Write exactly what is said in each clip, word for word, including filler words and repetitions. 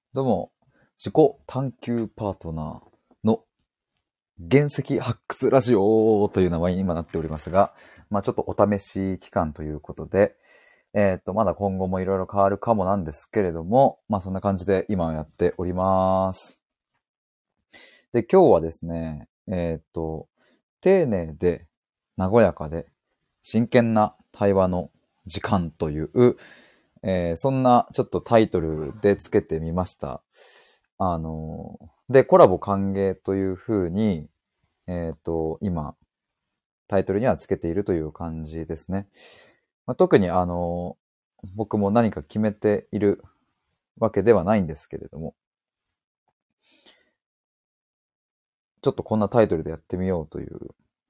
どうも、自己探求パートナーの原石発掘ラジオという名前に今なっておりますが、まあちょっとお試し期間ということで、えっと、まだ今後もいろいろ変わるかもなんですけれども、まあそんな感じで今やっております。で、今日はですね、えっと、丁寧で和やかで真剣な対話の時間という、えーそんなちょっとタイトルでつけてみました。あの、で、コラボ歓迎というふうに、えっと、今、タイトルにはつけているという感じですね。まあ、特にあの、僕も何か決めているわけではないんですけれども、ちょっとこんなタイトルでやってみようという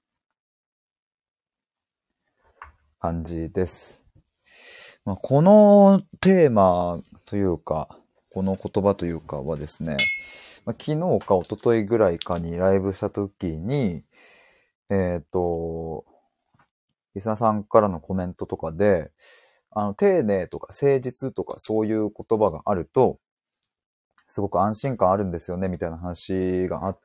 感じです。まあ、このテーマというか、この言葉というかはですね、まあ、昨日か一昨日ぐらいかにライブした時に、えっと、リスナーさんからのコメントとかで、あの、丁寧とか誠実とかそういう言葉があると、すごく安心感あるんですよね、みたいな話があって、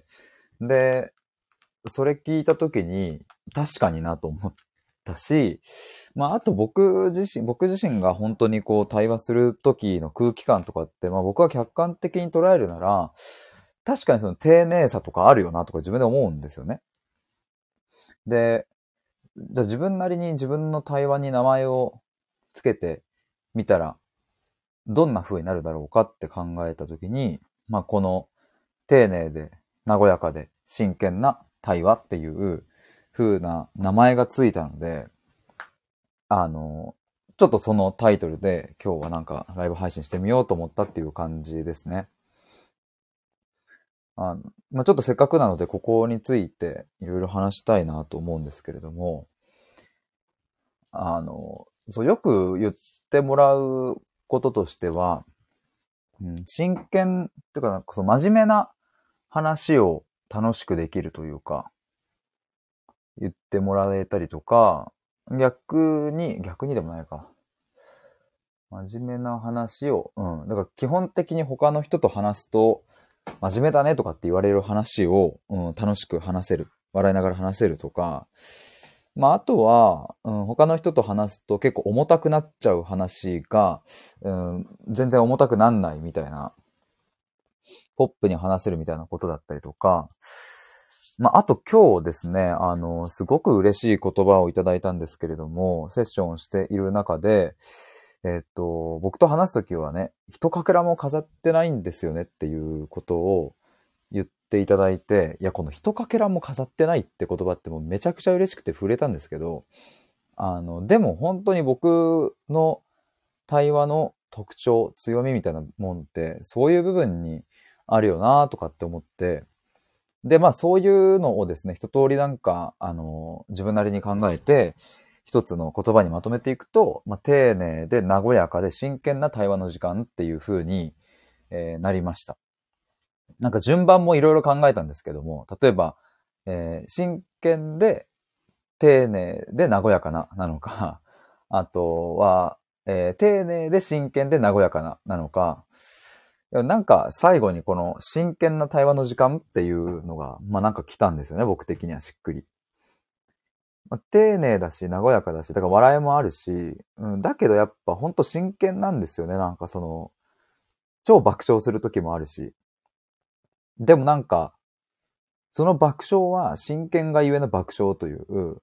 で、それ聞いた時に、確かになと思ったし、まあ、あと僕自身、僕自身が本当にこう対話する時の空気感とかって、まあ僕は客観的に捉えるなら、確かにその丁寧さとかあるよなとか自分で思うんですよね。で、じゃあ自分なりに自分の対話に名前をつけてみたら、どんな風になるだろうかって考えたときに、まあこの丁寧で和やかで真剣な対話っていう風な名前がついたので、あの、ちょっとそのタイトルで今日はなんかライブ配信してみようと思ったっていう感じですね。あの、まあ、ちょっとせっかくなのでここについていろいろ話したいなと思うんですけれども、あの、そう、よく言ってもらうこととしては、うん、真剣っていうか、なんかその真面目な話を楽しくできるというか、言ってもらえたりとか、逆に、逆にでもないか。真面目な話を、うん。だから基本的に他の人と話すと、真面目だねとかって言われる話を、うん、楽しく話せる。笑いながら話せるとか、まあ、あとは、うん、他の人と話すと結構重たくなっちゃう話が、うん、全然重たくなんないみたいな、ポップに話せるみたいなことだったりとか、まあ、あと今日ですね、あの、すごく嬉しい言葉をいただいたんですけれども、セッションをしている中で、えっと、僕と話すときはね、一かけらも飾ってないんですよねっていうことを言っていただいて、いや、この一かけらも飾ってないって言葉ってもうめちゃくちゃ嬉しくて触れたんですけど、あの、でも本当に僕の対話の特徴、強みみたいなもんって、そういう部分にあるよなとかって思って、で、まあそういうのをですね、一通りなんか、あの、自分なりに考えて、一つの言葉にまとめていくと、まあ丁寧で和やかで真剣な対話の時間っていう風に、えーなりました。なんか順番もいろいろ考えたんですけども、例えば、えー真剣で丁寧で和やかな、なのか、あとは、えー丁寧で真剣で和やかな、なのか、なんか最後にこの真剣な対話の時間っていうのが、まあなんか来たんですよね、僕的にはしっくり。まあ、丁寧だし、和やかだし、だから笑いもあるし、うん、だけどやっぱほんと真剣なんですよね、なんかその、超爆笑する時もあるし。でもなんか、その爆笑は真剣がゆえの爆笑という、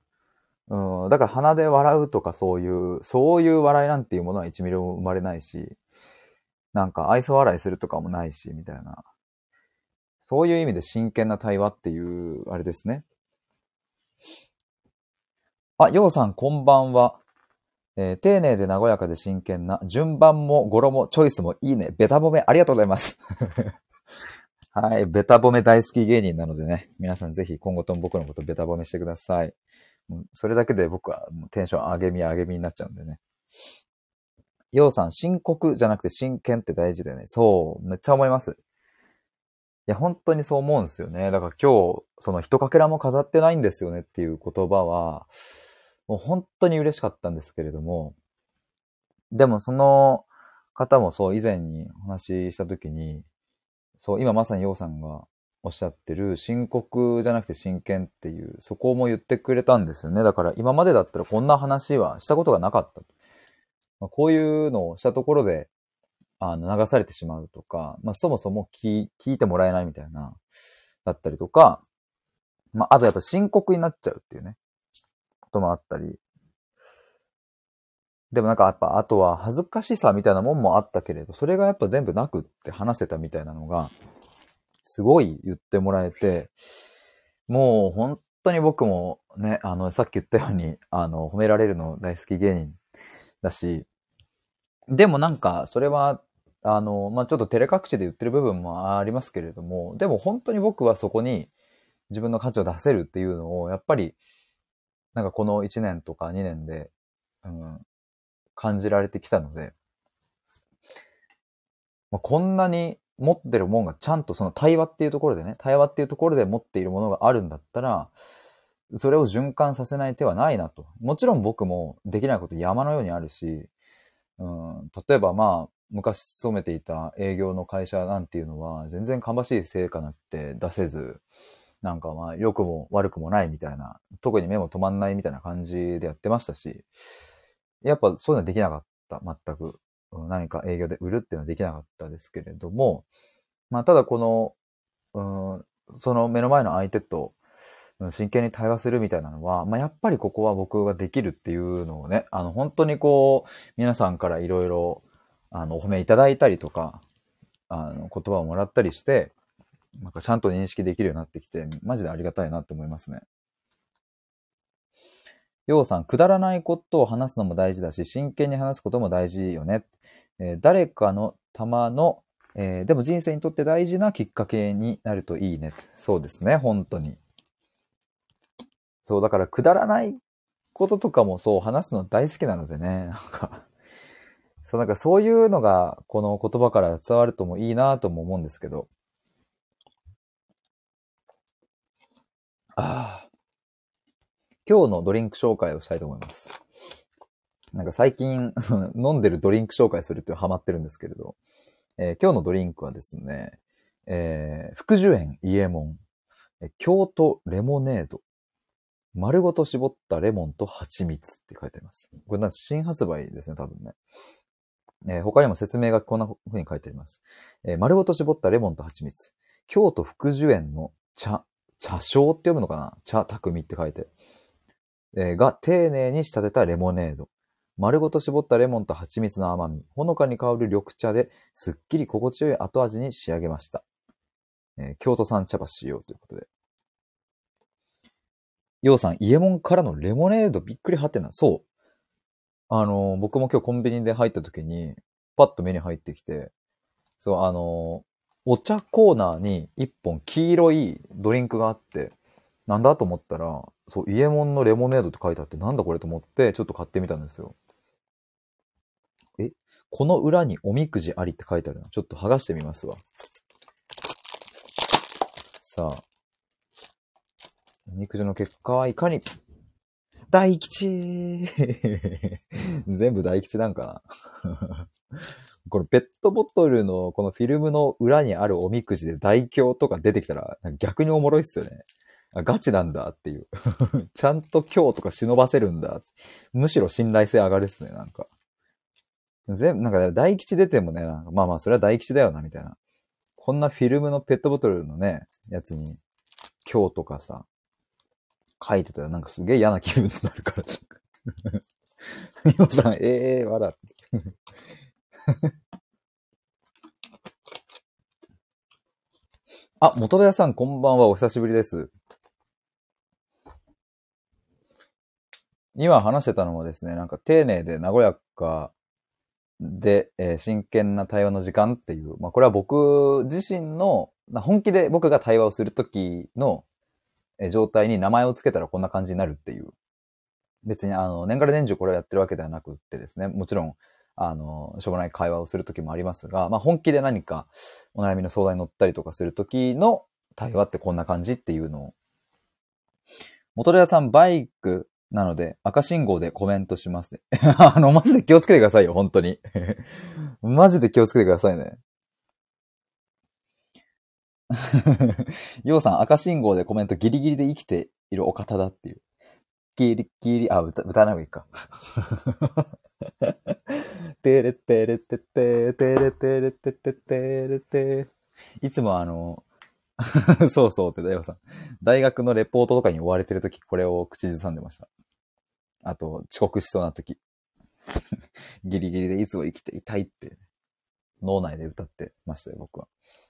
うん、だから鼻で笑うとかそういう、そういう笑いなんていうものはいちミリも生まれないし、なんか愛想笑いするとかもないし、みたいな。そういう意味で真剣な対話っていう、あれですね。あ、ようさんこんばんは。えー丁寧で和やかで真剣な、順番も語呂もチョイスもいいね。ベタ褒めありがとうございます。はい、ベタ褒め大好き芸人なのでね、皆さんぜひ今後とも僕のことベタ褒めしてください。もうそれだけで僕はもうテンション上げみ上げみになっちゃうんでね。ようさん、深刻じゃなくて真剣って大事だよね。そう、めっちゃ思います。いや、本当にそう思うんですよね。だから今日、その一かけらも飾ってないんですよねっていう言葉は、もう本当に嬉しかったんですけれども、でもその方もそう以前にお話ししたときに、そう今まさに陽さんがおっしゃってる深刻じゃなくて真剣っていう、そこも言ってくれたんですよね。だから今までだったらこんな話はしたことがなかった。まあ、こういうのをしたところで、あの、流されてしまうとか、まあそもそも聞、聞いてもらえないみたいな、だったりとか、まああとやっぱ深刻になっちゃうっていうね、こともあったり。でもなんかやっぱあとは恥ずかしさみたいなもんもあったけれど、それがやっぱ全部なくって話せたみたいなのが、すごい言ってもらえて、もう本当に僕もね、あの、さっき言ったように、あの、褒められるの大好き芸人だし、でもなんか、それは、あの、まあ、ちょっと照れ隠しで言ってる部分もありますけれども、でも本当に僕はそこに自分の価値を出せるっていうのを、やっぱり、なんかこのいちねんとかにねんで、うん、感じられてきたので、まあ、こんなに持ってるもんがちゃんとその対話っていうところでね、対話っていうところで持っているものがあるんだったら、それを循環させない手はないなと。もちろん僕もできないこと山のようにあるし、うん、例えばまあ、昔勤めていた営業の会社なんていうのは、全然芳しい成果なんて出せず、なんかまあ、良くも悪くもないみたいな、特に目も止まんないみたいな感じでやってましたし、やっぱそういうのはできなかった、全く。何か営業で売るっていうのはできなかったですけれども、まあ、ただこの、うん、その目の前の相手と、真剣に対話するみたいなのは、まあ、やっぱりここは僕ができるっていうのをね、あの、本当にこう、皆さんからいろいろ、あの、お褒めいただいたりとか、あの、言葉をもらったりして、なんかちゃんと認識できるようになってきて、マジでありがたいなって思いますね。ようさん、くだらないことを話すのも大事だし、真剣に話すことも大事よね。えー誰かのたまの、えーでも人生にとって大事なきっかけになるといいね。そうですね、本当に。そう、だからくだらないこととかもそう話すの大好きなのでね、なんか、そう、なんかそういうのがこの言葉から伝わるともいいなとも思うんですけど。ああ、今日のドリンク紹介をしたいと思います。なんか最近飲んでるドリンク紹介するっていうのハマってるんですけれど、えー今日のドリンクはですね、えー、福寿園伊右衛門、え京都レモネード、丸ごと絞ったレモンと蜂蜜って書いてあります。これなんか新発売ですね、多分ね。えー他にも説明がこんな風に書いてあります。えー丸ごと絞ったレモンと蜂蜜。京都福寿園の茶、茶匠って読むのかな茶匠って書いて。えーが丁寧に仕立てたレモネード。丸ごと絞ったレモンと蜂蜜の甘み。ほのかに香る緑茶ですっきり心地よい後味に仕上げました。えー京都産茶葉使用ということで。ようさん、伊右衛門からのレモネードびっくりはってな。そう。あのー僕も今日コンビニで入った時に、パッと目に入ってきて、そう、あのーお茶コーナーに一本黄色いドリンクがあって、なんだと思ったら、そう、伊右衛門のレモネードって書いてあって、なんだこれと思って、ちょっと買ってみたんですよ。え、この裏におみくじありって書いてあるな。ちょっと剥がしてみますわ。さあ、おみくじの結果はいかに、大吉全部大吉なんかなこのペットボトルのこのフィルムの裏にあるおみくじで大凶とか出てきたら逆におもろいっすよね。あ、ガチなんだっていう。ちゃんと今日とか忍ばせるんだ。むしろ信頼性上がるっすね、なんか。全部、なんか大吉出てもね、なんかまあまあそれは大吉だよな、みたいな。こんなフィルムのペットボトルのね、やつに今日とかさ、書いてたらなんかすげえ嫌な気分になるから。みおさん、ええー、笑って。あ、元戸屋さん、こんばんは。お久しぶりです。今話してたのもですね、なんか丁寧で和やかで、えー真剣な対話の時間っていう、まあこれは僕自身の、本気で僕が対話をするときのえー状態に名前をつけたらこんな感じになるっていう。別にあの、年がら年中これをやってるわけではなくってですね、もちろん、あの、しょうもない会話をするときもありますが、まあ本気で何かお悩みの相談に乗ったりとかするときの対話ってこんな感じっていうのを。元戸屋さん、バイク、 なので、赤信号でコメントしますね。あの、マジで気をつけてくださいよ、本当に。マジで気をつけてくださいね。ようさん、赤信号でコメントギリギリで生きているお方だっていう。ギリギリ、あ、歌、歌わない方がいいか。てれてれてて、てれてれてててれて。いつもあの、そうそうってだよさん。大学のレポートとかに追われてるとき、これを口ずさんでました。あと、遅刻しそうなとき。ギリギリでいつも生きていたいって、脳内で歌ってましたよ、僕は。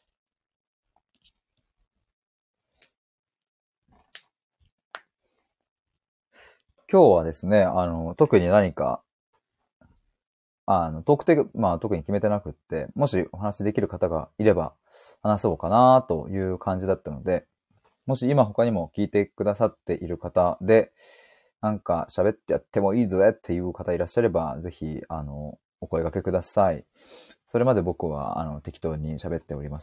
今日はですね、あの、特に何か、あの、特定、まあ特に決めてなくって、もしお話できる方がいれば話そうかなという感じだったので、もし今他にも聞いてくださっている方で、なんか喋ってやってもいいぜっていう方いらっしゃれば、ぜひ、あの、お声掛けください。それまで僕は、あの、適当に喋っております。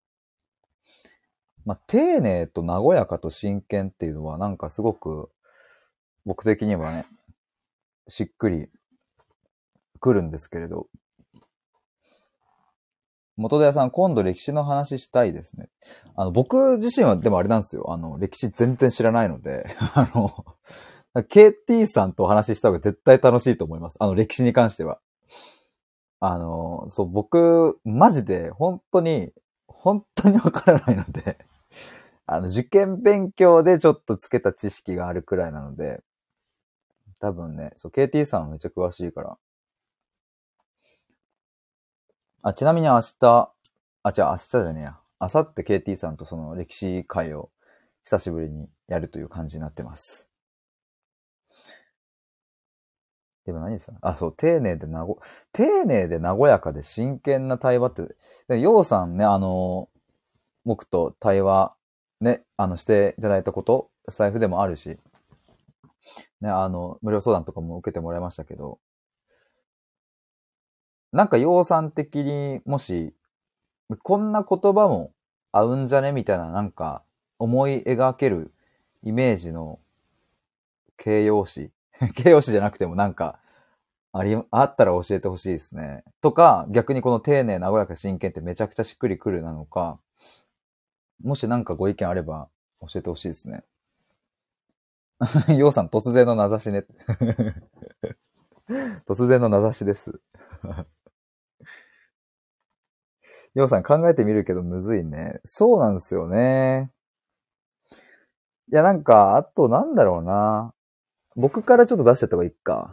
まあ、丁寧と和やかと真剣っていうのは、なんかすごく、僕的にはね、しっくりくるんですけれど、元田屋さん、今度歴史の話したいですね。あの、僕自身はでもあれなんですよ。あの、歴史全然知らないので、あの、ケーティー さんとお話しした方が絶対楽しいと思います。あの、歴史に関しては。あの、そう、僕、マジで、本当に、本当にわからないので、あの、受験勉強でちょっとつけた知識があるくらいなので、多分ね、そう、ケーティー さんはめっちゃ詳しいから。あ、ちなみに明日、あ、違う、明日じゃねえや。明後日 ケーティー さんとその歴史会を久しぶりにやるという感じになってます。でも何ですか？あ、そう、丁寧でなご、丁寧で和やかで真剣な対話って、でようさんね、あの、僕と対話ね、あの、していただいたこと、財布でもあるし、ね、あの、無料相談とかも受けてもらいましたけど、なんかようさん的にもし、こんな言葉も合うんじゃねみたいな、なんか、思い描けるイメージの形容詞形容詞じゃなくてもなんか、あり、あったら教えてほしいですね。とか、逆にこの丁寧、和やか、真剣ってめちゃくちゃしっくりくるなのか、もしなんかご意見あれば教えてほしいですね。ようさん突然の名指しね。突然の名指しです。ようさん考えてみるけどむずいね。そうなんですよね。いやなんか、あとなんだろうな。僕からちょっと出しちゃった方がいいか。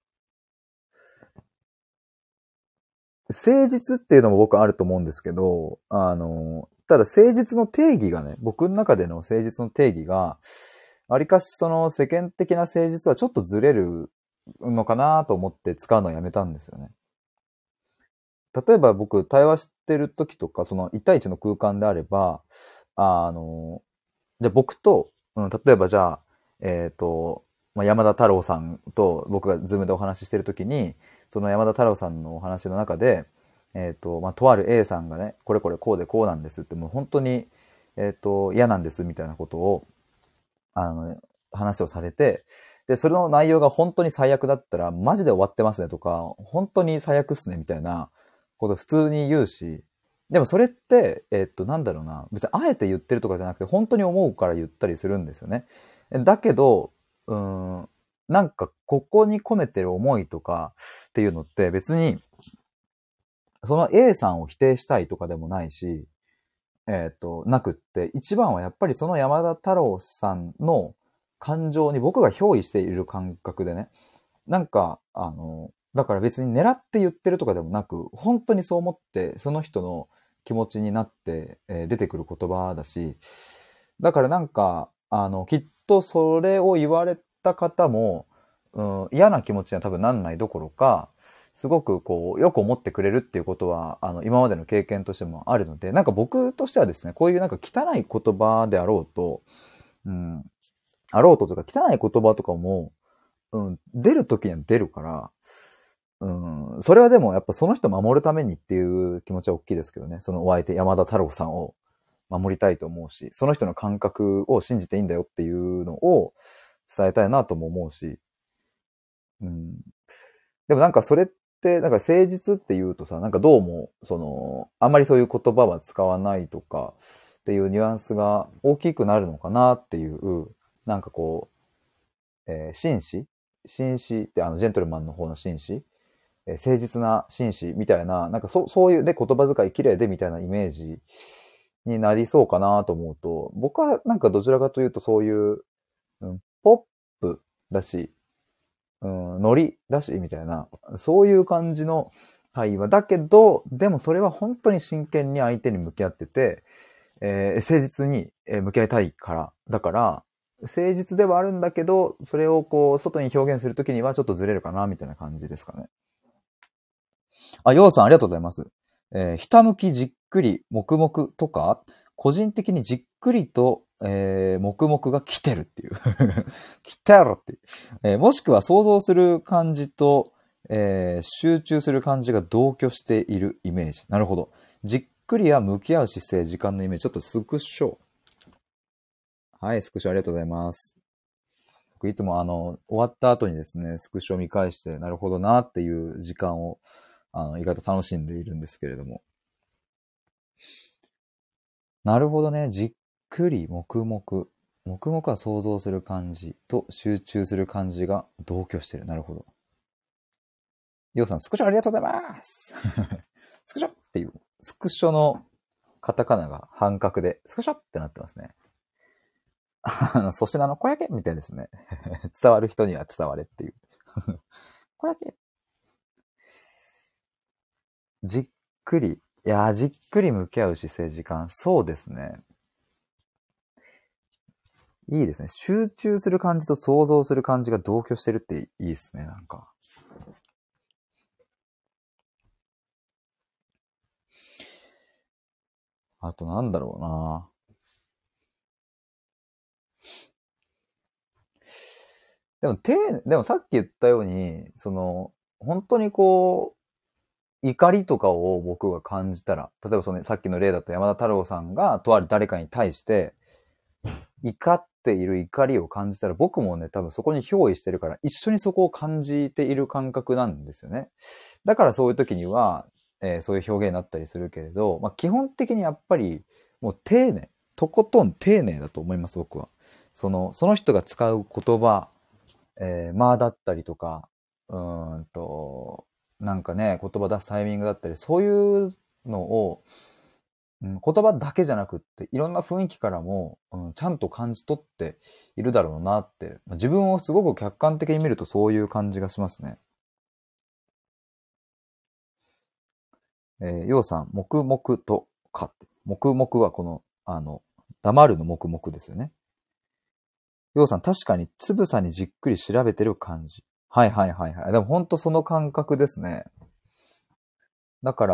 誠実っていうのも僕あると思うんですけど、あの、ただ誠実の定義がね、僕の中での誠実の定義が、わりかしその世間的な誠実はちょっとずれるのかなと思って使うのをやめたんですよね。例えば僕、対話してる時とか、その一対一の空間であれば、あの、じゃあ僕と、うん、例えばじゃあ、えっと、まあ、山田太郎さんと僕がズームでお話ししてる時に、その山田太郎さんのお話の中で、えっと、まあ、とある A さんがね、これこれこうでこうなんですって、もう本当に、えっと、嫌なんですみたいなことを、あの、話をされて、で、それの内容が本当に最悪だったら、マジで終わってますねとか、本当に最悪っすねみたいなこと普通に言うし、でもそれって、えっと、なんだろうな、別にあえて言ってるとかじゃなくて、本当に思うから言ったりするんですよね。だけど、うーん、なんかここに込めてる思いとかっていうのって別に、その A さんを否定したいとかでもないし、えっと、なくって、一番はやっぱりその山田太郎さんの感情に僕が憑依している感覚でね、なんか、あの、だから別に狙って言ってるとかでもなく、本当にそう思って、その人の気持ちになって、えー出てくる言葉だし、だからなんか、あの、きっとそれを言われた方も、うん、嫌な気持ちには多分なんないどころか、すごくこう、よく思ってくれるっていうことは、あの、今までの経験としてもあるので、なんか僕としてはですね、こういうなんか汚い言葉であろうと、うん、あろうととか汚い言葉とかも、うん、出るときには出るから、うん、それはでもやっぱその人を守るためにっていう気持ちは大きいですけどね。そのお相手、山田太郎さんを守りたいと思うし、その人の感覚を信じていいんだよっていうのを、 伝えたいなとも思うし、うん。でもなんかそれって、なんか誠実って言うとさ、なんかどうも、その、あんまりそういう言葉は使わないとかっていうニュアンスが大きくなるのかなっていう、なんかこう、えー紳士紳士ってあの、ジェントルマンの方の紳士、えー誠実な紳士みたいな、なんかそ、そういうね、言葉遣い綺麗でみたいなイメージになりそうかなと思うと、僕はなんかどちらかというとそういう、うん、ポップだし、うん、ノリだし、みたいな、そういう感じの会話だけど、でもそれは本当に真剣に相手に向き合ってて、えー誠実にえー向き合いたいから。だから、誠実ではあるんだけど、それをこう、外に表現するときにはちょっとずれるかな、みたいな感じですかね。あ、ようさんありがとうございます。えーひたむきじっくり黙々とか、個人的にじっくりと、えー黙々が来てるっていう来てるっていう、えーもしくは想像する感じと、えー集中する感じが同居しているイメージ。なるほど。じっくりや向き合う姿勢、時間のイメージ。ちょっとスクショ。はい、スクショありがとうございます。僕いつもあの、終わった後にですね、スクショを見返して、なるほどなっていう時間を、あの、意外と楽しんでいるんですけれども。なるほどね。じっくり黙々。黙々は想像する感じと集中する感じが同居してる。なるほど。ようさん、スクショありがとうございます。スクショっていう、スクショのカタカナが半角で、スクショってなってますね。あの、粗品の小焼けみたいですね。伝わる人には伝われっていう。小焼け。じっくり。いやー、じっくり向き合う姿勢時間。そうですね。いいですね。集中する感じと想像する感じが同居してるっていいですね、なんか。あとなんだろうな。でも、丁寧、でもさっき言ったように、その、本当にこう、怒りとかを僕が感じたら、例えばその、さっきの例だと山田太郎さんがとある誰かに対して、怒っている怒りを感じたら、僕もね、多分そこに憑依してるから、一緒にそこを感じている感覚なんですよね。だからそういう時には、えーそういう表現になったりするけれど、まあ、基本的にやっぱり、もう丁寧、とことん丁寧だと思います、僕は。その、その人が使う言葉、えー、まあだったりとか、うーんと、なんかね、言葉出すタイミングだったり、そういうのを、うん、言葉だけじゃなくって、いろんな雰囲気からも、うん、ちゃんと感じ取っているだろうなって、まあ自分をすごく客観的に見るとそういう感じがしますね。えー、ようさん、黙々とかって。黙々はこの、あの、黙るの黙々ですよね。ようさん、確かにつぶさにじっくり調べてる感じ。はいはいはいはい。でも本当その感覚ですね。だから、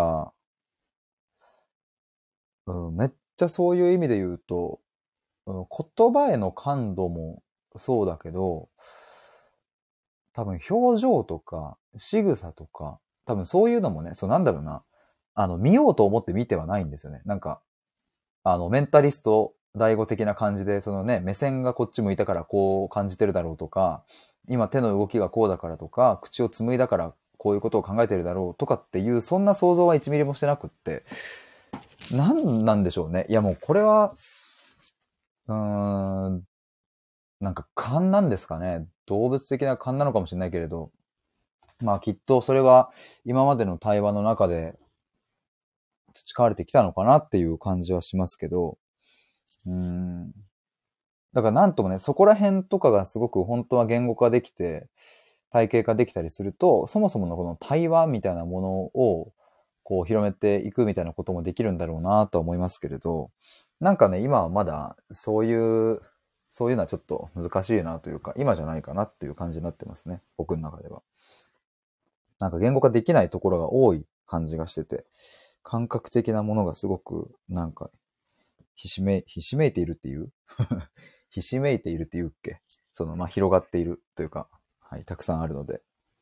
うん、めっちゃそういう意味で言うと、うん、言葉への感度もそうだけど、多分表情とか仕草とか、多分そういうのもね、そうなんだろうな。あの、見ようと思って見てはないんですよね。なんか、あの、メンタリスト第五的な感じで、そのね、目線がこっち向いたからこう感じてるだろうとか、今手の動きがこうだからとか、口を紡いだからこういうことを考えてるだろうとかっていう、そんな想像はいちミリもしてなくって、なんなんでしょうね。いやもうこれは、うーん、なんか勘なんですかね。動物的な勘なのかもしれないけれど、まあきっとそれは今までの対話の中で培われてきたのかなっていう感じはしますけど、うーん。だからなんともね、そこら辺とかがすごく本当は言語化できて、体系化できたりすると、そもそものこの対話みたいなものを、こう広めていくみたいなこともできるんだろうなとは思いますけれど、なんかね、今はまだそういう、そういうのはちょっと難しいなというか、今じゃないかなっていう感じになってますね。僕の中では。なんか言語化できないところが多い感じがしてて、感覚的なものがすごく、なんか、ひしめ、ひしめいているっていうひしめいているっていうっけ、その、まあ、広がっているというか、はい、たくさんあるので。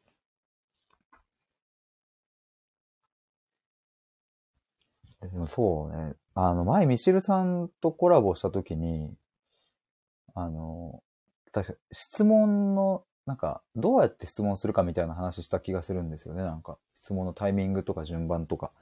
でもそうね、あの、前、ミシルさんとコラボしたときに、あの、 確か質問の、なんか、どうやって質問するかみたいな話した気がするんですよね。なんか、質問のタイミングとか順番とか。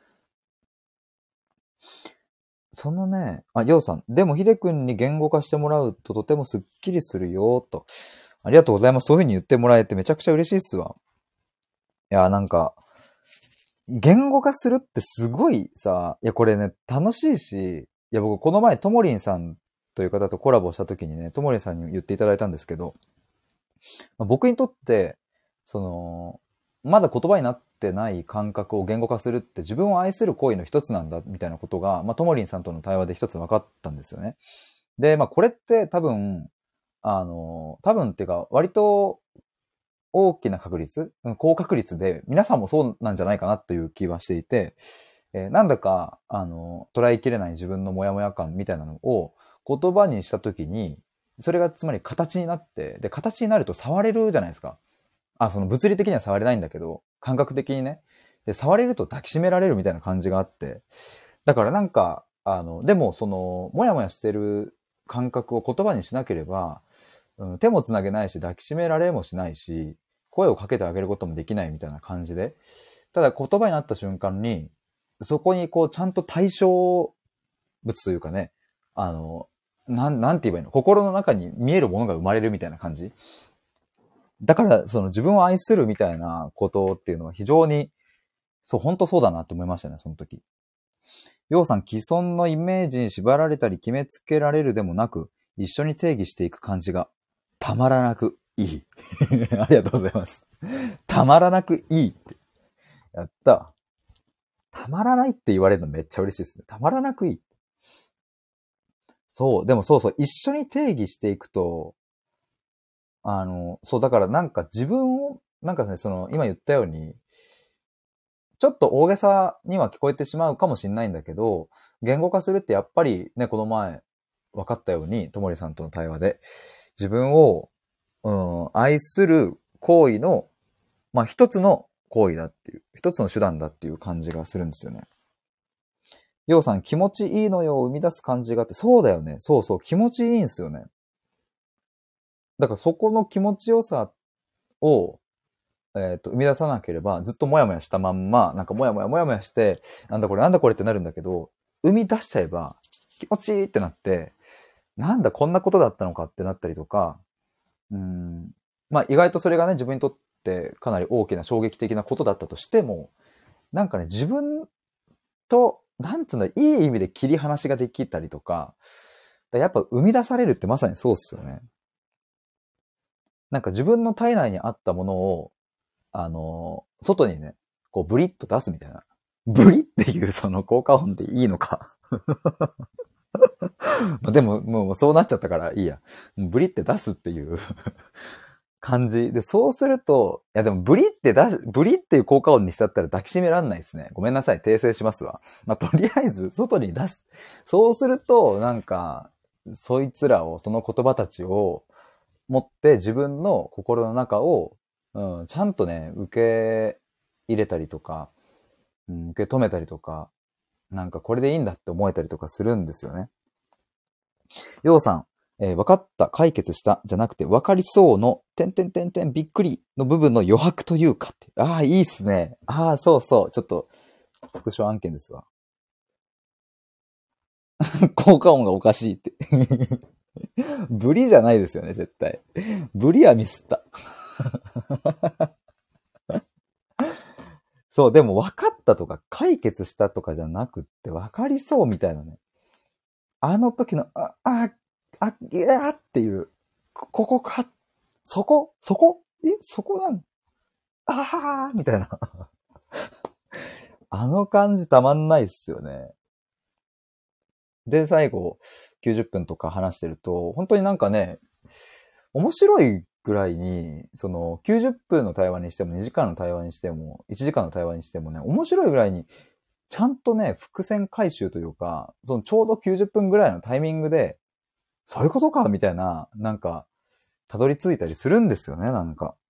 そのね、あ、ようさん、でも、ひでくんに言語化してもらうととてもスッキリするよ、と。ありがとうございます。そういう風に言ってもらえてめちゃくちゃ嬉しいっすわ。いや、なんか、言語化するってすごいさ、いや、これね、楽しいし、いや、僕、この前、ともりんさんという方とコラボした時にね、ともりんさんに言っていただいたんですけど、まあ僕にとって、その、まだ言葉になってない感覚を言語化するって自分を愛する行為の一つなんだ、みたいなことが、まあ、ともりんさんとの対話で一つ分かったんですよね。で、まあ、これって多分、あの、多分っていうか、割と大きな確率、うん高確率で、皆さんもそうなんじゃないかなという気はしていて、えーなんだか、あの、捉えきれない自分のモヤモヤ感みたいなのを言葉にしたときに、それがつまり形になって、で、形になると触れるじゃないですか。あ、その物理的には触れないんだけど、感覚的にね。で、触れると抱きしめられるみたいな感じがあって、だからなんか、あの、でもその、もやもやしてる感覚を言葉にしなければ、うん、手もつなげないし、抱きしめられもしないし、声をかけてあげることもできないみたいな感じで、ただ言葉になった瞬間に、そこにこう、ちゃんと対象物というかね、あの、なん、なんて言えばいいの、心の中に見えるものが生まれるみたいな感じ。だから、その自分を愛するみたいなことっていうのは非常に、そう、本当そうだなって思いましたね、その時。ようさん、既存のイメージに縛られたり決めつけられるでもなく、一緒に定義していく感じが、たまらなくいい。ありがとうございます。たまらなくいいって。やった。たまらないって言われるのめっちゃ嬉しいですね。たまらなくいい。そう、でもそうそう、一緒に定義していくと、あの、そう、だからなんか自分を、なんかね、その、今言ったように、ちょっと大げさには聞こえてしまうかもしれないんだけど、言語化するってやっぱりね、この前分かったように、ともりさんとの対話で、自分を、うん、愛する行為の、まあ一つの行為だっていう、一つの手段だっていう感じがするんですよね。ようさん、気持ちいいのよを生み出す感じがあって、そうだよね。そうそう、気持ちいいんですよね。だからそこの気持ちよさを、えっと、生み出さなければ、ずっともやもやしたまんま、なんかもやもやもやもやして、なんだこれなんだこれってなるんだけど、生み出しちゃえば、気持ちいいってなって、なんだこんなことだったのかってなったりとか、うん、まあ意外とそれがね、自分にとってかなり大きな衝撃的なことだったとしても、なんかね、自分と、なんつうんだ、いい意味で切り離しができたりとか、やっぱ生み出されるってまさにそうっすよね。なんか自分の体内にあったものを、あの、外にね、こうブリッと出すみたいな。ブリっていうその効果音でいいのか。でも、もうそうなっちゃったからいいや。ブリって出すっていう感じ。で、そうすると、いやでもブリって出す、ブリっていう効果音にしちゃったら抱きしめらんないですね。ごめんなさい。訂正しますわ。まあ、とりあえず、外に出す。そうすると、なんか、そいつらを、その言葉たちを持って自分の心の中を、うん、ちゃんとね、受け入れたりとか、うん、受け止めたりとか、なんかこれでいいんだって思えたりとかするんですよね。ようさん、えー、分かった、解決した、じゃなくて、分かりそうの、てんてんてんてんびっくりの部分の余白というかって。ああ、いいっすね。ああ、そうそう。ちょっと、スクショ案件ですわ。効果音がおかしいって。ブリじゃないですよね、絶対。ブリはミスった。そう、でも分かったとか解決したとかじゃなくって分かりそうみたいなね。あの時の、あ、あ、あ、いやっていう、こここか、そこそこえそこなのああみたいな。あの感じたまんないっすよね。で、最後、きゅうじゅっぷんとか話してると、本当になんかね、面白いぐらいに、その、きゅうじゅっぷんの対話にしても、にじかんの対話にしても、いちじかんの対話にしてもね、面白いぐらいに、ちゃんとね、伏線回収というか、そのちょうどきゅうじゅっぷんぐらいのタイミングで、そういうことかみたいな、なんか、たどり着いたりするんですよね、なんか。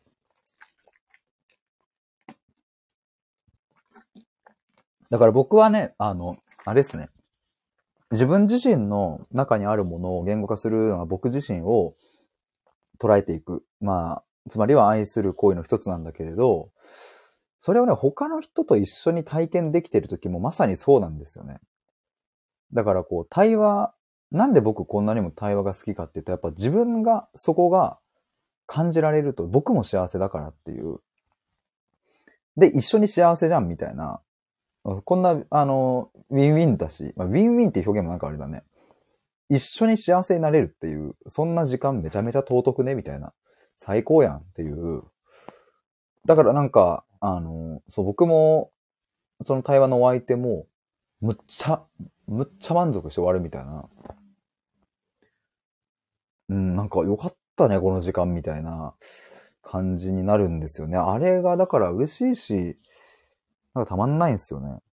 だから僕はね、あの、あれですね。自分自身の中にあるものを言語化するのは僕自身を捉えていく。まあ、つまりは愛する行為の一つなんだけれど、それをね、他の人と一緒に体験できている時もまさにそうなんですよね。だからこう、対話、なんで僕こんなにも対話が好きかっていうと、やっぱ自分が、そこが感じられると、僕も幸せだからっていう。で、一緒に幸せじゃんみたいな。こんな、あの、ウィンウィンだし、まあ、ウィンウィンっていう表現もなんかあれだね。一緒に幸せになれるっていう、そんな時間めちゃめちゃ尊くねみたいな。最高やんっていう。だからなんか、あの、そう、僕も、その対話のお相手も、むっちゃ、むっちゃ満足して終わるみたいな。うん、なんかよかったね、この時間みたいな感じになるんですよね。あれがだから嬉しいし、なんかたまんないんですよね。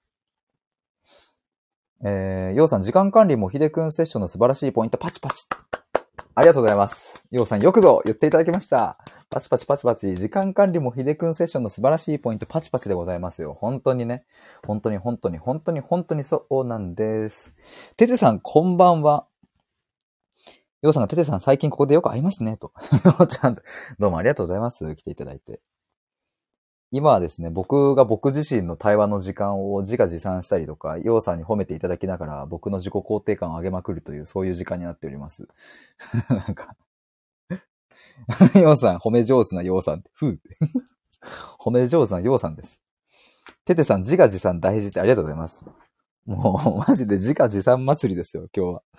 えー、ようさん、時間管理もひでくんセッションの素晴らしいポイント、パチパチ。ありがとうございます。ようさん、よくぞ言っていただきました。パチパチパチパチ。時間管理もひでくんセッションの素晴らしいポイント、パチパチでございますよ。本当にね。本当に本当に本当に本当にそうなんです。ててさん、こんばんは。ようさんがててさん、最近ここでよく会いますね、と。ちゃんと、どうもありがとうございます。来ていただいて。今はですね、僕が僕自身の対話の時間を自画自賛したりとか、ようさんに褒めていただきながら僕の自己肯定感を上げまくるという、そういう時間になっております。なんか、ようさん、褒め上手なようさんって、ふう。褒め上手なようさんです。ててさん、自画自賛大事ってありがとうございます。もう、マジで自画自賛祭りですよ、今日は。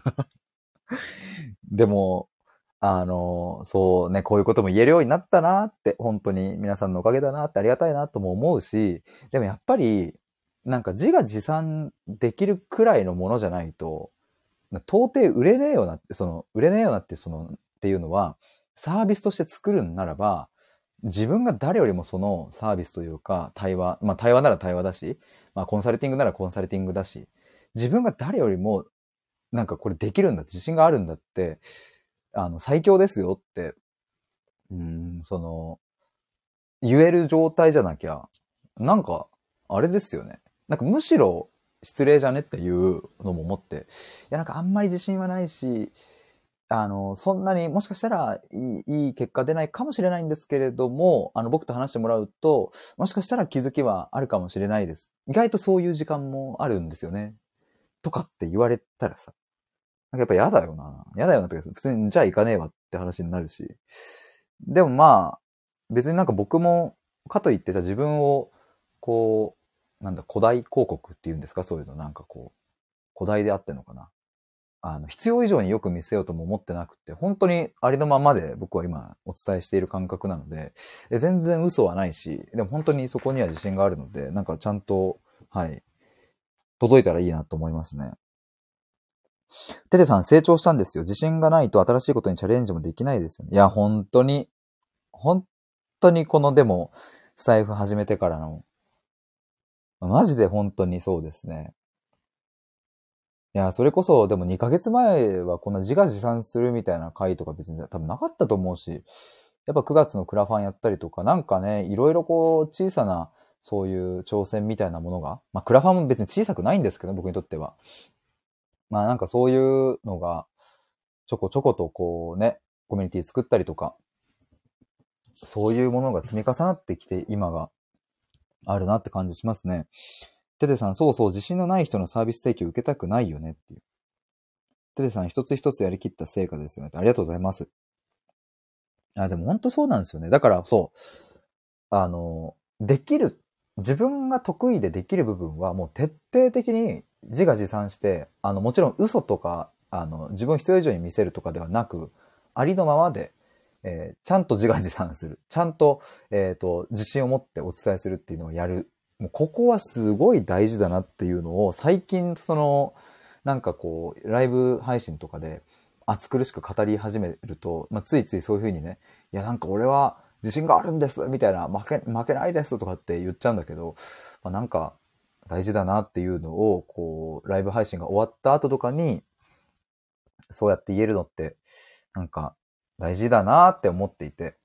でも、あの、そうね、こういうことも言えるようになったなって、本当に皆さんのおかげだなってありがたいなとも思うし、でもやっぱり、なんか自画自賛できるくらいのものじゃないと、到底売れねえよなって、その、売れねえよなって、その、っていうのは、サービスとして作るんならば、自分が誰よりもそのサービスというか、対話、まあ対話なら対話だし、まあコンサルティングならコンサルティングだし、自分が誰よりも、なんかこれできるんだ、自信があるんだって、あの、最強ですよって、うん、その、言える状態じゃなきゃ、なんか、あれですよね。なんかむしろ失礼じゃねっていうのも思って、いやなんかあんまり自信はないし、あの、そんなにもしかしたらいい、いい結果出ないかもしれないんですけれども、あの、僕と話してもらうと、もしかしたら気づきはあるかもしれないです。意外とそういう時間もあるんですよね。とかって言われたらさ、なんかやっぱ嫌だよな。嫌だよなって、普通にじゃあ行かねえわって話になるし。でもまあ、別になんか僕も、かといってじゃあ自分を、こう、なんだ、古代広告っていうんですか、そういうのなんかこう、古代であってんのかな。あの、必要以上によく見せようとも思ってなくて、本当にありのままで僕は今お伝えしている感覚なので、全然嘘はないし、でも本当にそこには自信があるので、なんかちゃんと、はい、届いたらいいなと思いますね。テテさん成長したんですよ。自信がないと新しいことにチャレンジもできないですよね。いや、本当に、本当にこのでも、スタイフ始めてからの、マジで本当にそうですね。いや、それこそ、でもにかげつまえはこんな自画自賛するみたいな回とか別に多分なかったと思うし、やっぱくがつのクラファンやったりとか、なんかね、いろいろこう、小さな、そういう挑戦みたいなものが、まあクラファンも別に小さくないんですけど、僕にとっては。まあなんかそういうのが、ちょこちょことこうね、コミュニティ作ったりとか、そういうものが積み重なってきて今があるなって感じしますね。テテさん、そうそう、自信のない人のサービス提供受けたくないよねっていう。テテさん、一つ一つやりきった成果ですよね。ありがとうございます。あ、でも本当そうなんですよね。だからそう、あの、できる、自分が得意でできる部分はもう徹底的に自画自賛して、あの、もちろん嘘とか、あの、自分を必要以上に見せるとかではなく、ありのままで、えーちゃんと自画自賛する。ちゃんと、えっと、自信を持ってお伝えするっていうのをやる。もうここはすごい大事だなっていうのを最近その、なんかこう、ライブ配信とかで熱苦しく語り始めると、まあ、ついついそういう風にね、いやなんか俺は自信があるんですみたいな、負け、負けないですとかって言っちゃうんだけど、まあ、なんか大事だなっていうのを、こう、ライブ配信が終わった後とかに、そうやって言えるのって、なんか大事だなって思っていて、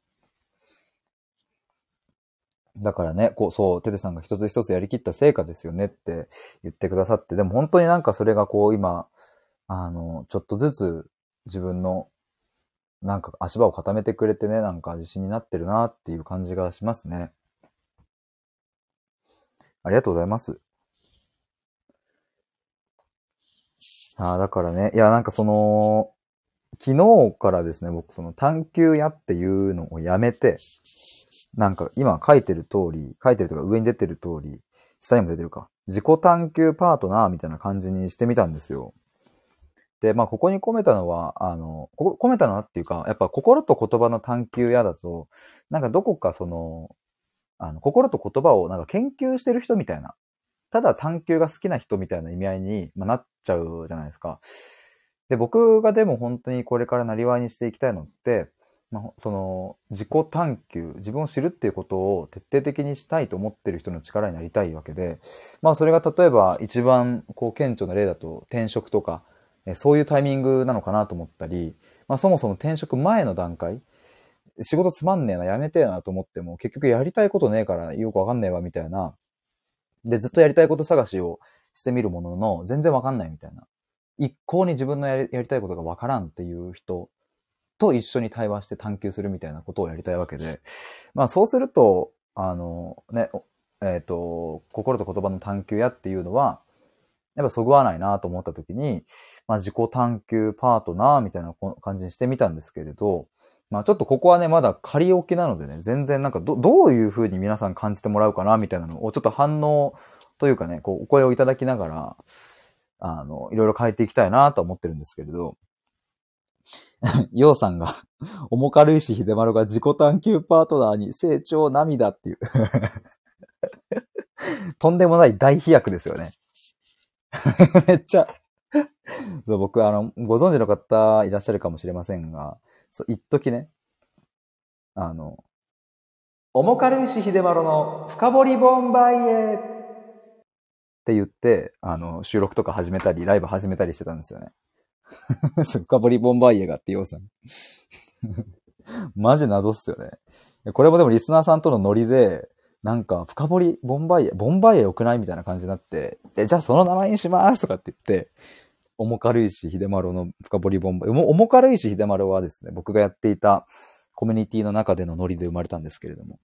だからね、こう、そう、テテさんが一つ一つやりきった成果ですよねって言ってくださって、でも本当になんかそれがこう今、あの、ちょっとずつ自分のなんか足場を固めてくれてね、なんか自信になってるなっていう感じがしますね。ありがとうございます。ああ、だからね、いや、なんかその、昨日からですね、僕その探求屋っていうのをやめて、なんか今書いてる通り、書いてるとか上に出てる通り、下にも出てるか。自己探求パートナーみたいな感じにしてみたんですよ。で、まあここに込めたのは、あの、ここ込めたのはっていうか、やっぱ心と言葉の探求屋だと、なんかどこかその、あの、心と言葉をなんか研究してる人みたいな、ただ探求が好きな人みたいな意味合いに、まあ、なっちゃうじゃないですか。で、僕がでも本当にこれからなりわいにしていきたいのって、まあ、その、自己探求、自分を知るっていうことを徹底的にしたいと思ってる人の力になりたいわけで、まあそれが例えば一番こう顕著な例だと転職とか、えそういうタイミングなのかなと思ったり、まあそもそも転職前の段階、仕事つまんねえな、やめてえなと思っても、結局やりたいことねえからよくわかんねえわみたいな、で、ずっとやりたいこと探しをしてみるものの、全然わかんないみたいな。一向に自分のやりやりたいことがわからんっていう人と一緒に対話して探求するみたいなことをやりたいわけで、まあそうすると、あの、ね、えっ、ー、と、心と言葉の探求やっていうのは、やっぱそぐわないなと思った時に、まあ自己探求パートナーみたいな感じにしてみたんですけれど、まあちょっとここはね、まだ仮置きなのでね、全然なんかど、どういう風に皆さん感じてもらうかなみたいなのをちょっと反応というかね、こうお声をいただきながら、あの、いろいろ変えていきたいなと思ってるんですけれど、ようさんが重軽石秀丸が自己探求パートナーに成長涙っていうとんでもない大飛躍ですよね。めっちゃそう僕、あの、ご存知の方いらっしゃるかもしれませんが、そう、一時ね、あの、重軽石秀丸の深掘りボンバイエって言って、あの、収録とか始めたり、ライブ始めたりしてたんですよね。深掘りボンバイエがってようさん。マジ謎っすよね。これもでもリスナーさんとのノリで、なんか、深掘りボンバイエ、ボンバイエ良くないみたいな感じになって、え、じゃあその名前にしますとかって言って、重軽石秀丸の深掘りボンバイエ、重軽石秀丸はですね、僕がやっていたコミュニティの中でのノリで生まれたんですけれども。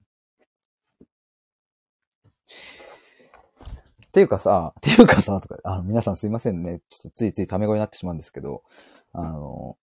っていうかさ、っていうかさ、とか、あの、皆さんすいませんね。ちょっとついついタメ語になってしまうんですけど、あの、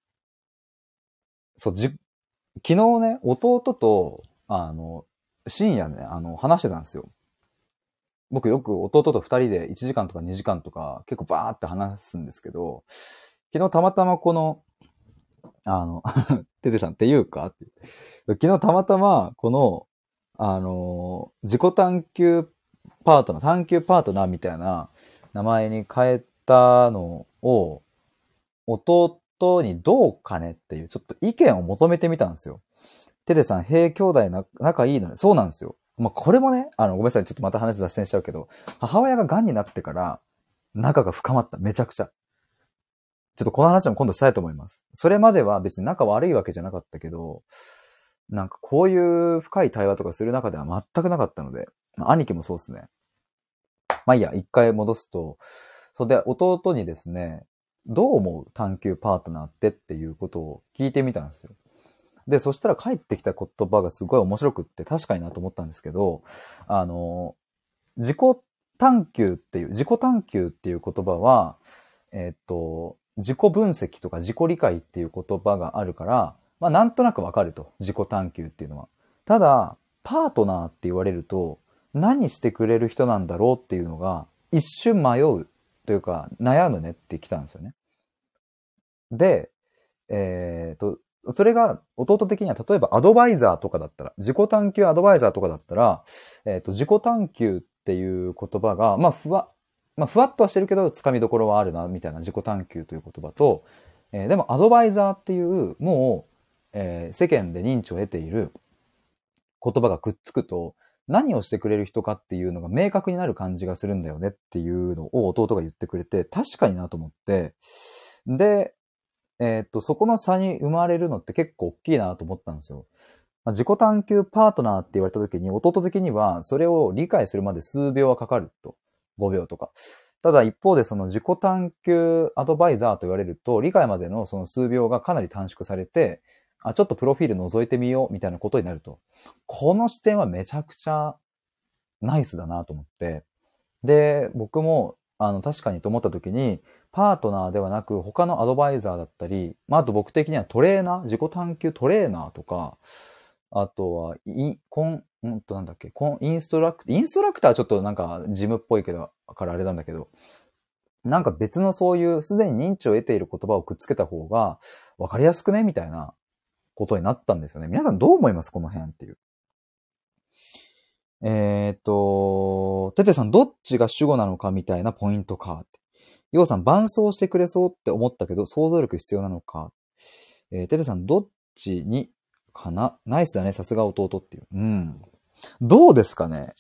そう、じ、昨日ね、弟と、あの、深夜ね、あの、話してたんですよ。僕よく弟と二人でいちじかんとかにじかんとか結構バーって話すんですけど、昨日たまたまこの、あの、ててさんっていうかって昨日たまたまこの、あの、自己探求パートナー、探求パートナーみたいな名前に変えたのを、弟にどうかねっていうちょっと意見を求めてみたんですよ。ててさん、へい兄弟な仲いいのね。そうなんですよ。まあ、これもね、あの、ごめんなさい。ちょっとまた話脱線しちゃうけど、母親が癌になってから仲が深まった。めちゃくちゃ。ちょっとこの話も今度したいと思います。それまでは別に仲悪いわけじゃなかったけど、なんかこういう深い対話とかする中では全くなかったので、まあ、兄貴もそうですね。まあいいや、一回戻すと、それで弟にですね、どう思う探求パートナーってっていうことを聞いてみたんですよ。で、そしたら返ってきた言葉がすごい面白くって確かになと思ったんですけど、あの、自己探求っていう、自己探求っていう言葉は、えっと、自己分析とか自己理解っていう言葉があるから、まあなんとなくわかると。自己探求っていうのは。ただ、パートナーって言われると、何してくれる人なんだろうっていうのが、一瞬迷うというか、悩むねってきたんですよね。で、えっと、それが弟的には例えばアドバイザーとかだったら、自己探求アドバイザーとかだったら、えっと、自己探求っていう言葉が、まあ、ふわ、まあ、ふわっとはしてるけど、掴みどころはあるな、みたいな自己探求という言葉と、えーでもアドバイザーっていう、もう、えー世間で認知を得ている言葉がくっつくと、何をしてくれる人かっていうのが明確になる感じがするんだよねっていうのを弟が言ってくれて、確かになと思って、で、えっと、そこの差に生まれるのって結構大きいなと思ったんですよ。まあ自己探求パートナーって言われた時に、弟的にはそれを理解するまで数秒はかかると。ごびょうとか。 ただ一方でその自己探求アドバイザーと言われると、理解までのその数秒がかなり短縮されて、あ、ちょっとプロフィール覗いてみようみたいなことになると。この視点はめちゃくちゃナイスだなと思って。で、僕も、あの、確かにと思った時に、パートナーではなく他のアドバイザーだったり、まあ、あと僕的にはトレーナー、自己探求トレーナーとか、あとは、イ、コン、んとなんだっけ、コン、インストラクター、インストラクターはちょっとなんかジムっぽいけど、からあれなんだけど、なんか別のそういうすでに認知を得ている言葉をくっつけた方が分かりやすくねみたいなことになったんですよね。皆さんどう思いますこの辺っていう。えーっと、テテさんどっちが主語なのかみたいなポイントか。ヨウさん伴奏してくれそうって思ったけど想像力必要なのか。えー、テテさんどっちにかなナイスだね。さすが弟っていう。うん。どうですかね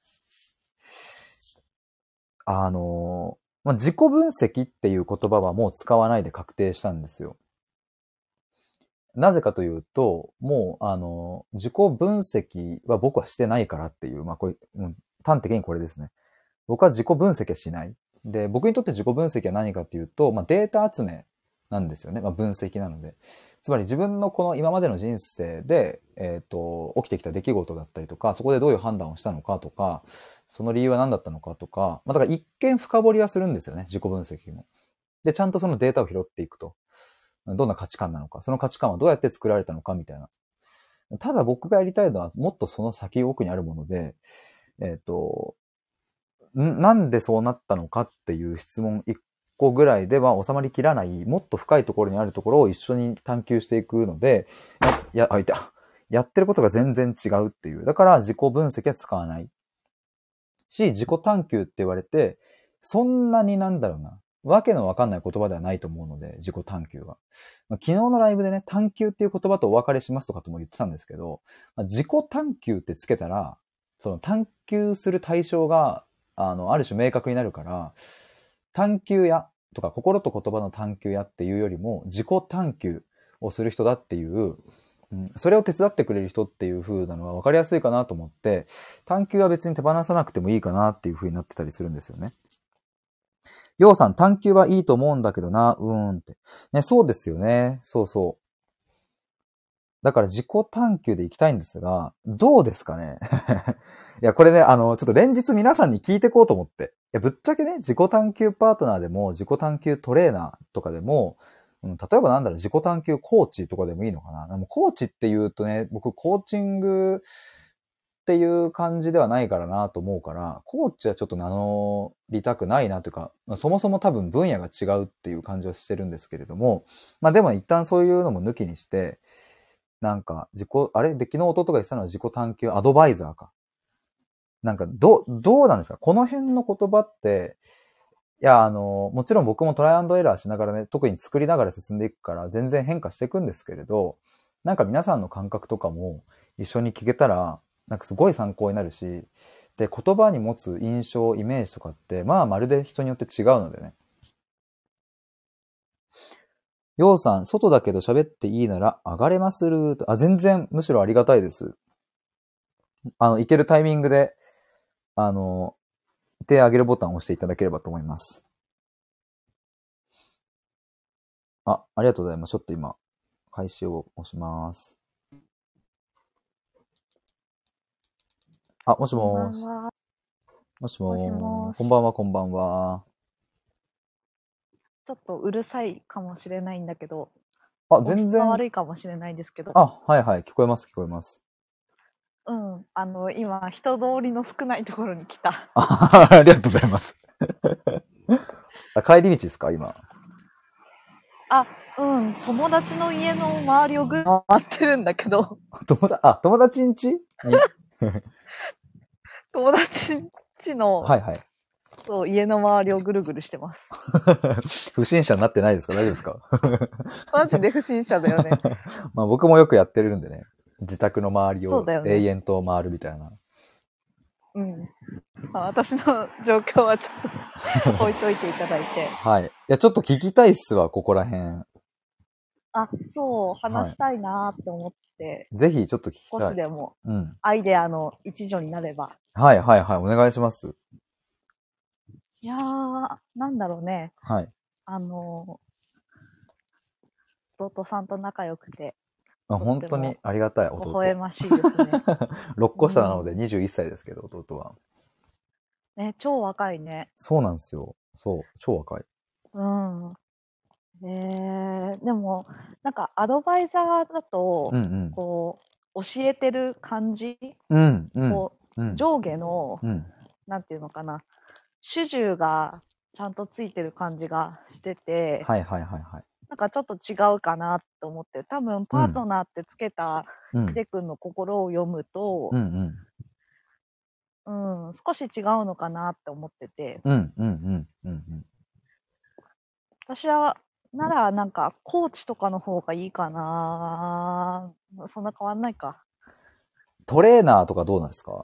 あの、まあ、自己分析っていう言葉はもう使わないで確定したんですよ。なぜかというと、もう、あの、自己分析は僕はしてないからっていう、まあこれ、うん、端的にこれですね。僕は自己分析はしない。で、僕にとって自己分析は何かっていうと、まあデータ集めなんですよね。まあ分析なので。つまり自分のこの今までの人生で、えっと、起きてきた出来事だったりとか、そこでどういう判断をしたのかとか、その理由は何だったのかとか、まあだから一見深掘りはするんですよね。自己分析も。で、ちゃんとそのデータを拾っていくと。どんな価値観なのか、その価値観はどうやって作られたのかみたいな。ただ僕がやりたいのはもっとその先奥にあるもので、えっと、んなんでそうなったのかっていう質問一個ぐらいでは収まりきらない、もっと深いところにあるところを一緒に探求していくので、や、や、あ、いた。やってることが全然違うっていう。だから自己分析は使わない。し、自己探求って言われて、そんなになんだろうな。わけのわかんない言葉ではないと思うので、自己探求は。まあ、昨日のライブでね、探求っていう言葉とお別れしますとかとも言ってたんですけど、まあ、自己探求ってつけたら、その探求する対象が、あの、ある種明確になるから、探求屋とか心と言葉の探求屋っていうよりも、自己探求をする人だっていう、うん、それを手伝ってくれる人っていう風なのは分かりやすいかなと思って、探求は別に手放さなくてもいいかなっていう風になってたりするんですよね。ようさん、探求はいいと思うんだけどな、うーんって。ね、そうですよね。そうそう。だから自己探求で行きたいんですが、どうですかねいや、これね、あの、ちょっと連日皆さんに聞いてこうと思って。いや、ぶっちゃけね、自己探求パートナーでも、自己探求トレーナーとかでも、うん、例えばなんだろう、自己探求コーチとかでもいいのかな。でもコーチって言うとね、僕コーチングっていう感じではないからなと思うから、コーチはちょっと名乗りたくないなというか、そもそも多分分野が違うっていう感じはしてるんですけれども、まあでも一旦そういうのも抜きにして、なんか自己、あれで昨日弟が言ってたのは自己探求アドバイザーか。なんかど、どうなんですかこの辺の言葉って、いや、あの、もちろん僕もトライアンドエラーしながらね、特に作りながら進んでいくから全然変化していくんですけれど、なんか皆さんの感覚とかも一緒に聞けたら、なんかすごい参考になるし、で、言葉に持つ印象、イメージとかって、まあまるで人によって違うのでね。ようさん、外だけど喋っていいなら上がれますると。あ、全然、むしろありがたいです。あの、行けるタイミングで、あの、手上げるボタンを押していただければと思います。あ、ありがとうございます。ちょっと今、開始を押します。あ、もしもーし。もしもーし。もしもーし。こんばんは、こんばんは。 ちょっとうるさいかもしれないんだけど、 あ、全然。 音質が悪いかもしれないですけど。 あ、はいはい、聞こえます、聞こえます。 うん、あの、今、人通りの少ないところに来た。 あ、ありがとうございます。あ、帰り道ですか、今。 あ、うん、友達の家の周りをぐる回ってるんだけど。 友達、あ、友達ん家に友達ん家の、 はいはい。 そう、家の周りをぐるぐるしてます。 不審者になってないですか大丈夫ですかマジで不審者だよね。 まあ僕もよくやってるんでね。自宅の周りをね、 永遠と回るみたいな。 うん。まあ、私の状況はちょっと置いといていただいて。 はい。いや、ちょっと聞きたいっすわ、ここら辺。 あ、そう、話したいなって思って、 はい、ぜひちょっと聞きたい。 少しでも、 うん、 アイデアの一助になれば。 はいはいはい、お願いします。 いやー、なんだろうね。 はい。 あの、弟さんと仲良くて、 あ、 とって本当にもありがたい、 微笑弟。 ましいですね。 ろっこ下なのでうん。 にじゅういっさいですけど、弟は。 ね、超若いね。 そうなんですよ。そう、超若い。 うん。えー、でも、なんかアドバイザーだと、 うんうん。 こう、教えてる感じ、 うん、うん、 こう、 うん、 上下の、 うん。 なんていうのかな、主従がちゃんとついてる感じがしてて、 はいはいはいはい。 なんかちょっと違うかなと思って、多分うん、 パートナーってつけたうん、 ひでくんの心を読むと、 うん、 うん、少し違うのかなって思ってて、 うん、うん、うん、うん、うん。 私は、ならなんかコーチとかの方がいいかな。そんな変わんないか。 トレーナーとかどうなんですか？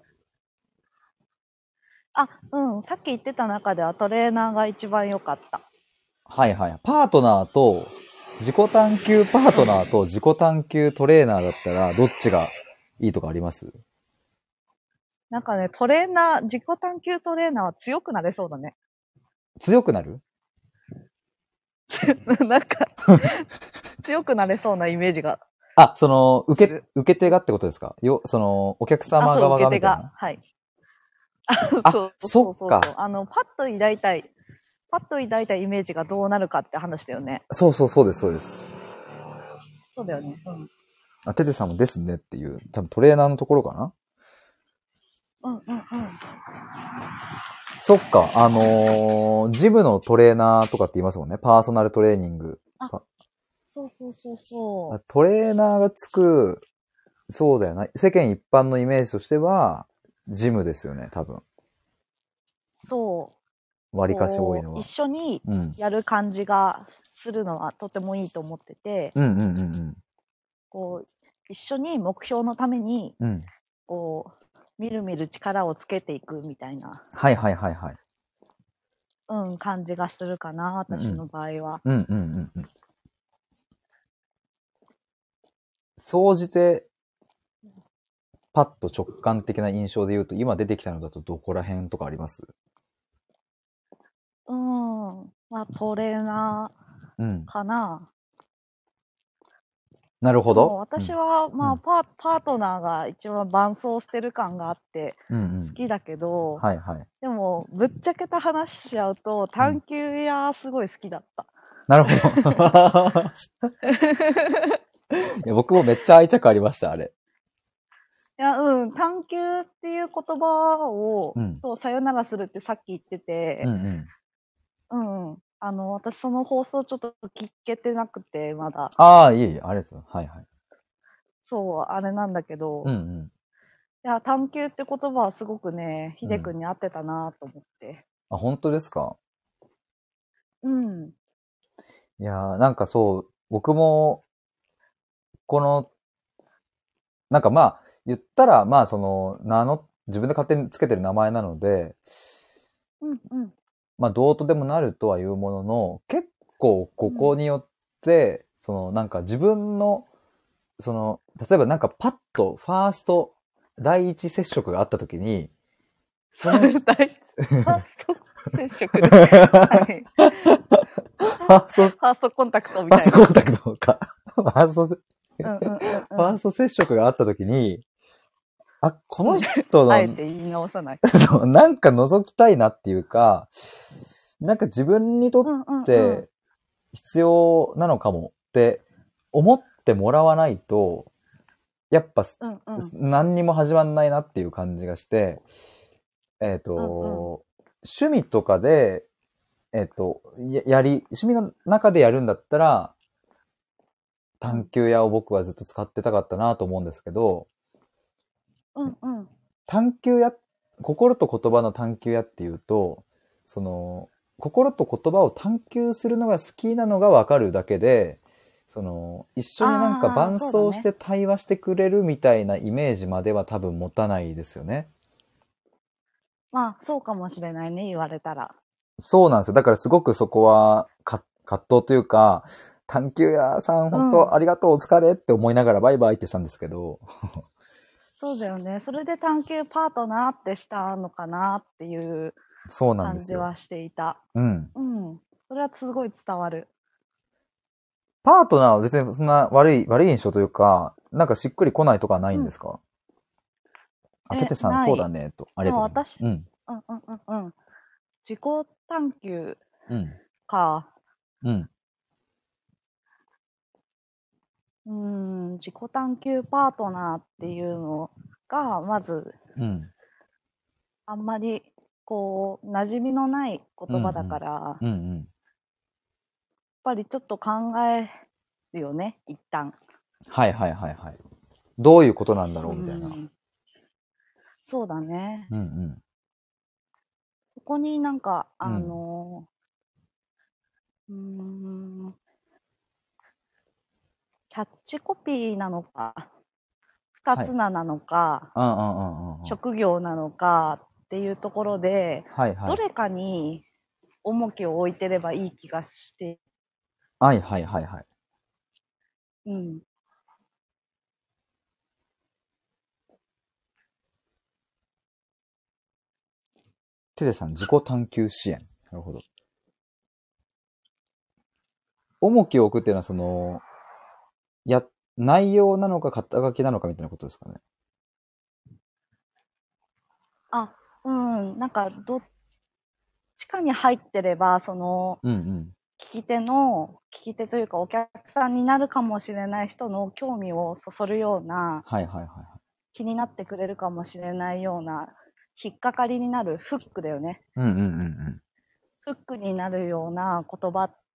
あ、うん、さっき言ってた中ではトレーナーが一番良かった。 はいはい。パートナーと、自己探求パートナーと自己探求トレーナーだったら、どっちがいいとかあります？ なんかね、トレーナー、自己探求トレーナーは強くなれそうだね。 強くなる？ なんか、強くなれそうなイメージがあ、その、受け、 する。 受け手がってことですか？よ、その、お客あ、そう、 様側受け手が。 がみたいな。 はい。 あ、 そうそっか。 そうそうそう。あの、パッと抱いたい、パッと抱いたイメージがどうなるかって話だよね。 そうそうそうです、そうです。 そうだよね。うん。 あ、テテさんもですねっていう、多分トレーナーのところかな。 うんうんうん。 そっか、あのージムのトレーナーとかって言いますもんね。パーソナルトレーニング。 あ、 パそうそうそうそトレーナーがつく、そうだよな。世間一般のイメージとしては、ジムですよね、多分。 う。そう。 割かし多いこう、一のは。 緒にうん。 やる感じがするのはとてもいいと思ってて、 うんうんうんうん。 こう、一緒に目標のために、 うん。 こう、みるみる力をつけていくみたいな、 はいはいはいはい。 うん、感じがするかな、 うん。 私の場合は。 うんうんうんうん。総じて、パッと直感的な印象で言うと、今出てきたのだとどこら辺とかあります？ うん。まあ、トレーナうん。 ーかな。 なるほでもど。うん。 私は、まあ、 うん。 パー、パートナーが一番伴走してる感があってうんうん。 好きだけど、 はいはい。 でも、ぶっちゃけた話しちゃうと、 うん。 探求屋すごい好きだった。 なるほど。いや、僕もめっちゃ愛着ありました、あれ。 いや、うん、探求っていう言葉を、 うん。 とさよならするってさっき言ってて、 うんうん。 うん、あの、私その放送ちょっと聞けてなくて、まだ。 ああ、いえいえ、ありがとうございます。はいはい。 そう、あれなんだけど、 うんうん。 いや、探求って言葉はすごくね、ひうん。 でくんに合ってたなと思って。 あ、本当ですか？ うん。 いやー、なんかそう、僕も、この、なんかまあ、言ったら、まあその、名の、自分で勝手につけてる名前なので、 うんうん。 まあどうとでもなるとはいうものの、結構こうん。 こによって、そのなんか自分の、その、例えばなんかパッとファースト第一接触があった時に、その人、 第一、ファースト接触で。はい。 ファースト、フファーストコンタクトみたいな。 ァーストコンタクトか。ファースト、フうんうんうんうん。 ァースト接触があった時に、あ、この人の、 あえて言い直さない。 そう、なんか覗きたいなっていうか、なんか自分にとっうんうんうん。 て必要なのかもって思ってもらわないと、やっぱうんうん。 何にも始まんないなっていう感じがして、えっうんうん。 と、趣味とかで、えっと、ややり、趣味の中でやるんだったら、探うん求屋を僕はずっと使ってたかったなと思うんですけど、 うんうん。 探求屋、心と言葉の探求屋っていうと、その、心と言葉を探求するのが好きなのがわかるだけで、その、一緒になんかああ、 伴そうだね。 走して対話してくれるみたいなイメージまでは多分持たないですよね。 まあ、そうかもしれないね、言われたら。 そうなんですよ。だからすごくそこはか葛藤というか、探求屋さんうん。 本当ありがとうお疲れって思いながらバイバイってしたんですけど、 そうだよね。それで探求パートナーってしたのかなっていう。 そうなんですよ。 感じはしていた。 うん。 うん。それはすごい伝わる。 パートナーは別にそんな悪い、悪い印象というか、なんかしっくりこないとかはないうん。 んですか？あ、てえ、 てさんない。 そうだね、と。ありでもがとうございます。 私、 うん。 うんうんうんうん。自己探求うん。 か。 うん。 うん、自己探求パートナーっていうのが、まず、 うん。 あんまり、こう、馴染みのないうん。 言葉だから、やっうん。うん。 ぱりちょっと考えるよね、一旦。 はいはいはいはい。どういうことなんだうろうみたいな。 ん、そうだね。 うん。 そこになんか、あうん。うん。 の、うーん、キャッチコピーなのか、二はい。 つ名なのか、 うんうんうんうんうん。 職業なのかっていうところで、 はいはい。 どれかに重きを置いてればいい気がして、 はいはいはいはい。 うん。 ててさん自己探求支援。なるほど。重きを置くっていうのはその、や、内容なのか肩書きなのかみたいなことですかね。 あ、うん、なんかどっちかに入ってれば、その、 うんうん。 聞き手の、聞き手というかお客さんになるかもしれない人の興味をそそるような、 はいはいはいはい。 気になってくれるかもしれないような、引っかかりになるフックだよね。 うんうんうんフックになるような言葉って、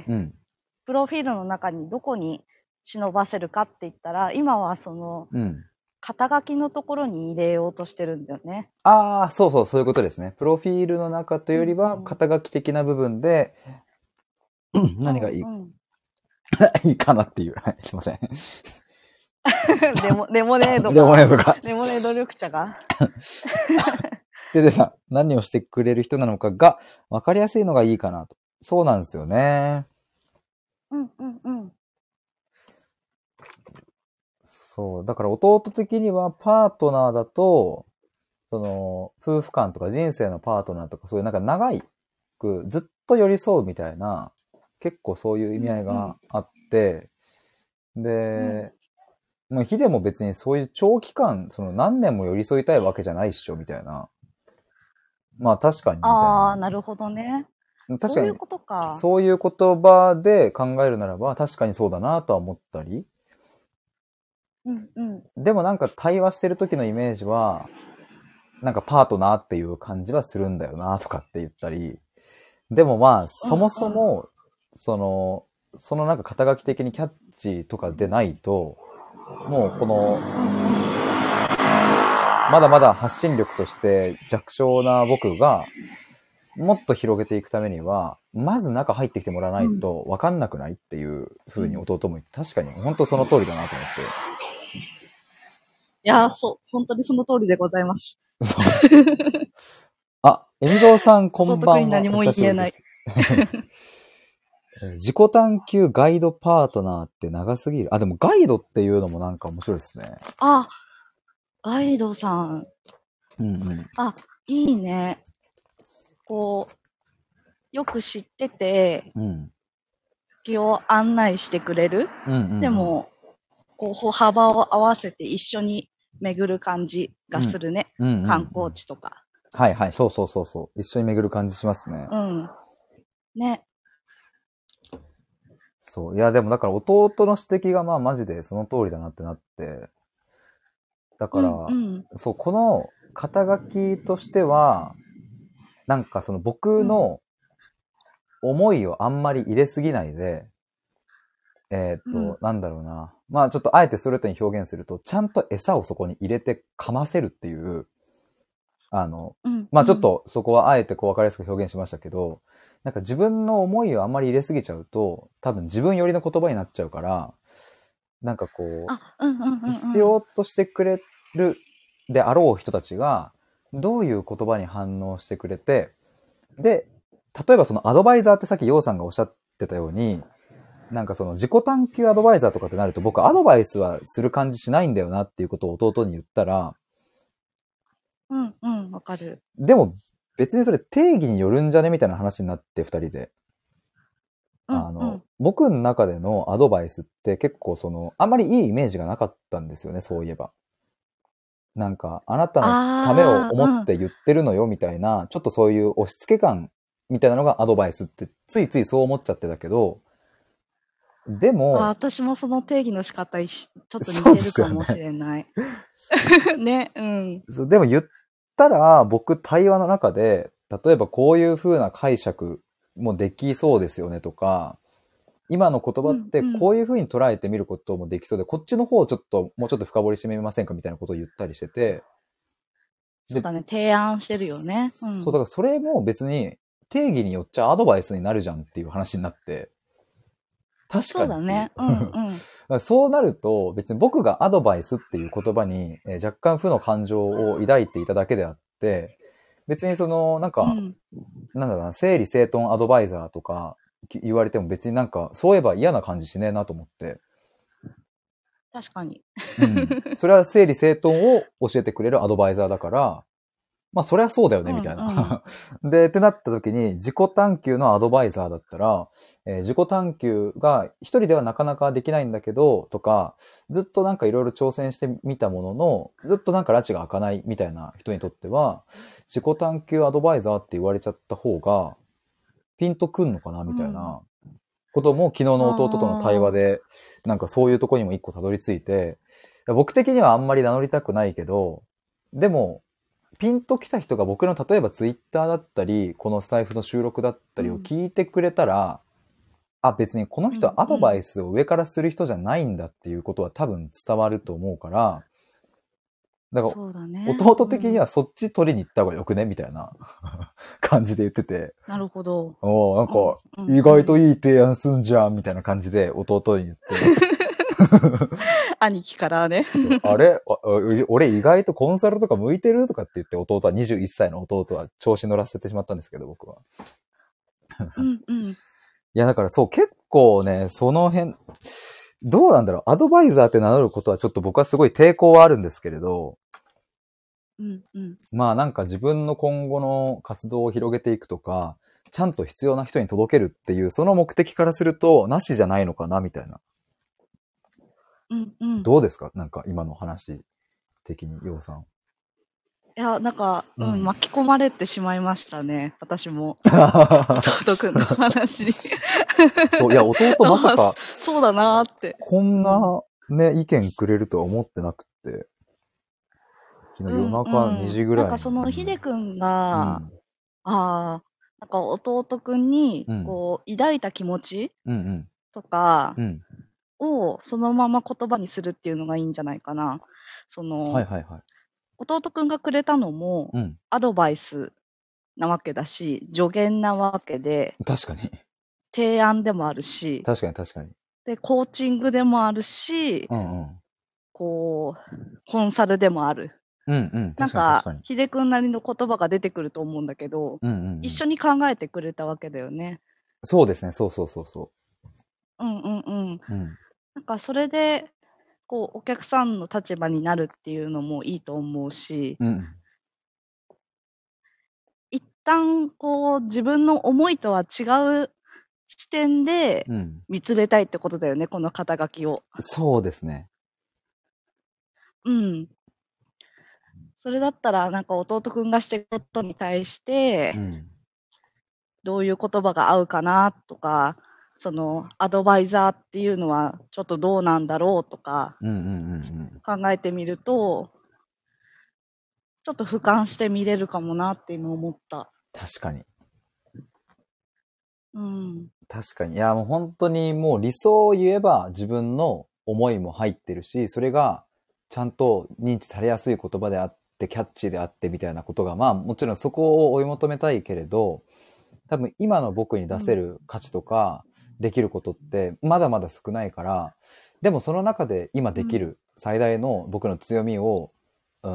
うん。うん。 プロフィールの中にどこに忍ばせるかって言ったら、今はその、 うん。 肩書きのところに入れようとしてるんだよね。 ああ、そうそう、そういうことですね。プロフィールの中というよりは、 うんうん。 肩書き的な部分で、うんう何がいい、 んうん。 いいかなっていう。はい、すいません。 レモレモネードレモネが、 ードが。 レモネード緑茶が。 ででさん、何をしてくれる人なのかが分かりやすいのがいいかなと。そうなんですよね。 うんうんうん。 そう。だから弟的にはパートナーだと、その、夫婦間とか人生のパートナーとか、そういうなんか長いく、ずっと寄り添うみたいな、結構そういう意味合いがあって、で、もうヒデも別にそういう長期間、その何年も寄り添いたいわけじゃないっしょ、みたいな。まあ確かに、みたいああ、 な。 なるほどね。 確かに、 そういうことか。 そういう言葉で考えるならば、確かにそうだなとは思ったり。 うんうん。 でもなんか対話してる時のイメージは、なんかパートナーっていう感じはするんだよなとかって言ったり。でもまあ、 うんそもそうん。 も、その、そのなんか肩書き的にキャッチとかでないと、もうこの、 うんうん。 まだまだ発信力として弱小な僕が、もっと広げていくためには、まず中入ってきてもらわないうんと分かんなくないっていう風にうん。 弟も言って、確かに本当その通りだなと思って。 いやー、そう、本当にその通りでございます。 そう。あ、えみぞうさんこん弟ばんは。 くんに何もお久しぶ言えない。 りです。自己探求ガイドパートナーって長すぎる。あ、でもガイドっていうのもなんか面白いですね。 あ、ガイドさん。 うんうん。 あ、いいね。こう、よく知ってて、 うん。 気を案内してくれる。 うんうんうん。 でも、こう、歩幅を合わせて一緒に巡る感じがするね。 うんうんうん。 観光地とか。 はいはい。そうそうそうそう。一緒に巡る感じしますね。 うん。ね。 そう。いや、でもだから弟の指摘がまあマジでその通りだなってなって。だかうんうら、 ん。 そう、この肩書きとしては、なんかその僕うんの思いをあんまり入れすぎないで、えーっうんと、なんだろうな。まあちょっとあえてストレートに表現すると、ちゃんと餌をそこに入れて噛ませるっていう、あの、 うんまあちょっうん。 とそこはあえてこう分かりやすく表現しましたけど、なんか自分の思いをあんまり入れすぎちゃうと、多分自分寄りの言葉になっちゃうから、なんかこあ、うんうんうう、 ん必うん。 要としてくれるであろう人たちが、どういう言葉に反応してくれて、で、例えばそのアドバイザーってさっきヨウさんがおっしゃってたように、なんかその自己探求アドバイザーとかってなると僕アドバイスはする感じしないんだよなっていうことを弟に言ったら、 うんうん。わかる。 でも別にそれ定義によるんじゃねみたいな話になって二人で。 うんあの、 うん。 僕の中でのアドバイスって結構その、あんまりいいイメージがなかったんですよね、そういえば。なんか、あなたのためをああ、 思っうん。 て言ってるのよみたいな、ちょっとそういう押し付け感みたいなのがアドバイスってついついそう思っちゃってたけど、であ、 も、 私もその定義の仕方いしちょっと似そうてですよね。 るかもしれない。ね、うん。 そうでも言ったら、僕対話の中で、例えばこういう風な解釈もできそうですよねとか、今の言葉うってんうん。 こういう風に捉えてみることもできそうで、こっちの方をちょっと、もうちょっと深掘りしてみませんかみたいなことを言ったりしてて、で、 そうだね、提案してるよね。うそう、 ん。 だからそれも別に定義によっちゃアドバイスになるじゃんっていう話になって、確かにっていう。 そうだね。うんうん。 そうなると、別に僕がアドバイスっていう言葉に、えー若干負の感情を抱いていただけであって、別にその、なんか、 うん。 なんだろうな、整理整頓アドバイザーとか言われても別になんか、そういえば嫌な感じしねえなと思って。 確かに。 うん。それは整理整頓を教えてくれるアドバイザーだから、まあそりゃそうだよね、みたいうんうん。 な。で、ってなった時に、自己探求のアドバイザーだったら、えー自己探求が一人ではなかなかできないんだけど、とか、ずっとなんかいろいろ挑戦してみたものの、ずっとなんか拉致が開かないみたいな人にとっては、自己探求アドバイザーって言われちゃった方が、ピンとくんのかな、 うん。 みたいなことも昨日の弟との対話ああ。 で、なんかそういうとこにも一個たどり着いて、僕的にはあんまり名乗りたくないけど、でも、ピンと来た人が僕の例えばツイッターだったり、このスタイフの収録だったりをうん。 聞いてくれたら、あ、別にこのう人はアドバんうん。 イスを上からする人じゃないんだっていうことは多分伝わると思うから、だからそうだね。 弟的にうん。 はそっち取りに行った方がよくねみたいな感じで言ってて、 なるほど。 おーなんうんかうんうん。 意外といい提案すんじゃんみたいな感じで弟に言って、 兄貴からね。 あれあ俺意外とコンサルとか向いてるとかって言って弟はにじゅういっさいの弟は調子乗らせてしまったんですけど僕は。 うんうん。 いやだからそう結構ね、その辺、どうなんだろう、アドバイザーって名乗ることはちょっと僕はすごい抵抗はあるんですけれど、 うんうん。 まあなんか自分の今後の活動を広げていくとか、ちゃんと必要な人に届けるっていう、その目的からすると、なしじゃないのかなみたいな。 うんうん。 どうですかなんか今の話的に、ようさん。 いや、なんか、うん、 うん。 巻き込まれてしまいましたね、私も。弟くんの話に。 そう、いや、弟まさあ、 か、 そうだなーって。 こんうん。 なね、意見くれるとは思ってなくて、昨日夜うんう中2 ん。 時ぐらいに。 なんかその、ひでくんうん。うが、 ん。 ああ、なんか弟くんに、 うん。 こう、抱いた気持ちうん。 とかうん。 を、そのまま言葉にするっていうのがいいんじゃないかな。その、 はいはいはい。 弟くんがくれたのも、 うん。 アドバイスなわけだし、助言なわけで、 確かに。 提案でもあるし、 確かに確かに。 で、コーチングでもあるし、 うんうん。 こう、コンサルでもある。 うんうん。 なんか、 確かに確かに。 ひでくんなりの言葉が出てくると思うんだけど、 うんうんうん。 一緒に考えてくれたわけだよね。 そうですね。そうそうそうそうんうんうん。 う。うん。 なんかそれで、こう、お客さんの立場になるっていうのもいいと思うし、 うん。 一旦こう、自分の思いとは違う視点でうん。 見つめたいってことだよね、この肩書きを。 そうですね。 うん。それだったら、なんか弟くんがしてることに対して、 うん。 どういう言葉が合うかなとか、そのアドバイザーっていうのはちょっとどうなんだろうとかうんうんうんうん。 考えてみると、ちょっと俯瞰して見れるかもなって今思った。 確かに。 うん。 確かに。いや、もう本当にもう理想を言えば自分の思いも入ってるし、それがちゃんと認知されやすい言葉であって、キャッチーであってみたいなことが、まあもちろんそこを追い求めたいけれど、多分今の僕に出せうん。 る価値とかできることってまだまだ少ないから、でもその中で今うん。 できる最大の僕の強みを、うん、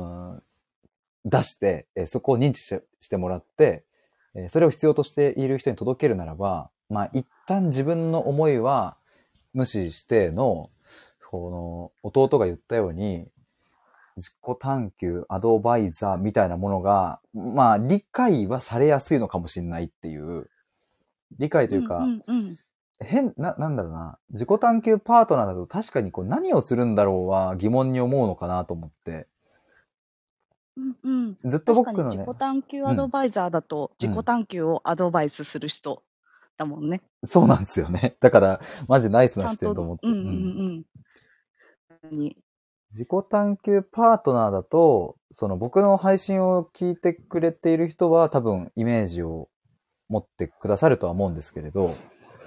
出して、えーそこを認知ししてもらって、えーそれを必要としている人に届けるならば、まあ一旦自分の思いは無視しての、この弟が言ったように、 自己探求、アドバイザーみたいなものが、まあ、理解はされやすいのかもしれないっていう、理解というか、 うんうんうん、 変、な、なんだろうな、自己探求パートナーだと確かにこう何をするんだろうは疑問に思うのかなと思って、 うんうん、 ずっと確か僕のね、 に自己探求うん、 アドバイザーだと、 うん、 自己探求をアドバイスする人だもんね。 そうなんですよね。だから、マジナイスな視ちゃんと、 点と思って、 うんうんうん。 うん。に自己探求パートナーだと、その僕の配信を聞いてくれている人は多分イメージを持ってくださるとは思うんですけれど、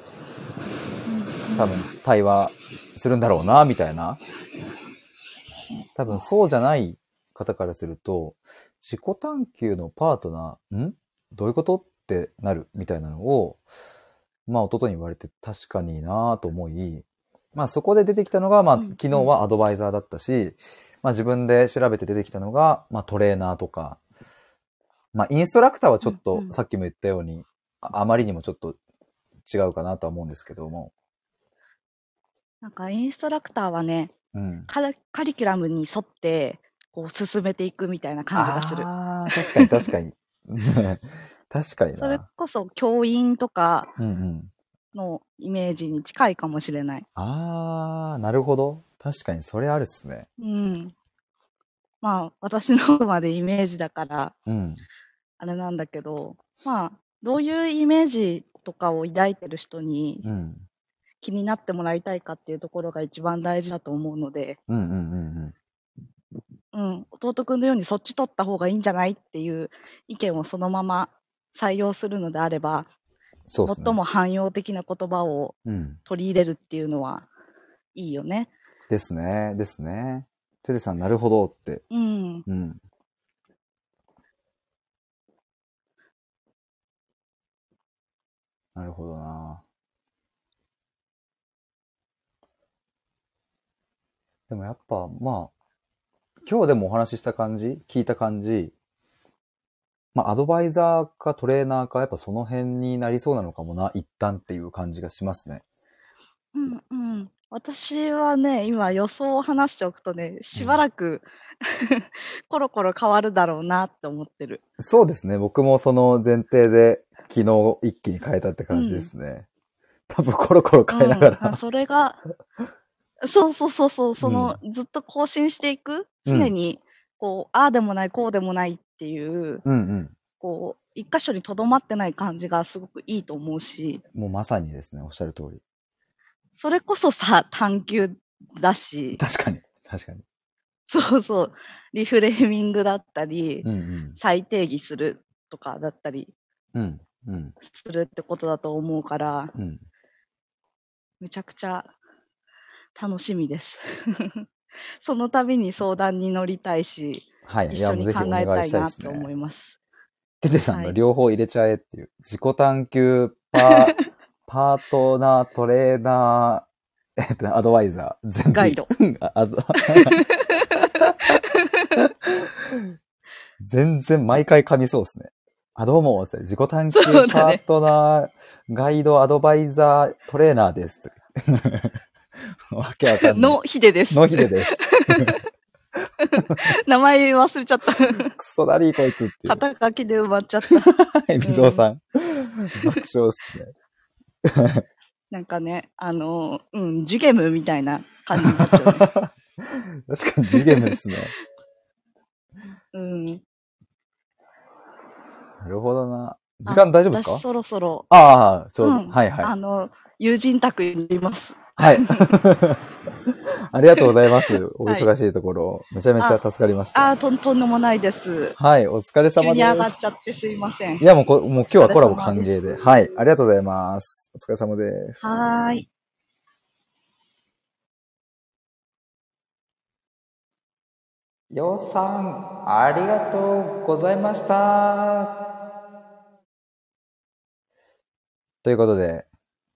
多分対話するんだろうな、みたいな。多分そうじゃない方からすると、自己探求のパートナー、んどういうことってなるみたいなのを、まあ弟に言われて確かになぁと思い、まあそこで出てきたのが、まあ昨日はアドバイザーだったし、まあ自分で調べて出てきたのが、まあトレーナーとか、まあインストラクターはちょっとさっきも言ったように、ああまりにもちょっと違うかなとは思うんですけども。 なんかインストラクターはね、 うん。 カリカリキュラムに沿ってこう進めていくみたいな感じがする。 ああ、確かに確かに。確かにそれな。 こそ教員とかうんうん。 のイメージに近いかもしれない。 ああ、なるほど。確かにそれあるっすね。 うん。まあ、私のまでイメージだから、 うん。 あれなんだけど、まあ、どういうイメージとかを抱いてる人にうん。 気になってもらいたいかっていうところが一番大事だと思うので、 うんうんうんうん、弟くんのようにそっち取った方がいいんじゃないっていう意見をそのまま採用するのであれば、 そうですね。 最も汎用的な言葉をうん。 取り入れるっていうのはいいよね。 ですね。ですね。テレさん、なるほどって。 うん。 うん。なるほどな。でもやっぱ、まあ、今日でもお話しした感じ、聞いた感じ、まあ、アドバイザーかトレーナーか、やっぱその辺になりそうなのかもな、一旦っていう感じがしますね。 うんうん。私はね、今予想を話しておくとね、しばうん。 らくコロコロ変わるだろうなって思ってる。 そうですね。僕もその前提で昨日一気に変えたって感じでうん。 すね。多分コロコロ変えながうん。あ、 ら。 それが、そうそうそうそう、その、 うん。 ずっと更新していく、 うん。 常に、こう、ああでもない、こうでもないっていう、 うんうん。 こう、一箇所にとどまってない感じがすごくいいと思うし、 もうまさにですね、おっしゃる通り。 それこそさ、探求だし、 確かに。確かに。 そうそう、リフレーミングだったり、 うんうん。 再定義するとかだったりうん。うん。 するってことだと思うから、 うん。 めちゃくちゃ楽しみです。その度に相談に乗りたいし、 はい。いや、 一緒にもうぜひお考えた願いしたいでいなって思すね。 います。 テテさんのはい。 両方入れちゃえっていう。自己探求パー、パートナー、トレーナー、えっと、アドバイザー、全部いい。 ガイド。 ああと全然毎回噛みそうですね。あ、どうも、自己探求そうだね。 パートナー、ガイド、アドバイザー、トレーナーです。わけわかんない。 のヒデです。 のひでです。 名前忘れちゃった。 クソだりーこいつっていう。 肩書きで埋まっちゃった。 はい、みぞおさん。爆笑っすね。 なんかね、あの、うん、ジュゲムみたいな感じになっちゃうね。 確かにジュゲムですね。 うん。 なるほどな。時間大丈夫ですか？ 私そろそろ、 ああ、ちょうど。 うん、 はいはい。 あの、友人宅にいます。 はい。ありがとうございます。おはい。 忙しいところ。めちゃめちゃ助かりました。 あ、とん、とんでもないです。 はい、お疲れ様急に上がです。 っちゃってすいません。 いや、もうこ、もう今日はコラボお疲れ様です。 歓迎で。はい、ありがとうございます。お疲れ様です。 はーい。 ようさん、ありがとうございました。ということで、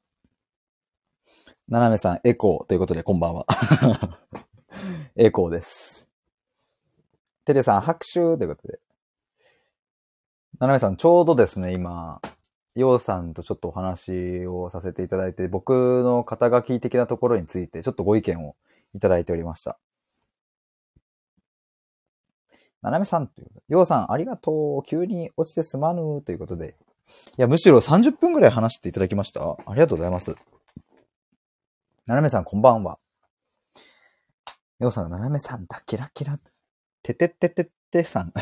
ななめさん、エコーということで、こんばんは。エコーです。テレさん、拍手ということで。ななめさん、ちょうどですね、今、ようさんとちょっとお話をさせていただいて、僕の肩書き的なところについて、ちょっとご意見をいただいておりました。 ななめさんということで、ようさんありがとう。急に落ちてすまぬということで。いや、むしろさんじゅっぷんぐらい話していただきました。ありがとうございます。ななめさんこんばんは。ようさんがななめさんだ、キラキラ。てててててさん。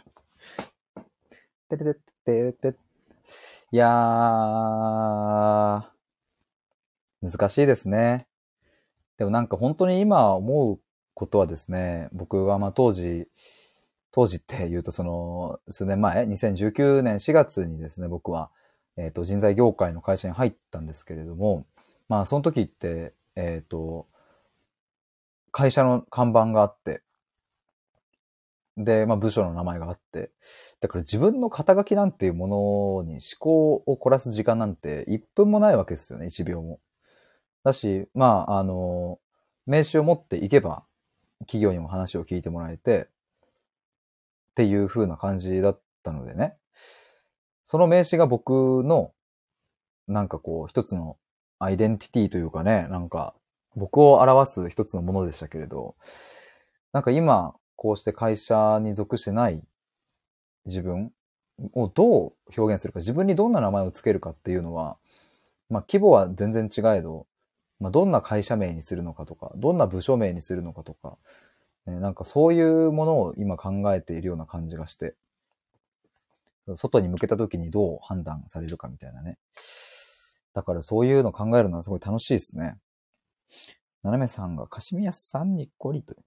てててててて。いやー、難しいですね。でもなんか本当に今思うことはですね、僕がまあ当時、当時って言うとその数年前、にせんじゅうきゅうねんしがつにですね、僕は、えっと、人材業界の会社に入ったんですけれども、まあその時って、えっと、会社の看板があって、で、まあ部署の名前があって、だから自分の肩書きなんていうものに思考を凝らす時間なんていっぷんもないわけですよね、いちびょうも。だし、まあ、あの、名刺を持っていけば、企業にも話を聞いてもらえて、っていう風な感じだったのでね。その名刺が僕の、なんかこう、一つのアイデンティティというかね、なんか、僕を表す一つのものでしたけれど、なんか今、こうして会社に属してない自分をどう表現するか、自分にどんな名前をつけるかっていうのは、まあ規模は全然違えど、まあどんな会社名にするのかとか、どんな部署名にするのかとか、ね、なんかそういうものを今考えているような感じがして、外に向けた時にどう判断されるかみたいなね。だからそういうの考えるのはすごい楽しいですね。ななめさんがカシミヤさんにっこりと。い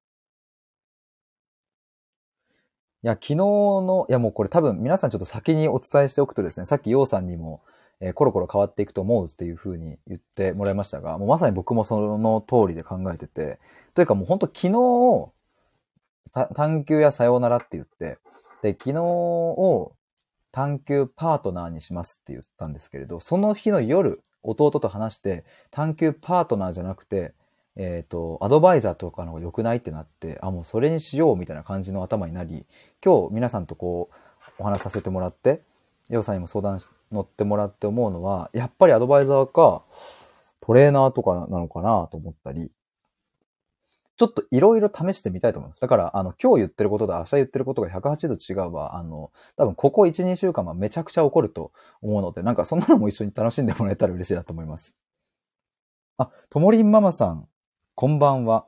や、昨日の、いやもうこれ多分皆さんちょっと先にお伝えしておくとですね、さっきヨウさんにも、えーコロコロ変わっていくと思うっていう風に言ってもらいましたが、もうまさに僕もその通りで考えてて、というかもう本当昨日、探求やさようならって言って、で、昨日を探求パートナーにしますって言ったんですけれど、その日の夜、弟と話して、探求パートナーじゃなくて、えっと、アドバイザーとかの方が良くないってなって、あ、もうそれにしようみたいな感じの頭になり、今日皆さんとこう、お話しさせてもらって、ヨウさんにも相談し乗ってもらって思うのは、やっぱりアドバイザーか、トレーナーとかなのかなと思ったり、ちょっといろいろ試してみたいと思います。だから、あの、今日言ってることと明日言ってることがひゃくはちじゅうど違うわ。あの、多分ここいち、にしゅうかんはめちゃくちゃ起こると思うので、なんかそんなのも一緒に楽しんでもらえたら嬉しいなと思います。あ、ともりんママさん、こんばんは。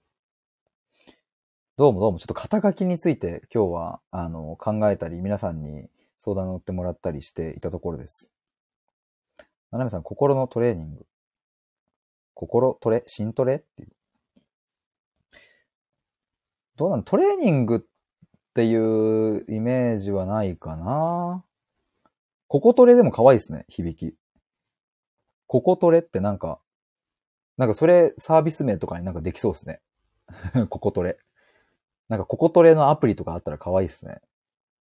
どうもどうも、ちょっと肩書きについて今日は、あの、考えたり、皆さんに相談乗ってもらったりしていたところです。ななめさん、心のトレーニング。心トレ、心トレっていう。どうなのトレーニングっていうイメージはないかな。ココトレでも可愛いですね、響き。ココトレってなんか、なんかそれサービス名とかになんかできそうですね。ココトレ。なんかココトレのアプリとかあったら可愛いですね。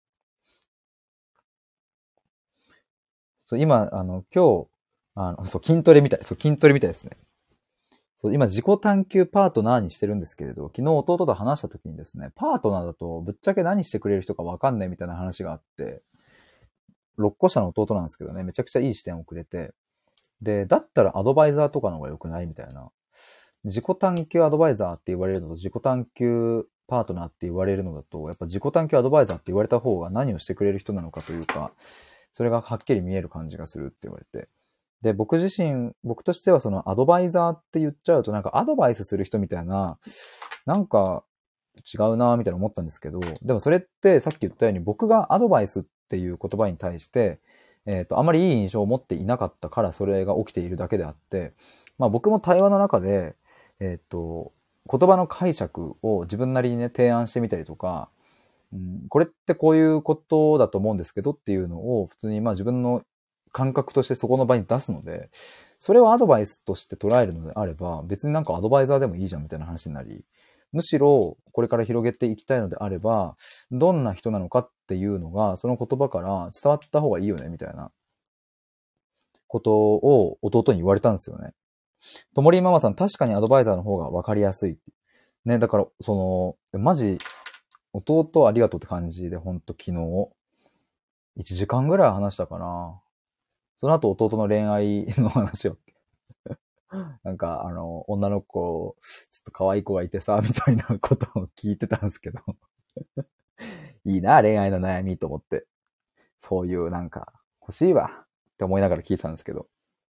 そう、今、あの、今日、あの、そう、筋トレみたい。そう、筋トレみたいですね。そう、今、自己探求パートナーにしてるんですけれど、昨日弟と話した時にですね、パートナーだとぶっちゃけ何してくれる人かわかんないみたいな話があって、ろっこ下の弟なんですけどね、めちゃくちゃいい視点をくれて、で、だったらアドバイザーとかの方が良くないみたいな。自己探求アドバイザーって言われるのと自己探求パートナーって言われるのだと、やっぱ自己探求アドバイザーって言われた方が何をしてくれる人なのかというか、それがはっきり見える感じがするって言われて。で、僕自身、僕としてはそのアドバイザーって言っちゃうとなんかアドバイスする人みたいな、なんか違うなみたいな思ったんですけど、でもそれってさっき言ったように僕がアドバイスっていう言葉に対して、えっと、あまりいい印象を持っていなかったからそれが起きているだけであって、まあ僕も対話の中で、えっと、言葉の解釈を自分なりにね、提案してみたりとか、うん、これってこういうことだと思うんですけどっていうのを普通にまあ自分の感覚としてそこの場に出すので、それをアドバイスとして捉えるのであれば、別になんかアドバイザーでもいいじゃんみたいな話になり、むしろこれから広げていきたいのであれば、どんな人なのかっていうのが、その言葉から伝わった方がいいよねみたいなことを弟に言われたんですよね。ともりママさん、確かにアドバイザーの方が分かりやすい。ね、だから、その、マジ、弟ありがとうって感じで、ほんと昨日、いちじかんぐらい話したかな。その後弟の恋愛の話を、なんか、あの、女の子、ちょっと可愛い子がいてさ、みたいなことを聞いてたんですけど。 いいな、恋愛の悩みと思って。そういうなんか、欲しいわって思いながら聞いてたんですけど。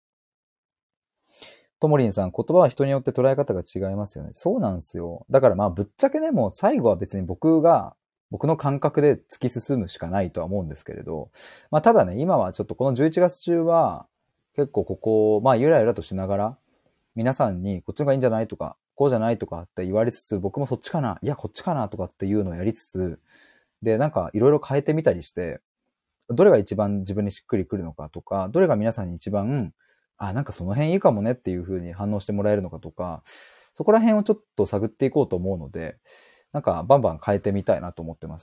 ともりんさん、言葉は人によって捉え方が違いますよね。そうなんですよ。だからまあ、ぶっちゃけね、もう最後は別に僕が、僕の感覚で突き進むしかないとは思うんですけれど、まあ、ただね、今はちょっとこのじゅういちがつ中は、結構ここ、まあ、ゆらゆらとしながら、皆さんにこっちの方がいいんじゃないとか、こうじゃないとかって言われつつ、僕もそっちかな、いや、こっちかなとかっていうのをやりつつ、で、なんかいろいろ変えてみたりして、どれが一番自分にしっくりくるのかとか、どれが皆さんに一番、あ、なんかその辺いいかもねっていう風に反応してもらえるのかとか、そこら辺をちょっと探っていこうと思うので、なんかバンバン変えてみたいなと思ってます。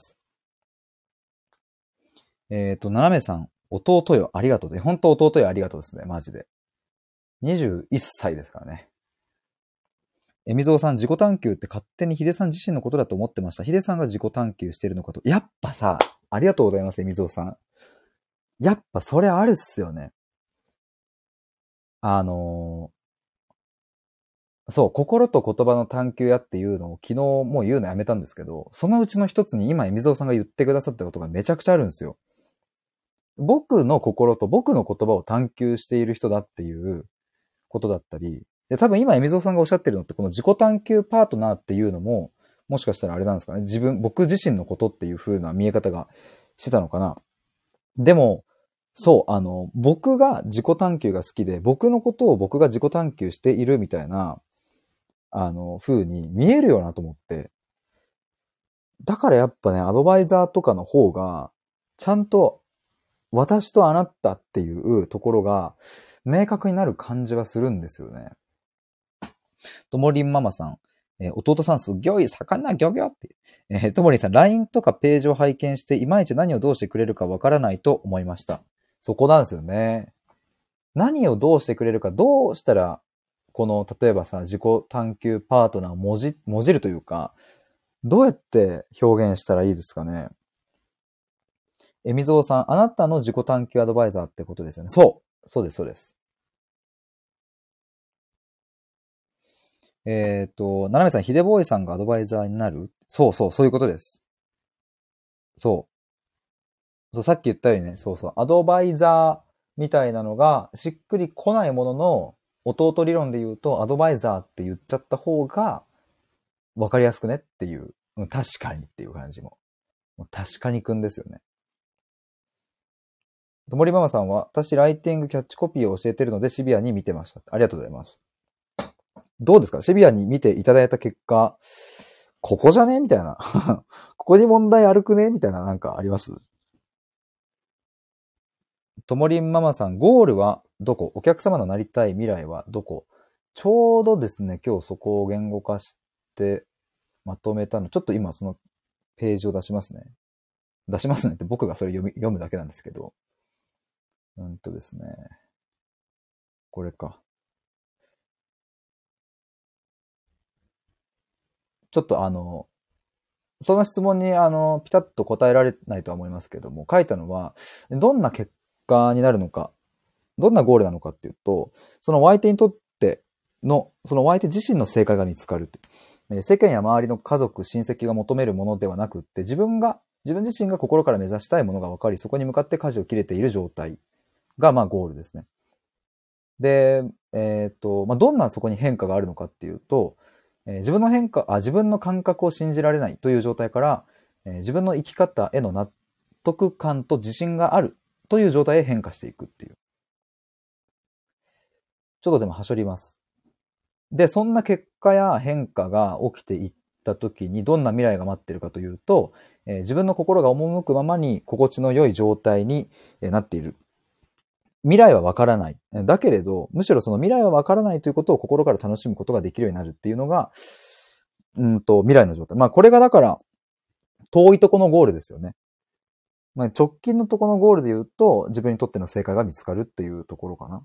えっと、ななめさん、弟よ、ありがとうで。本当弟よ、ありがとうですね、マジで。にじゅういっさいですからね。えみぞうさん、自己探求って勝手にヒデさん自身のことだと思ってました。ヒデさんが自己探求してるのかと。やっぱさ、ありがとうございます、えみぞうさん。やっぱそれあるっすよね。あのーそう、心と言葉の探求やっていうのを昨日もう言うのやめたんですけど、そのうちの一つに今、えみぞうさんが言ってくださったことがめちゃくちゃあるんですよ。僕の心と僕の言葉を探求している人だっていうことだったり、で、多分今、えみぞうさんがおっしゃってるのって、この自己探求パートナーっていうのも、もしかしたらあれなんですかね。自分、僕自身のことっていう風な見え方がしてたのかな。でも、そう、あの、僕が自己探求が好きで、僕のことを僕が自己探求しているみたいな、あの、風に見えるよなと思って。だからやっぱね、アドバイザーとかの方が、ちゃんと私とあなたっていうところが明確になる感じはするんですよね。ともりんママさん、えー弟さんすっぎょい、魚ギョギョって。えーともりんさん、ライン とかページを拝見して、いまいち何をどうしてくれるかわからないと思いました。そこなんですよね。何をどうしてくれるか、どうしたら、この、例えばさ、自己探求パートナーをもじ、もじるというか、どうやって表現したらいいですかね。えみぞうさん、あなたの自己探求アドバイザーってことですよね。そう。そうです、そうです。えっと、ななめさん、ヒデボーイさんがアドバイザーになるそうそう、そういうことです。そう。そう、さっき言ったようにね、そうそう、アドバイザーみたいなのがしっくりこないものの、弟理論で言うと、アドバイザーって言っちゃった方が分かりやすくねっていう、うん、確かにっていう感じも。もう確かにくんですよね。ともりママさんは、私、ライティングキャッチコピーを教えてるのでシビアに見てました。ありがとうございます。どうですかシビアに見ていただいた結果、ここじゃねみたいな。ここに問題あるくねみたいななんかあります？ともりんママさん、ゴールはどこ？お客様のなりたい未来はどこ？ちょうどですね、今日そこを言語化してまとめたの。ちょっと今そのページを出しますね。出しますねって僕がそれ読み読むだけなんですけど。うんとですね。これか。ちょっとあの、その質問にあの、ピタッと答えられないとは思いますけども、書いたのは、どんな結果になるのか、どんなゴールなのかっていうと、そのお相手にとっての、そのお相手自身の正解が見つかる。世間や周りの家族、親戚が求めるものではなくって、自分が、自分自身が心から目指したいものが分かり、そこに向かって舵を切れている状態が、まあゴールですね。で、えっと、まあ、どんなそこに変化があるのかっていうと、えー自分の変化、あ、自分の感覚を信じられないという状態から、えー自分の生き方への納得感と自信があるという状態へ変化していくっていう。ちょっとでもはしょります。で、そんな結果や変化が起きていった時にどんな未来が待っているかというと、えー自分の心が赴くままに心地の良い状態になっている。未来はわからない。だけれど、むしろその未来はわからないということを心から楽しむことができるようになるっていうのが、うんと、未来の状態。まあ、これがだから、遠いとこのゴールですよね。まあ、直近のとこのゴールで言うと、自分にとっての正解が見つかるっていうところかな。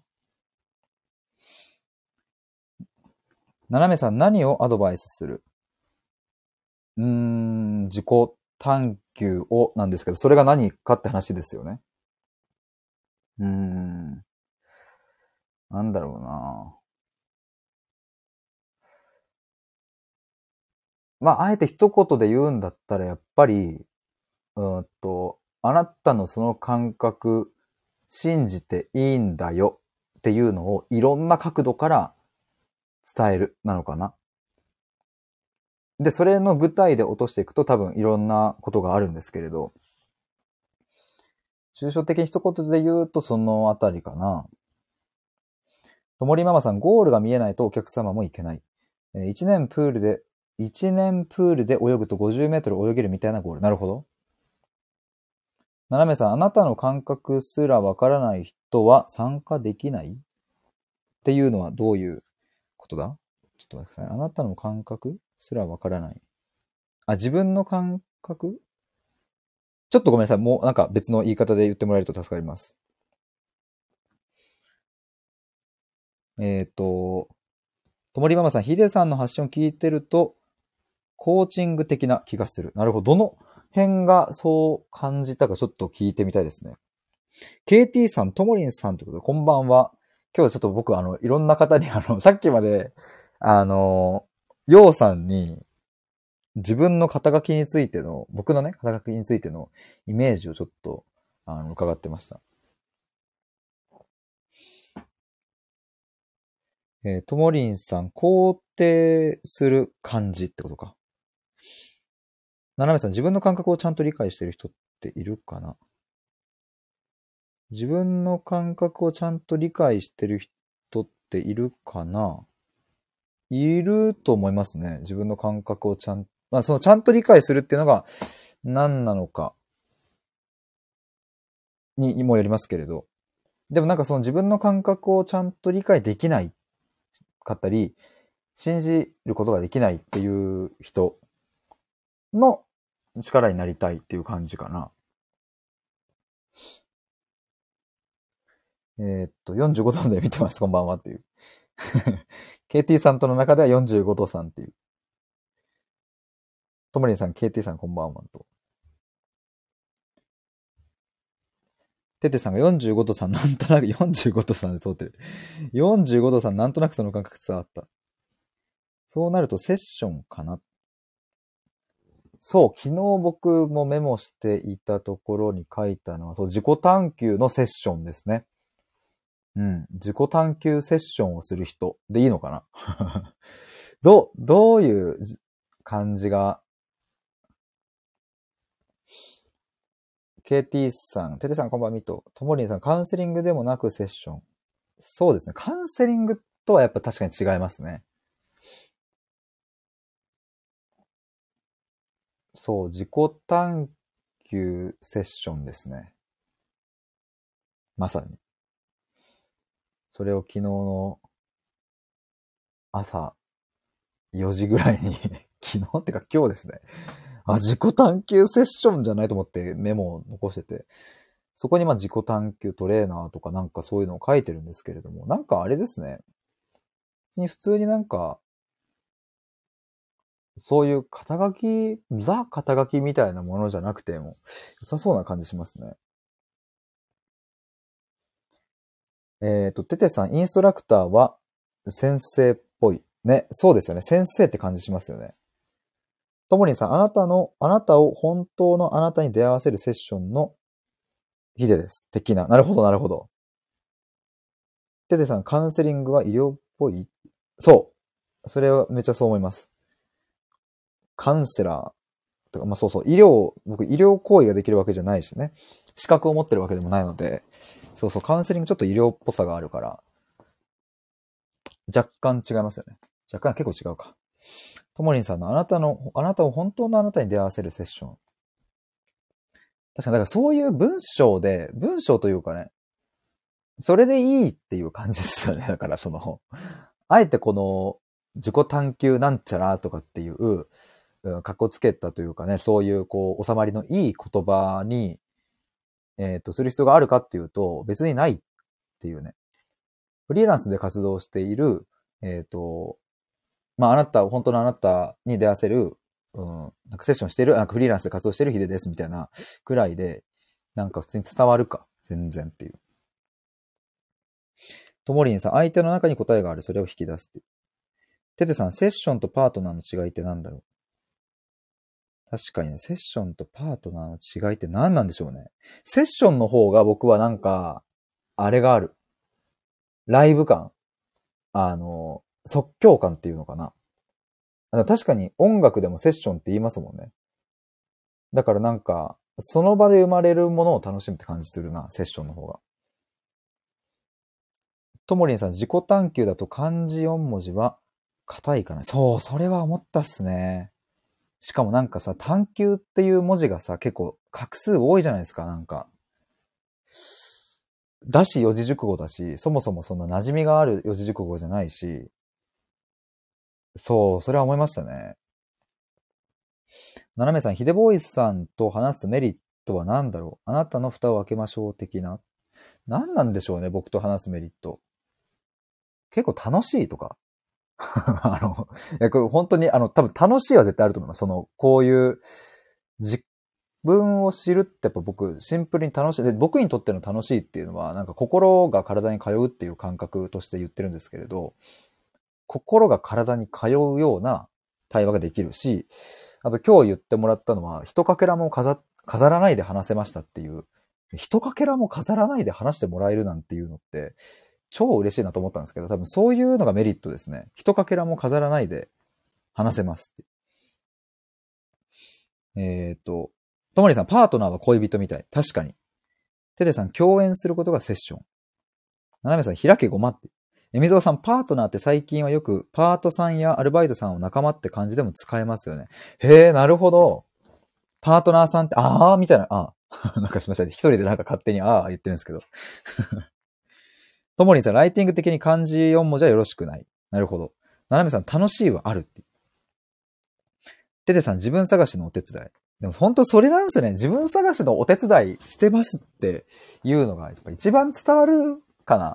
ななめさん、何をアドバイスする？うーん、自己探求をなんですけど、それが何かって話ですよね。うーん、なんだろうな。 まあ、あえて一言で言うんだったら、やっぱり、うーんと、あなたのその感覚、信じていいんだよっていうのをいろんな角度から伝えるなのかな。で、それの具体で落としていくと多分いろんなことがあるんですけれど、抽象的に一言で言うとそのあたりかな。ともりママさん、ゴールが見えないとお客様もいけない。えー、一年プールで、一年プールで泳ぐとごじゅうメートル泳げるみたいなゴール。なるほど。ななめさん、あなたの感覚すらわからない人は参加できないっていうのはどういうことだ？ちょっと待ってください。あなたの感覚すらわからない。あ、自分の感覚？ちょっとごめんなさい。もうなんか別の言い方で言ってもらえると助かります。えっと、ともりママさん、ヒデさんの発信を聞いてると、コーチング的な気がする。なるほど。どの辺がそう感じたかちょっと聞いてみたいですね。ケーティー さん、ともりんさんということで、こんばんは。今日はちょっと僕、あの、いろんな方に、あの、さっきまで、あの、ようさんに、自分の肩書きについての、僕のね、肩書きについてのイメージをちょっと、あの、伺ってました。えー、ともりんさん、肯定する感じってことか。ななめさん、自分の感覚をちゃんと理解してる人っているかな？自分の感覚をちゃんと理解してる人っているかな？いると思いますね。自分の感覚をちゃん、まあそのちゃんと理解するっていうのが何なのかにもよりますけれど。でもなんかその自分の感覚をちゃんと理解できないかったり、信じることができないっていう人の力になりたいっていう感じかな。えー、っと、よんじゅうごどで見てます、こんばんはっていう。ケーティー さんとの中ではよんじゅうごどさんっていう。ともりんさん、ケーティー さんこんばんはと。ててさんがよんじゅうごどさん、なんとなくよんじゅうごどさんで通ってる。よんじゅうごどさん、なんとなくその感覚伝わった。そうなるとセッションかな。そう、昨日僕もメモしていたところに書いたのは、そう、自己探求のセッションですね。うん。自己探求セッションをする人でいいのかな。ど、どういう感じが、ケーティー さん、テレさんこんばんみと、ともりんさん、カウンセリングでもなくセッション。そうですね。カウンセリングとはやっぱ確かに違いますね。そう、自己探求セッションですね。まさに。それを昨日の朝よじぐらいに昨日ってか今日ですね。あ、自己探求セッションじゃないと思ってメモを残してて。そこにまあ自己探求トレーナーとかなんかそういうのを書いてるんですけれども、なんかあれですね。別に普通になんか、そういう肩書き、ザ肩書きみたいなものじゃなくても良さそうな感じしますね。えっと、ててさん、インストラクターは先生っぽい。ね、そうですよね。先生って感じしますよね。ともりんさん、あなたの、あなたを本当のあなたに出会わせるセッションのヒデです。的な。なるほど、なるほど。ててさん、カウンセリングは医療っぽい？そう。それはめっちゃそう思います。カウンセラーとか、まあそうそう、医療、僕医療行為ができるわけじゃないしね。資格を持ってるわけでもないので、そうそう、カウンセリングちょっと医療っぽさがあるから、若干違いますよね。若干結構違うか。ともりんさんのあなたの、あなたを本当のあなたに出会わせるセッション。確かに、だからそういう文章で、文章というかね、それでいいっていう感じですよね。だからその、あえてこの、自己探求なんちゃらとかっていう、うん、かっこつけたというかね、そういうこう、収まりのいい言葉に、えっと、する必要があるかっていうと、別にないっていうね。フリーランスで活動している、えっと、まあ、あなた、本当のあなたに出会わせる、うん、なんかセッションしてる、なんかフリーランスで活動してるヒデですみたいなくらいで、なんか普通に伝わるか、全然っていう。ともりんさん、相手の中に答えがある、それを引き出すっていう。ててさん、セッションとパートナーの違いって何だろう？ 確かにね、セッションとパートナーの違いって何なんでしょうね。セッションの方が僕はなんか、あれがある。ライブ感。あの、即興感っていうのかな。あの確かに音楽でもセッションって言いますもんね。だからなんか、その場で生まれるものを楽しむって感じするな、セッションの方が。ともりんさん、自己探求だと漢字よん文字は硬いかな。そう、それは思ったっすね。しかもなんかさ、探求っていう文字がさ、結構画数多いじゃないですか、なんか。だし四字熟語だし、そもそもその馴染みがある四字熟語じゃないし、そう、それは思いましたね。ななめさん、ヒデボーイスさんと話すメリットは何だろう。あなたの蓋を開けましょう的な。何なんでしょうね、僕と話すメリット。結構楽しいとか。あの、いや、これ本当に、あの、多分楽しいは絶対あると思います。その、こういう、自分を知るってやっぱ僕、シンプルに楽しい。で、僕にとっての楽しいっていうのは、なんか心が体に通うっていう感覚として言ってるんですけれど、心が体に通うような対話ができるし、あと今日言ってもらったのは、一かけらも飾飾らないで話せましたっていう、一かけらも飾らないで話してもらえるなんていうのって、超嬉しいなと思ったんですけど、多分そういうのがメリットですね。一かけらも飾らないで話せますって。えっと、ともりさん、パートナーは恋人みたい。確かに。ててさん、共演することがセッション。ななめさん、開けごまって。えみぞうさん、パートナーって最近はよくパートさんやアルバイトさんを仲間って感じでも使えますよね。へえ、なるほど。パートナーさんって、あーみたいな、あーなんかしましたね。一人でなんか勝手にあー言ってるんですけど。ともりんさん、ライティング的に漢字よん文字はよろしくない。なるほど。ななめさん、楽しいはあるって。ててさん、自分探しのお手伝い。でも本当それなんですよね。自分探しのお手伝いしてますっていうのがやっぱ一番伝わるかな。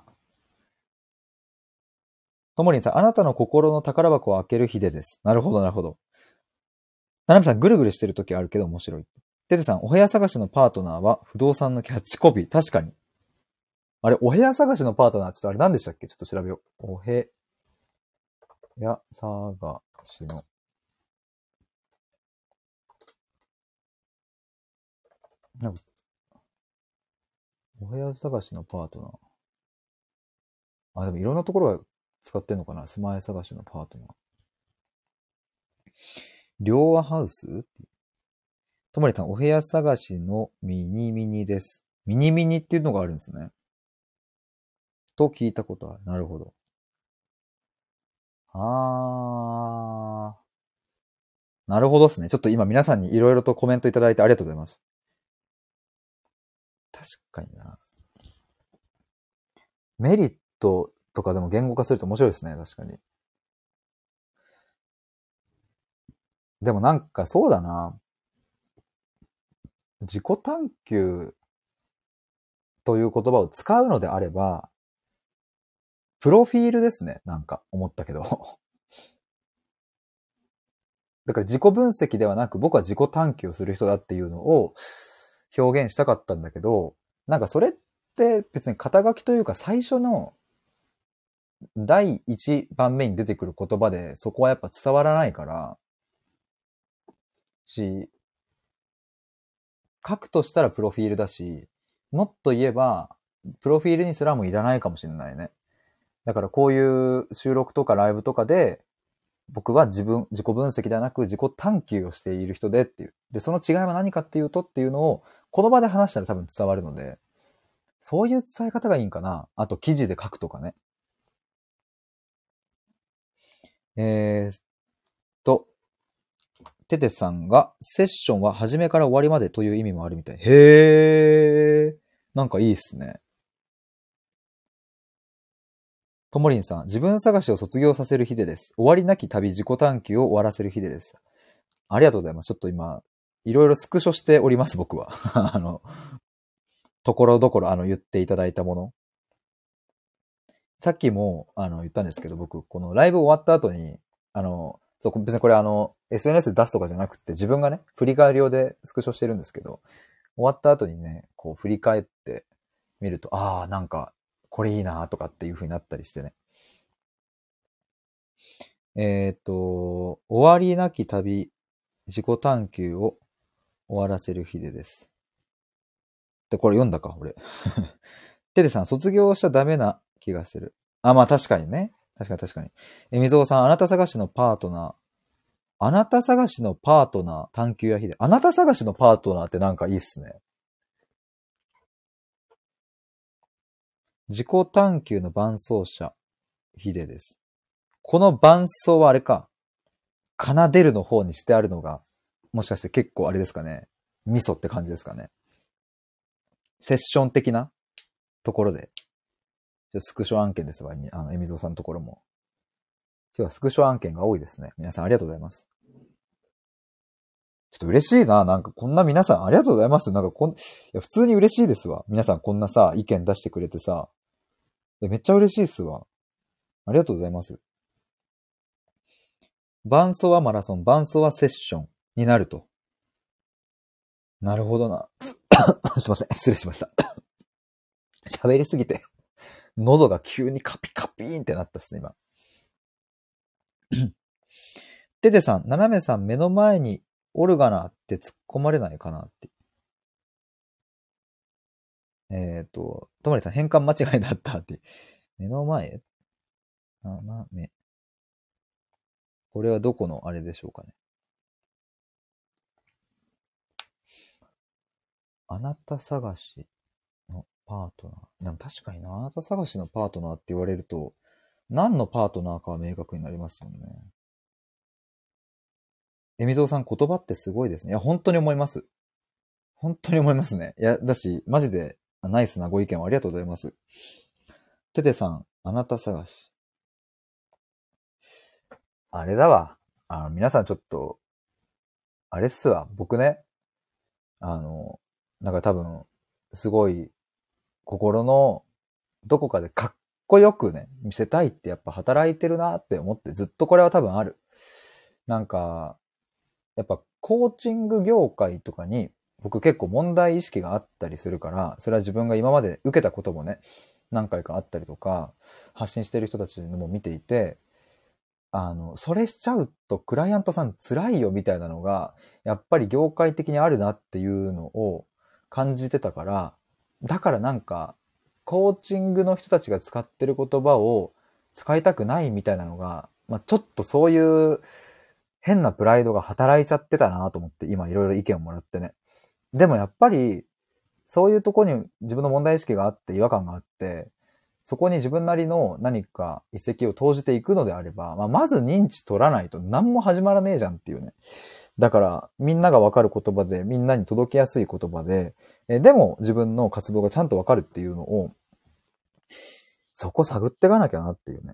ともりんさん、あなたの心の宝箱を開けるヒデです。なるほど、なるほど。ななみさん、ぐるぐるしてる時あるけど面白い。ててさん、お部屋探しのパートナーは不動産のキャッチコピー。確かに。あれ、お部屋探しのパートナー、ちょっとあれ何でしたっけ？ちょっと調べよう。お部屋探しの。なんかお部屋探しのパートナー。あ、でもいろんなところが使ってんのかな？住まい探しのパートナー。両和ハウス？ともりさん、お部屋探しのミニミニです。ミニミニっていうのがあるんですね。と聞いたことある。なるほど。あー。なるほどですね。ちょっと今皆さんにいろいろとコメントいただいてありがとうございます。確かにな。メリットとかでも言語化すると面白いですね。確かに。でもなんかそうだな。自己探求という言葉を使うのであれば、プロフィールですね。なんか思ったけど。だから自己分析ではなく僕は自己探求をする人だっていうのを表現したかったんだけど、なんかそれって別に肩書きというか最初の第一番目に出てくる言葉でそこはやっぱ伝わらないから、し、書くとしたらプロフィールだし、もっと言えば、プロフィールにすらもいらないかもしれないね。だからこういう収録とかライブとかで、僕は自分、自己分析ではなく自己探求をしている人でっていう。で、その違いは何かっていうとっていうのを、この場で話したら多分伝わるので、そういう伝え方がいいんかな。あと記事で書くとかね。えーっと、テテさんが、セッションは初めから終わりまでという意味もあるみたい。へー。なんかいいっすね。ともりんさん、自分探しを卒業させる日でです。終わりなき旅自己探求を終わらせる日でです。ありがとうございます。ちょっと今、いろいろスクショしております、僕は。あの、ところどころ、あの、言っていただいたもの。さっきも、あの、言ったんですけど、僕、このライブ終わった後に、あの、そう、別にこれあの、エスエヌエス で出すとかじゃなくて、自分がね、振り返り用でスクショしてるんですけど、終わった後にね、こう振り返ってみると、ああ、なんか、これいいなとかっていう風になったりしてね。えっと、終わりなき旅自己探求を終わらせる日でです。で、これ読んだか、俺。テテさん、卒業しちゃダメな気がする。あ、まあ確かにね。確かに確かに。え、みぞおさん、あなた探しのパートナー。あなた探しのパートナー、探求や日で。あなた探しのパートナーってなんかいいっすね。自己探求の伴奏者、ヒデです。この伴奏はあれか。奏でるの方にしてあるのが、もしかして結構あれですかね。味噌って感じですかね。セッション的なところで。スクショ案件ですわ、あの、エミゾーさんのところも。今日はスクショ案件が多いですね。皆さんありがとうございます。ちょっと嬉しいな。なんかこんな皆さんありがとうございます。なんかこん、いや普通に嬉しいですわ。皆さんこんなさ、意見出してくれてさ。めっちゃ嬉しいっすわ。ありがとうございます。伴奏はマラソン、伴奏はセッションになると。なるほどな。すいません。失礼しました。喋りすぎて、喉が急にカピカピーンってなったっすね、今。テテさん、斜めさん、目の前にオルガナって突っ込まれないかなって。えっ、ー、と、ともりさん、変換間違いだったって。目の前斜め。これはどこのあれでしょうかね。あなた探しのパートナー。でも確かにな、あなた探しのパートナーって言われると、何のパートナーかは明確になりますよね。えみぞうさん、言葉ってすごいですね。いや、本当に思います。本当に思いますね。いや、だし、マジで、ナイスなご意見をありがとうございます。テテさん、あなた探し。あれだわ。あの、皆さんちょっと、あれっすわ。僕ね、あの、なんか多分、すごい、心のどこかでかっこよくね、見せたいってやっぱ働いてるなって思って、ずっとこれは多分ある。なんか、やっぱコーチング業界とかに僕結構問題意識があったりするから、それは自分が今まで受けたこともね、何回かあったりとか、発信してる人たちのも見ていて、あの、それしちゃうとクライアントさん辛いよみたいなのが、やっぱり業界的にあるなっていうのを感じてたから、だからなんか、コーチングの人たちが使ってる言葉を使いたくないみたいなのが、まあちょっとそういう変なプライドが働いちゃってたなと思って、今いろいろ意見をもらってね。でもやっぱり、そういうとこに自分の問題意識があって違和感があって、そこに自分なりの何か一石を投じていくのであれば、まあ、まず認知取らないと何も始まらねえじゃんっていうね。だから、みんながわかる言葉で、みんなに届きやすい言葉で、えでも自分の活動がちゃんとわかるっていうのを、そこ探っていかなきゃなっていうね。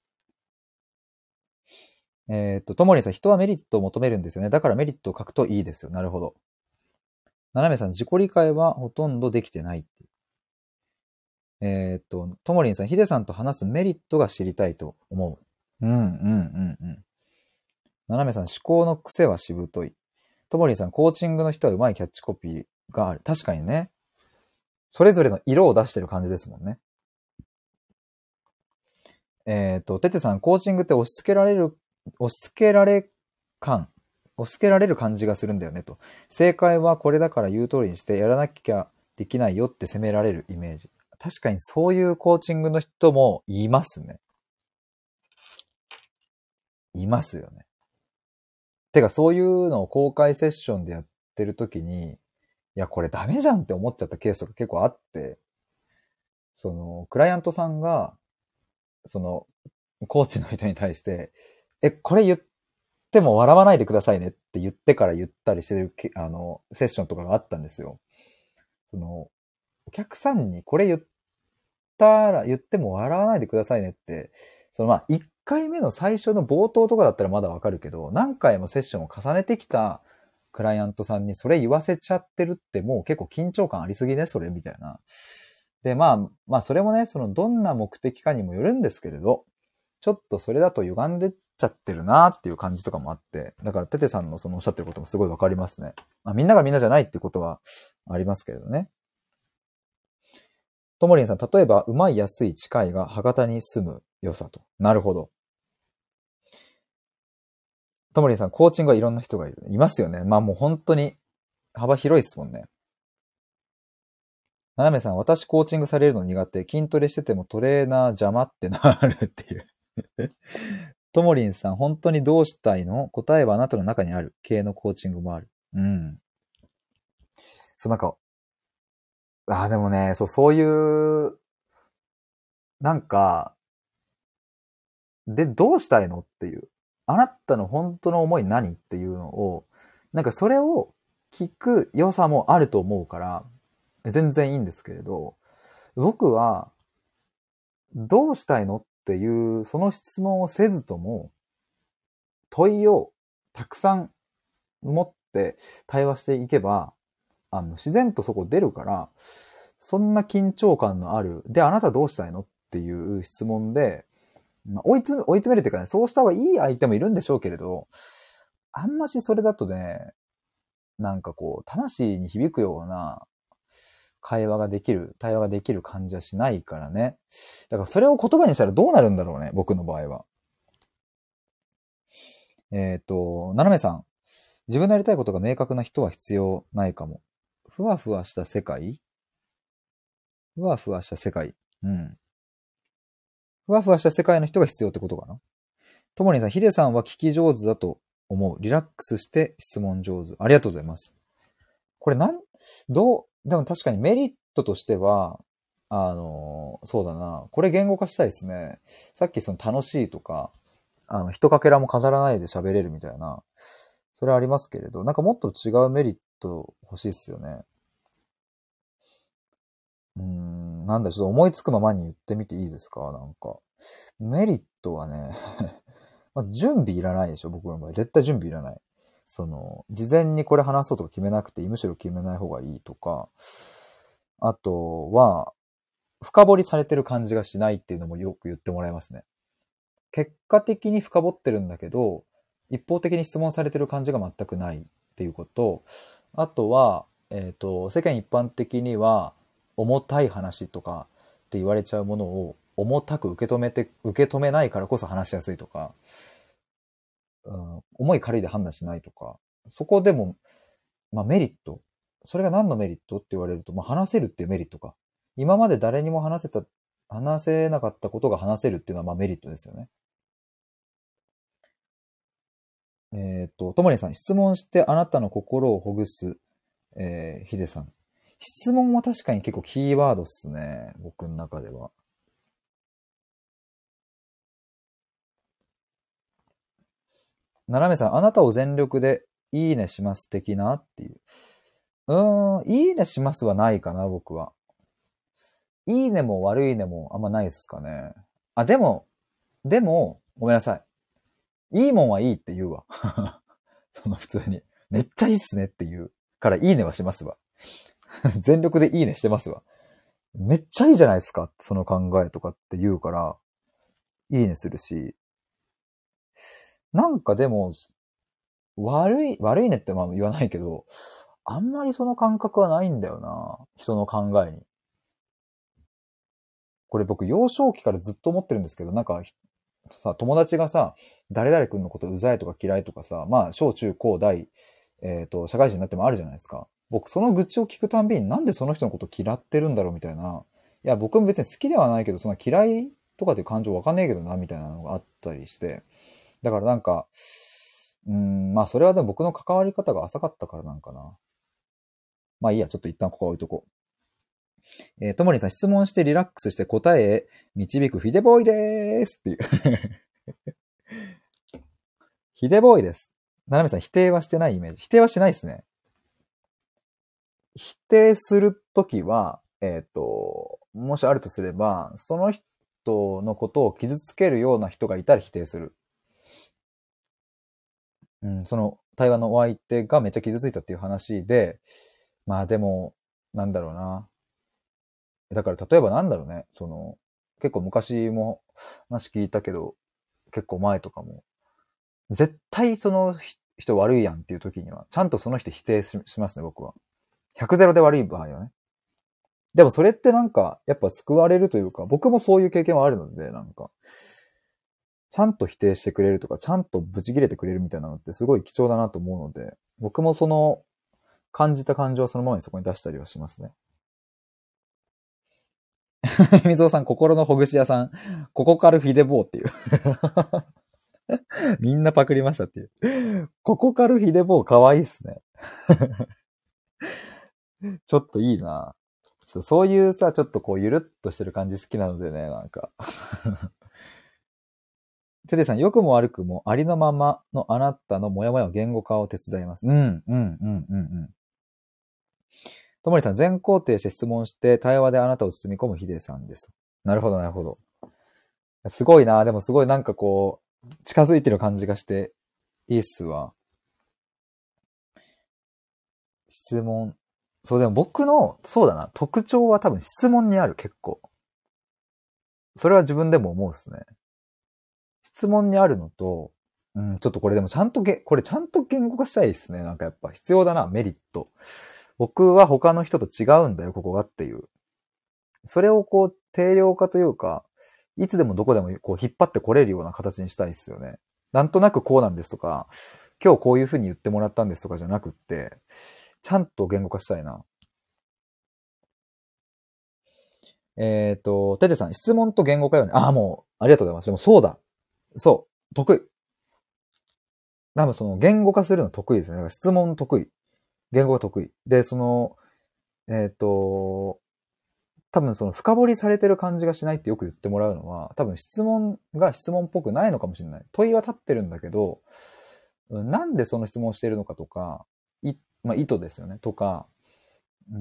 えっと、ともりんさん、人はメリットを求めるんですよね。だからメリットを書くといいですよ。なるほど。ななめさん、自己理解はほとんどできてないって。えっと、ともりんさん、ヒデさんと話すメリットが知りたいと思う。うん、うん、うん、うん。ななめさん、思考の癖はしぶとい。ともりんさん、コーチングの人はうまいキャッチコピーがある。確かにね。それぞれの色を出してる感じですもんね。えっと、ててさん、コーチングって押し付けられる、押し付けられ感、押し付けられる感じがするんだよねと。正解はこれだから言う通りにしてやらなきゃできないよって責められるイメージ。確かにそういうコーチングの人もいますね。いますよね。てかそういうのを公開セッションでやってる時に、いや、これダメじゃんって思っちゃったケースが結構あって、その、クライアントさんが、その、コーチの人に対して、え、これ言っても笑わないでくださいねって言ってから言ったりしてる、あの、セッションとかがあったんですよ。その、お客さんにこれ言ったら、言っても笑わないでくださいねって、そのまあ、いっかいめの最初の冒頭とかだったらまだわかるけど、何回もセッションを重ねてきたクライアントさんにそれ言わせちゃってるってもう結構緊張感ありすぎね、それみたいな。で、まあ、まあそれもね、そのどんな目的かにもよるんですけれど、ちょっとそれだと歪んでっちゃってるなっていう感じとかもあって、だからテテさんのそのおっしゃってることもすごいわかりますね。まあみんながみんなじゃないっていうことはありますけれどね。ともりんさん、例えば、うまい安い近いが博多に住む良さと。なるほど。 ともりんさん、コーチングはいろんな人がいる。いますよね。まあもう本当に幅広いですもんね。ななめさん、私コーチングされるの苦手。筋トレしててもトレーナー邪魔ってなるっていう。ともりんさん、本当にどうしたいの？答えはあなたの中にある。系のコーチングもある。うん。そう、なんか、ああ、でもね、そう、そういう、なんか、で、どうしたいのっていう。あなたの本当の思い何っていうのを、なんかそれを聞く良さもあると思うから、全然いいんですけれど、僕は、どうしたいのっていう、その質問をせずとも、問いをたくさん持って対話していけば、あの、自然とそこ出るから、そんな緊張感のある、で、あなたどうしたいのっていう質問で、まあ、追い詰め、追い詰めるっていうかね、そうした方がいい相手もいるんでしょうけれど、あんましそれだとね、なんかこう、魂に響くような会話ができる、対話ができる感じはしないからね。だからそれを言葉にしたらどうなるんだろうね、僕の場合は。えっと、ななめさん。自分のやりたいことが明確な人は必要ないかも。ふわふわした世界ふわふわした世界。うん。ふわふわした世界の人が必要ってことかな。ともりんさん、ヒデさんは聞き上手だと思う。リラックスして質問上手。ありがとうございます。これなん、どう、でも確かにメリットとしては、あの、そうだな。これ言語化したいですね。さっきその楽しいとか、あの、一かけらも飾らないで喋れるみたいな、それはありますけれど、なんかもっと違うメリット欲しいっすよね。うーん、なんだ、ちょっと思いつくままに言ってみていいですか？なんか。メリットはね、まず準備いらないでしょ、僕の場合。絶対準備いらない。その、事前にこれ話そうとか決めなくていい、むしろ決めない方がいいとか、あとは、深掘りされてる感じがしないっていうのもよく言ってもらいますね。結果的に深掘ってるんだけど、一方的に質問されてる感じが全くないっていうこと。あとは、えっと、世間一般的には、重たい話とかって言われちゃうものを重たく受け止めて、受け止めないからこそ話しやすいとか、うん、重い軽いで判断しないとか、そこでも、まあメリット。それが何のメリットって言われると、まあ話せるっていうメリットか。今まで誰にも話せた、話せなかったことが話せるっていうのはまあメリットですよね。えっと、ともりんさん、質問してあなたの心をほぐす、えー、ヒデさん。質問は確かに結構キーワードっすね。僕の中では。ななめさん、あなたを全力でいいねします的なっていう。うーん、いいねしますはないかな、僕は。いいねも悪いねもあんまないですかね。あ、でも、でも、ごめんなさい。いいもんはいいって言うわ。その普通に。めっちゃいいっすねって言う。からいいねはしますわ。全力でいいねしてますわ。めっちゃいいじゃないですか。その考えとかって言うから、いいねするし。なんかでも、悪い、悪いねってまあ言わないけど、あんまりその感覚はないんだよな。人の考えに。これ僕幼少期からずっと思ってるんですけど、なんかさ、友達がさ、誰々君のことうざいとか嫌いとかさ、まあ小中高大、えっと、社会人になってもあるじゃないですか。僕その愚痴を聞くたんびになんでその人のこと嫌ってるんだろうみたいな。いや、僕も別に好きではないけど、そんな嫌いとかっていう感情わかんねえけどな、みたいなのがあったりして。だからなんか、うーん、まあそれはでも僕の関わり方が浅かったからなんかな。まあいいや、ちょっと一旦ここは置いとこう。えー、ともりんさん、質問してリラックスして答えへ導くヒデボーイでーすっていうヒデボーイです。ななめさん、否定はしてないイメージ。否定はしないですね。否定するときは、えっと、もしあるとすれば、その人のことを傷つけるような人がいたら否定する。うん、その対話のお相手がめっちゃ傷ついたっていう話で、まあでも、なんだろうな。だから例えばなんだろうね。その、結構昔も話聞いたけど、結構前とかも、絶対その人悪いやんっていう時には、ちゃんとその人否定ししますね、僕は。ひゃくゼロで悪い場合はね。でもそれってなんか、やっぱ救われるというか、僕もそういう経験はあるので、なんか、 ちゃんと否定してくれるとか、ちゃんとブチ切れてくれるみたいなのってすごい貴重だなと思うので、僕もその感じた感情をそのままにそこに出したりはしますね。みぞおさん、心のほぐし屋さん、ここからヒデボーっていう。みんなパクりましたっていう。ここからヒデボーかわいいっすね。ちょっといいな。ちょっとそういうさ、ちょっとこうゆるっとしてる感じ好きなのでね、なんか。テテさん、良くも悪くもありのままのあなたのモヤモヤを言語化を手伝います。うん、うん、うん、うん、うん。ともりさん、全肯定して質問して対話であなたを包み込むヒデさんです。なるほど、なるほど。すごいな。でもすごいなんかこう、近づいてる感じがして、いいっすわ。質問。そう、でも僕の、そうだな、特徴は多分質問にある、結構。それは自分でも思うっすね。質問にあるのと、うん、ちょっとこれでもちゃんとげ、これちゃんと言語化したいですね。なんかやっぱ必要だな、メリット。僕は他の人と違うんだよ、ここがっていう。それをこう、定量化というか、いつでもどこでもこう引っ張ってこれるような形にしたいですよね。なんとなくこうなんですとか、今日こういう風に言ってもらったんですとかじゃなくって、ちゃんと言語化したいな。えっと、テテさん、質問と言語化よね。ああ、もう、ありがとうございます。でもそうだ。そう、得意。多分その言語化するの得意ですね。だから質問得意。言語が得意。で、その、えっと、多分その深掘りされてる感じがしないってよく言ってもらうのは、多分質問が質問っぽくないのかもしれない。問いは立ってるんだけど、なんでその質問をしているのかとか、い、まあ、意図ですよね。とか、うん、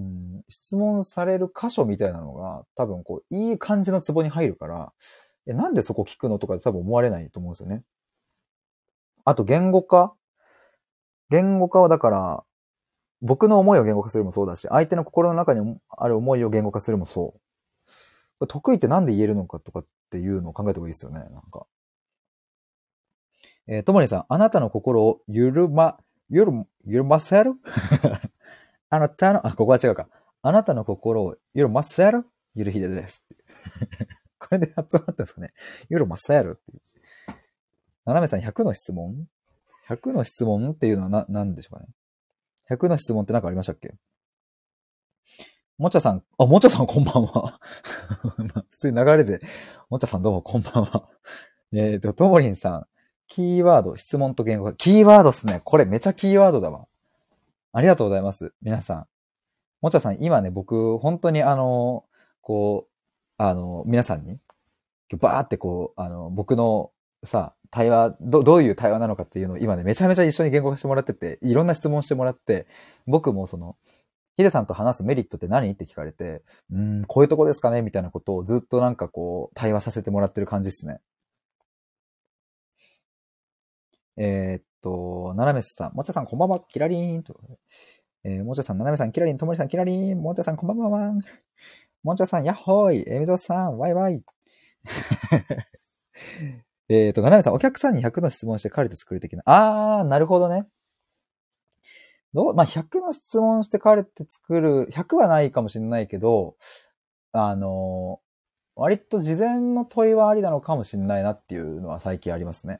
質問される箇所みたいなのが、多分こう、いい感じのツボに入るから、え、なんでそこ聞くのとか多分思われないと思うんですよね。あと言語化言語化はだから、僕の思いを言語化するもそうだし、相手の心の中にある思いを言語化するもそう。得意ってなんで言えるのかとかっていうのを考えた方がいいですよね、なんか。えー、ともりさん、あなたの心をゆるま、ゆる、ゆるませるあなたの、あ、ここは違うか。あなたの心をゆるませるゆるひでです。これで発音あったんですかね。ゆるませるっていう。ななめさん、ひゃくの質問 ?ひゃく の質問っていうのはな、なんでしょうかね。ひゃくの質問って何かありましたっけ？もちゃさん、あ、もちゃさんこんばんは。普通に流れで、もちゃさんどうもこんばんは。えっと、ともりんさん、キーワード、質問と言語化。キーワードっすね。これめちゃキーワードだわ。ありがとうございます。皆さん。もちゃさん、今ね、僕、本当にあの、こう、あの、皆さんに、バーってこう、あの、僕のさ、対話、ど、どういう対話なのかっていうのを今ね、めちゃめちゃ一緒に言語化してもらってて、いろんな質問してもらって、僕もその、ヒデさんと話すメリットって何って聞かれて、うーん、こういうとこですかねみたいなことをずっとなんかこう、対話させてもらってる感じですね。えーっと、ななめさん、もちゃさんこんばんは、キラリーンと。えー、もちゃさん、ななめさん、キラリン、ともりさん、キラリン、もちゃさん、こんばんは。もちゃさん、やっほーい。えみぞさん、ワイワイ。えっと、ななめさん、お客さんにひゃくの質問してカルテ作る的な。あー、なるほどね。どうまあ、ひゃくの質問してカルテ作る、ひゃくはないかもしれないけど、あのー、割と事前の問いはありなのかもしれないなっていうのは最近ありますね。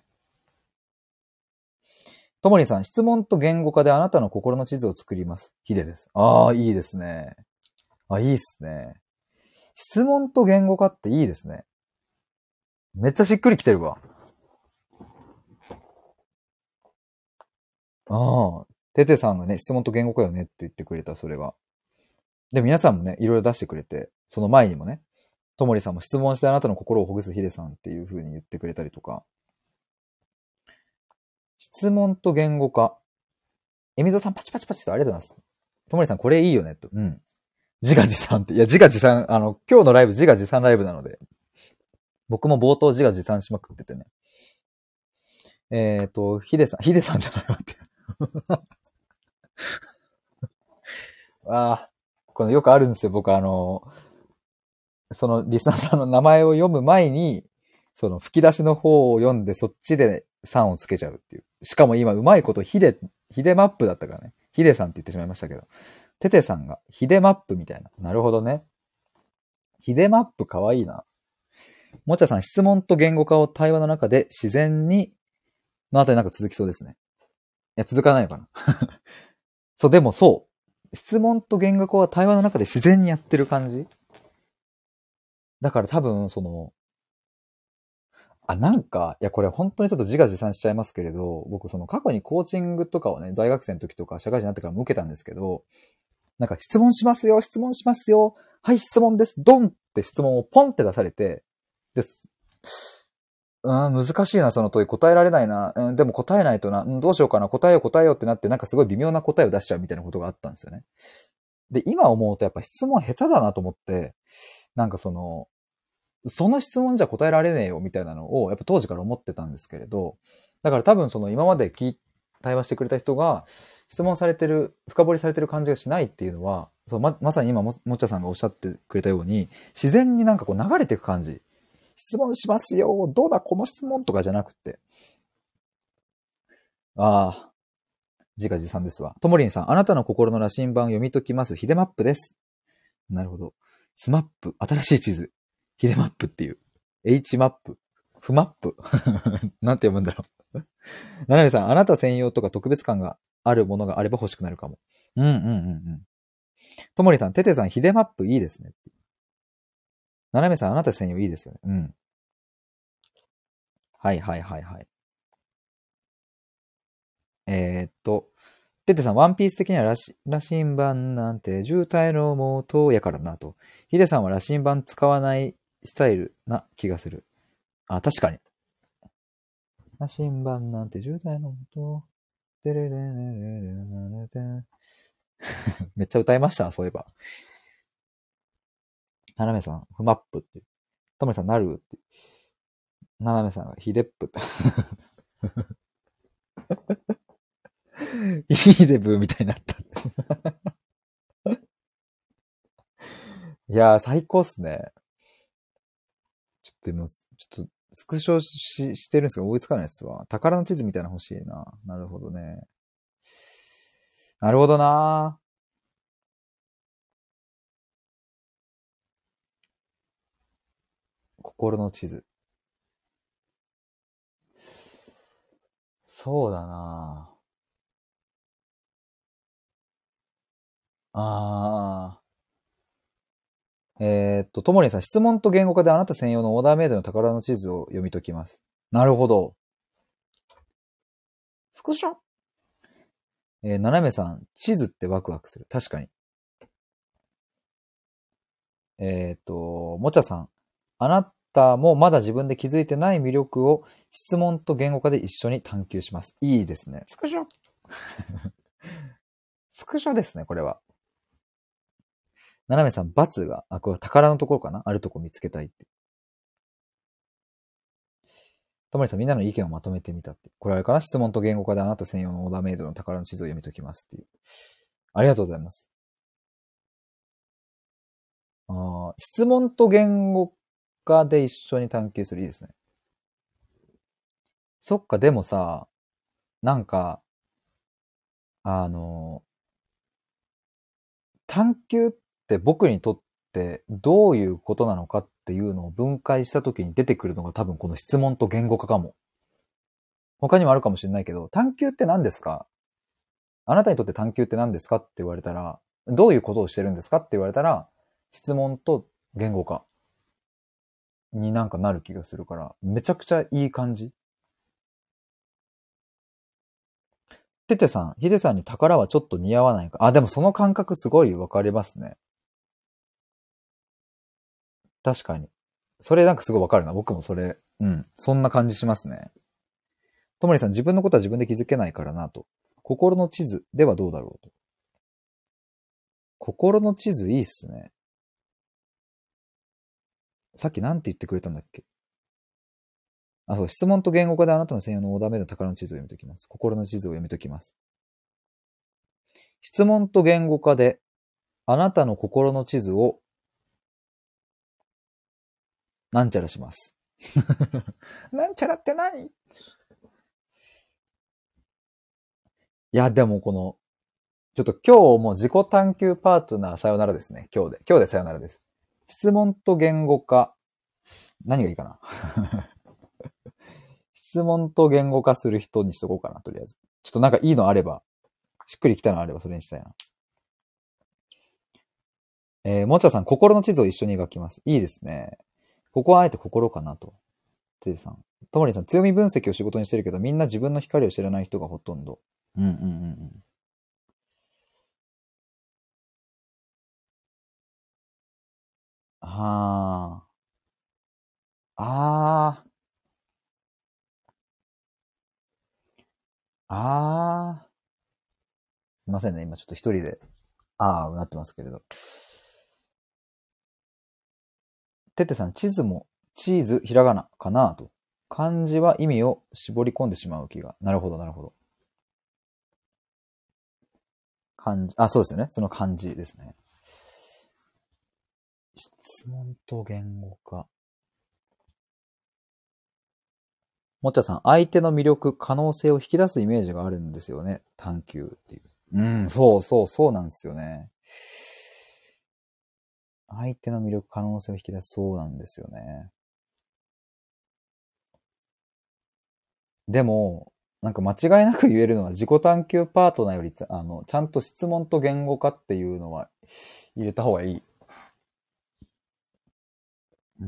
ともりんさん、質問と言語化であなたの心の地図を作ります。ヒデです。ああ、いいですね。あ、いいっすね。質問と言語化っていいですね。めっちゃしっくりきてるわ。ああ、テテさんがね、質問と言語化よねって言ってくれた、それが。で、皆さんもね、いろいろ出してくれて、その前にもね、ともりさんも質問してあなたの心をほぐすヒデさんっていう風に言ってくれたりとか。質問と言語化。えみぞさんパチパチパチとありがとうございます。ともりさんこれいいよねと。うん。自画自賛って。いや、自画自賛、あの、今日のライブ自画自賛ライブなので、僕も冒頭自画自賛しまくっててね。えっ、ー、と、ヒデさん、ヒデさんじゃないわって。ああ、このよくあるんですよ。僕あの、そのリスナーさんの名前を読む前に、その吹き出しの方を読んでそっちでさんをつけちゃうっていう。しかも今うまいことヒデ、ヒデマップだったからね。ヒデさんって言ってしまいましたけど。テテさんがヒデマップみたいな。なるほどね。ヒデマップかわいいな。 もちゃさん、質問と言語化を対話の中で自然に、のあたりなんか続きそうですね。いや、続かないのかな。そう、でもそう。質問と言語化は対話の中で自然にやってる感じだから多分、その、あ、なんか、いや、これ本当にちょっと自画自賛しちゃいますけれど、僕その過去にコーチングとかをね、大学生の時とか社会人になってからも受けたんですけど、なんか質問しますよ、質問しますよ、はい、質問です、ドンって質問をポンって出されて、です。うん、難しいな、その問い。答えられないな。うん、でも答えないとな。うん、どうしようかな。答えよう、答えようってなって、なんかすごい微妙な答えを出しちゃうみたいなことがあったんですよね。で、今思うとやっぱ質問下手だなと思って、なんかその、その質問じゃ答えられねえよみたいなのを、やっぱ当時から思ってたんですけれど、だから多分その今まで聞い対話してくれた人が、質問されてる、深掘りされてる感じがしないっていうのは、そうま、まさに今も、もっちゃさんがおっしゃってくれたように、自然になんかこう流れていく感じ。質問しますよ。どうだこの質問とかじゃなくて。ああ、自画自賛ですわ。ともりんさん、あなたの心の羅針盤読み解きます。ヒデマップです。なるほど。スマップ、新しい地図。ヒデマップっていう。H マップ。フマップ。なんて読むんだろう。ななめさん、あなた専用とか特別感があるものがあれば欲しくなるかも。うんうんうんうん。ともりさん、ててさん、ヒデマップいいですね。ななめさん、あなた専用いいですよね。うん。はいはいはいはい。えー、っと、ててさん、ワンピース的には羅針羅針盤なんて渋滞の元やからなと。ヒデさんは羅針盤使わないスタイルな気がする。あ、確かに。羅針盤なんて渋滞の元。てれれれれれれれれめっちゃ歌いました、そういえば。ななめさん、フマップって。ともりさん、なるって。ななめさんがヒデップって。いいデブみたいになった。いやー、最高っすね。ちょっと今、ちょっと、スクショし、してるんですが追いつかないっすわ。宝の地図みたいなの欲しいな。なるほどね。なるほどな。心の地図。そうだな。あー。えーっと、ともりんさん、質問と言語化であなた専用のオーダーメイドの宝の地図を読み解きます。なるほど。スクショえー、ななめさん、地図ってワクワクする。確かに。えっと、もちゃさん。あなたもまだ自分で気づいてない魅力を質問と言語化で一緒に探求します。いいですね。スクショスクショですね、これは。ななめさん、×が、あ、これ宝のところかなあるとこ見つけたいって。ともりさん、みんなの意見をまとめてみたって。これあれかな質問と言語化であなた専用のオーダーメイドの宝の地図を読み解きますっていう。ありがとうございます。あ質問と言語化で一緒に探求する。いいですね。そっか、でもさ、なんか、あの、探求って僕にとってどういうことなのかっていうのを分解した時に出てくるのが多分この質問と言語化かも。他にもあるかもしれないけど、探求って何ですか？あなたにとって探求って何ですかって言われたら、どういうことをしてるんですかって言われたら、質問と言語化になんかなる気がするから、めちゃくちゃいい感じ。ててさん、ひでさんに宝はちょっと似合わないか。あ、でもその感覚すごいわかりますね。確かに。それなんかすごいわかるな。僕もそれ、うん。そんな感じしますね。ともりさん、自分のことは自分で気づけないからなと。心の地図ではどうだろうと。心の地図いいっすね。さっきなんて言ってくれたんだっけ？あ、そう、質問と言語化であなたの専用のオーダーメイドの宝の地図を読み解きます。心の地図を読み解きます。質問と言語化であなたの心の地図をなんちゃらします。なんちゃらって何？いや、でもこの、ちょっと今日も自己探求パートナーさよならですね。今日で。今日でさよならです。質問と言語化何がいいかな。質問と言語化する人にしとこうかな、とりあえず。ちょっとなんかいいのあれば、しっくりきたのあればそれにしたいな。えー、もちゃさん、心の地図を一緒に描きます。いいですね。ここはあえて心かなと。てじさん。ともりんさん、強み分析を仕事にしてるけど、みんな自分の光を知らない人がほとんど。うんうんうんうん。ああ。ああ。ああ。すいませんね。今ちょっと一人で、ああ、なってますけれど。てってさん、地図も、チーズ、ひらがな、かなと。漢字は意味を絞り込んでしまう気が。なるほど、なるほど。漢字、あ、そうですよね。その漢字ですね。質問と言語化。もっちゃさん、相手の魅力、可能性を引き出すイメージがあるんですよね。探求っていう。うん、そうそう、そうなんですよね。相手の魅力、可能性を引き出す、そうなんですよね。でも、なんか間違いなく言えるのは、自己探求パートナーより、あの、ちゃんと質問と言語化っていうのは入れた方がいい。うん。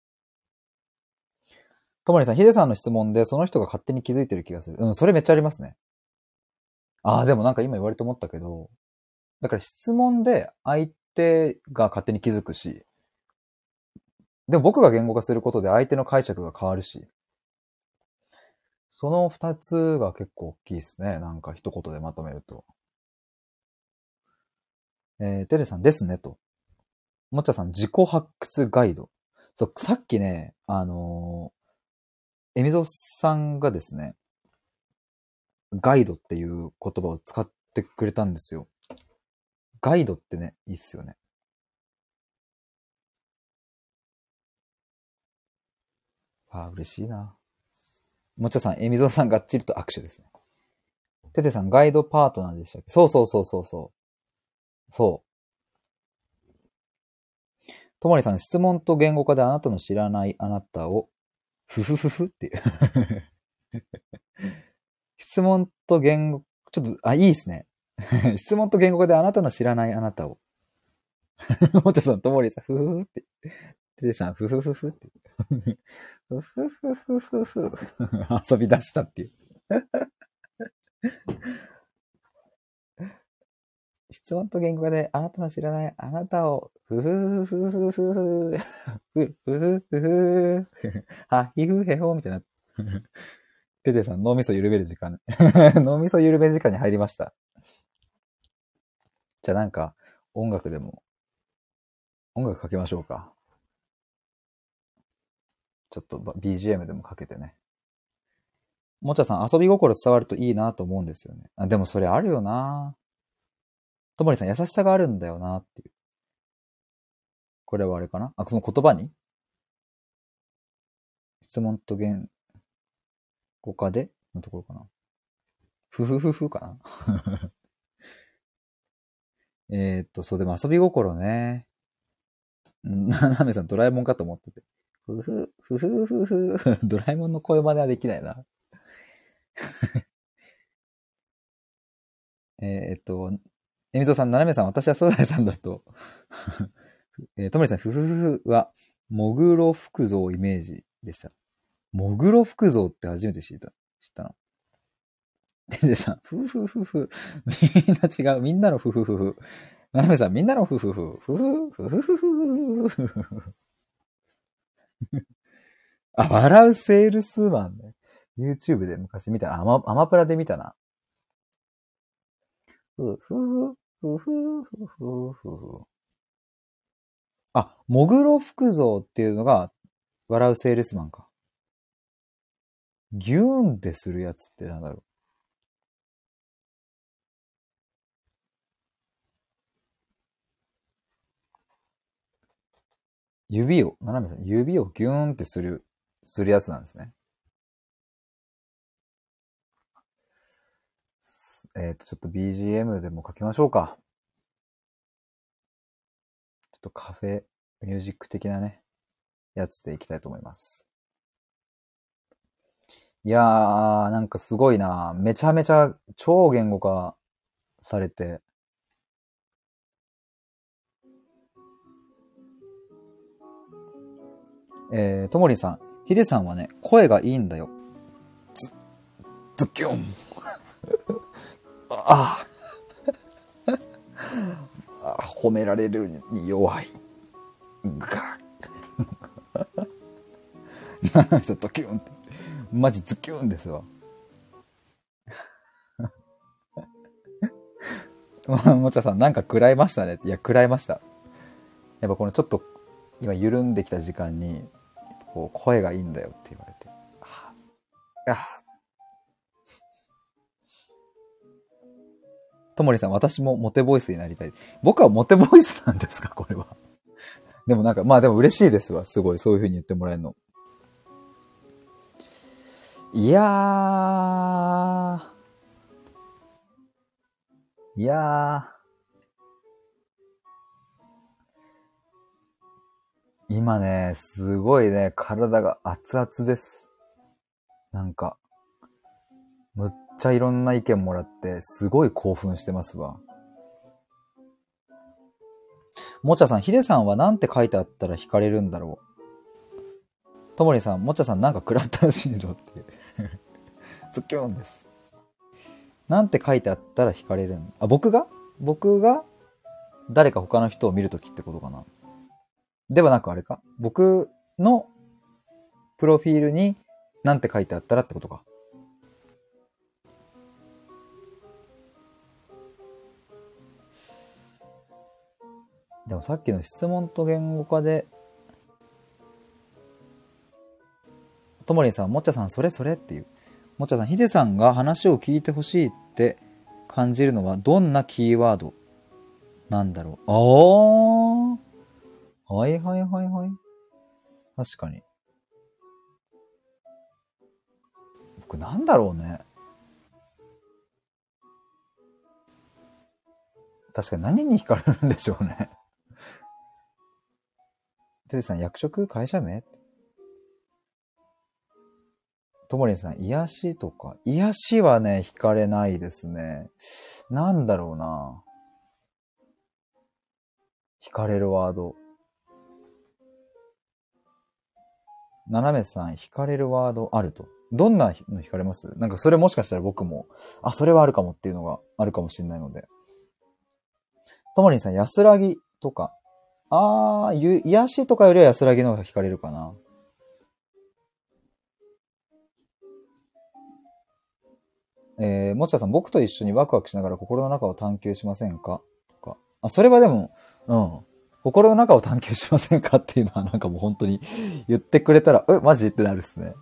ともりさん、ヒデさんの質問でその人が勝手に気づいてる気がする。うん、それめっちゃありますね。ああ、でもなんか今言われて思ったけど、だから質問で相手が勝手に気づくし、でも僕が言語化することで相手の解釈が変わるし、その二つが結構大きいですね。なんか一言でまとめると。えー、テレさんですねと。もっちゃさん、自己発掘ガイド。そう、さっきね、あのー、エミゾさんがですね、ガイドっていう言葉を使ってくれたんですよ。ガイドってね、いいっすよね。ああ、嬉しいな。もっちゃさん、エミゾさんがっちりと握手ですね。テテさん、ガイドパートナーでしたっけ？そうそうそうそうそう。そう。ともりさん、質問と言語化であなたの知らないあなたを、ふふふふっていう。質問と言語、ちょっと、あ、いいですね。質問と言語化であなたの知らないあなたを。もちゃさん、ともりさん、ふふふって。ててさん、ふふふふって。ふふふふふふ。遊び出したっていう。質問と言語化であなたの知らないあなたを、ふふふふふふふ、ふふふふ、はひふへほみたいな。ててさん、脳みそ緩める時間。脳みそ緩め時間に入りました。じゃあなんか、音楽でも、音楽かけましょうか。ちょっと ビージーエム でもかけてね。もちゃさん、遊び心伝わるといいなと思うんですよね。あ、でもそれあるよな。ともりさん、優しさがあるんだよなっていう。これはあれかなあ、その言葉に質問と言語化でのところかな。ふふふふかな。えーっと、そう、でも遊び心ね。ななめさん、ドラえもんかと思ってて。ふふ、ふふふふ、ドラえもんの声真似はできないな。えーっと、えみぞさん、ななめさん、私はサザエさんだと。えーともりさん、ふふふふは、もぐろ福蔵イメージでした。もぐろ福蔵って初めて知った。知ったの。でさ、ふふふふ。みんな違う。みんなのふふふふ。ななめさん、みんなのふふふ。ふふふふふふふふ。あ、笑うセールスマンね。YouTube で昔見たな。アマ、アマプラで見たな。ふふふふふふふふふ。あ、もぐろ福蔵っていうのが、笑うセールスマンか。ギューンってするやつってなんだろう。指を、斜めさん、指をギューンってする、するやつなんですね。えっと、ちょっと ビージーエム でも書きましょうか。ちょっとカフェミュージック的なね。 やつでいきたいと思います。いやー、なんかすごいな。めちゃめちゃ超言語化されて。えー、ともりさん、ひでさんはね、声がいいんだよ。ズ、ズキュン。ああ、褒められるに弱い。が。な人ドキュンって。マジズキュンですわ。もちゃさん、なんか食らいましたね。いや、食らいました。やっぱこのちょっと、今緩んできた時間に、こう、声がいいんだよって言われて。はあ、ともりさん、私もモテボイスになりたい。僕はモテボイスなんですかこれは。でもなんか、まあでも嬉しいですわ。すごい、そういう風に言ってもらえるの。いやー。いやー。今ね、すごいね、体が熱々です。なんか、むっちゃいろんな意見もらって、すごい興奮してますわ。もちゃさん、ひでさんはなんて書いてあったら惹かれるんだろう。ともりさん、もちゃさんなんか食らったらしいぞっていう。ズッキュンです。なんて書いてあったら惹かれるんあ、僕が僕が誰か他の人を見るときってことかな。ではなくあれか僕のプロフィールになんて書いてあったらってことか。でもさっきの質問と言語化で、ともりんさん、もっちゃさん、それそれっていう。もっちゃさん、ひでさんが話を聞いてほしいって感じるのはどんなキーワードなんだろう。ああ、はいはいはいはい。確かに。僕なんだろうね。確かに何に惹かれるんでしょうね。てるさん、役職会社名ともりんさん、癒しとか。癒しはね、惹かれないですね。なんだろうな。惹かれるワード。ななめさん、惹かれるワードあると。どんなの惹かれます？なんかそれもしかしたら僕も、あ、それはあるかもっていうのがあるかもしれないので。ともりんさん、安らぎとか。あー、癒しとかよりは安らぎの方が惹かれるかな。えー、もちゃさん、僕と一緒にワクワクしながら心の中を探求しませんかとか。あ、それはでも、うん。心の中を探求しませんかっていうのはなんかもう本当に言ってくれたら、え、マジってなるっすね。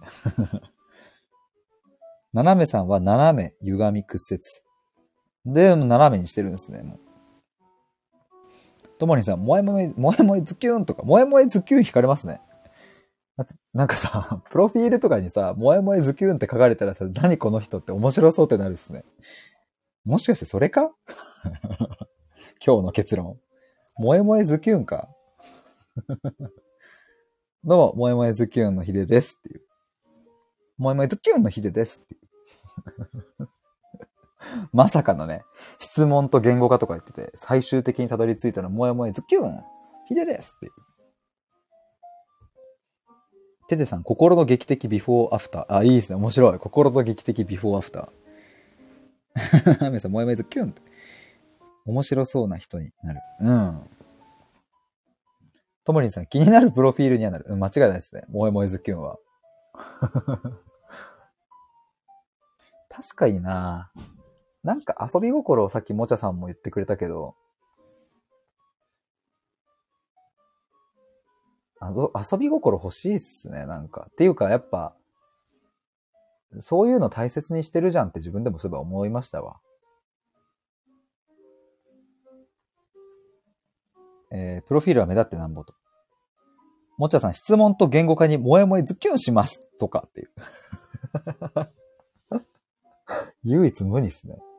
斜めさんは斜め、歪み屈折。で、斜めにしてるんですね。もうともりんさん、萌え萌え、萌え萌えズキューンとか、萌え萌えズキューン惹かれますね。なんかさ、プロフィールとかにさ、萌え萌えズキューンって書かれたらさ、何この人って面白そうってなるっすね。もしかしてそれか今日の結論。萌え萌えズキューンか。どうも、萌え萌えズキューンのヒデですっていう。萌え萌えズキューンのヒデですっていう。まさかのね、質問と言語化とか言ってて、最終的にたどり着いたのは、萌え萌えズキューンヒデですっていう。テテさん、心の劇的ビフォーアフター。あ、いいですね。面白い。心の劇的ビフォーアフター。アメさん、萌え萌えズキューンって。面白そうな人になる。うん。ともりんさん、気になるプロフィールにはなる。うん、間違いないですね。萌え萌えズキューンは。確かにな。なんか遊び心をさっきもちゃさんも言ってくれたけど、あの遊び心欲しいっすね、なんか。っていうか、やっぱ、そういうの大切にしてるじゃんって自分でもそういえば思いましたわ。えー、プロフィールは目立ってなんぼと。もちゃさん、質問と言語化に萌え萌えズキュンしますとかっていう。唯一無二っすね。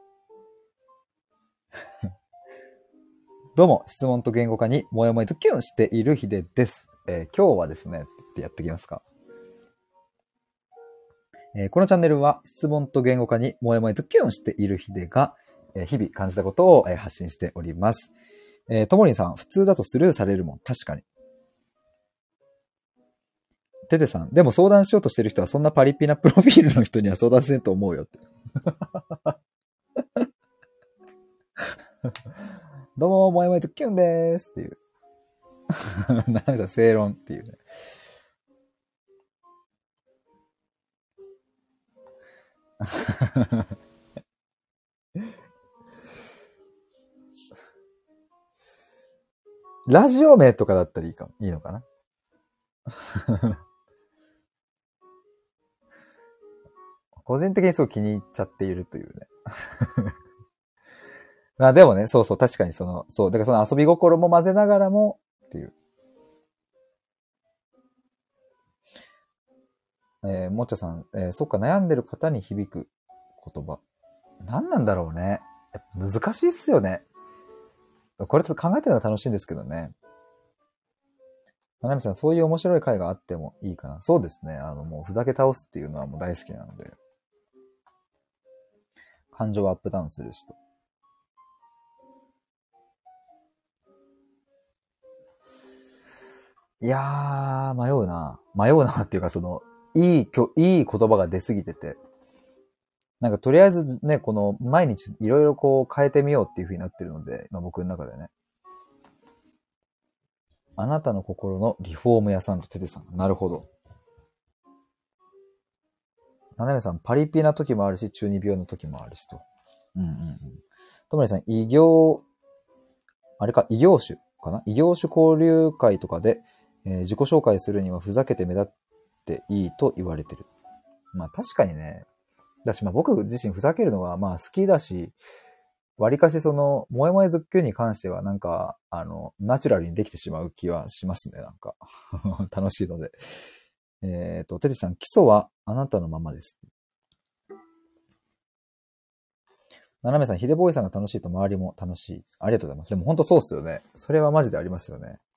どうも、質問と言語化に萌え萌えズキュンしているヒデです。えー、今日はですね、 ってやっていきますか。えーこのチャンネルは質問と言語化にもやもやズッキュンしているヒデが、えー日々感じたことを、えー発信しております。えーともりんさん、普通だとスルーされるもん。確かに。ててさん、でも相談しようとしてる人はそんなパリピなプロフィールの人には相談せんと思うよって。どうも、もやもやズッキュンでーすっていう。ななみさん、正論っていうね。ラジオ名とかだったらいいかも。いいのかな。個人的にすごい気に入っちゃっているというね。まあでもね、そうそう、確かにその、そう、だからその遊び心も混ぜながらもっていう。えー、もっちゃさん、えー、そっか、悩んでる方に響く言葉。何なんだろうね。難しいっすよね。これちょっと考えてるのが楽しいんですけどね。ななみさん、そういう面白い回があってもいいかな。そうですね。あの、もうふざけ倒すっていうのはもう大好きなので。感情をアップダウンする人。いやー、迷うな。迷うなっていうか、その、いい、いい言葉が出すぎてて。なんかとりあえずね、この毎日いろいろこう変えてみようっていう風になってるので、まあ僕の中でね。あなたの心のリフォーム屋さんとテテさん。なるほど。ななめさん、パリピな時もあるし、中二病の時もあるしと。うんうんうん。ともりさん、異業、あれか、異業種かな異業種交流会とかで、えー自己紹介するにはふざけて目立っていいと言われてる。まあ確かにね。だし、まあ僕自身ふざけるのがまあ好きだし、わりかしその、萌え萌えズッキュンに関してはなんか、あの、ナチュラルにできてしまう気はしますね、なんか。楽しいので。えっ、と、テテさん、基礎はあなたのままです。ななめさん、ヒデボーイさんが楽しいと周りも楽しい。ありがとうございます。でも本当そうっすよね。それはマジでありますよね。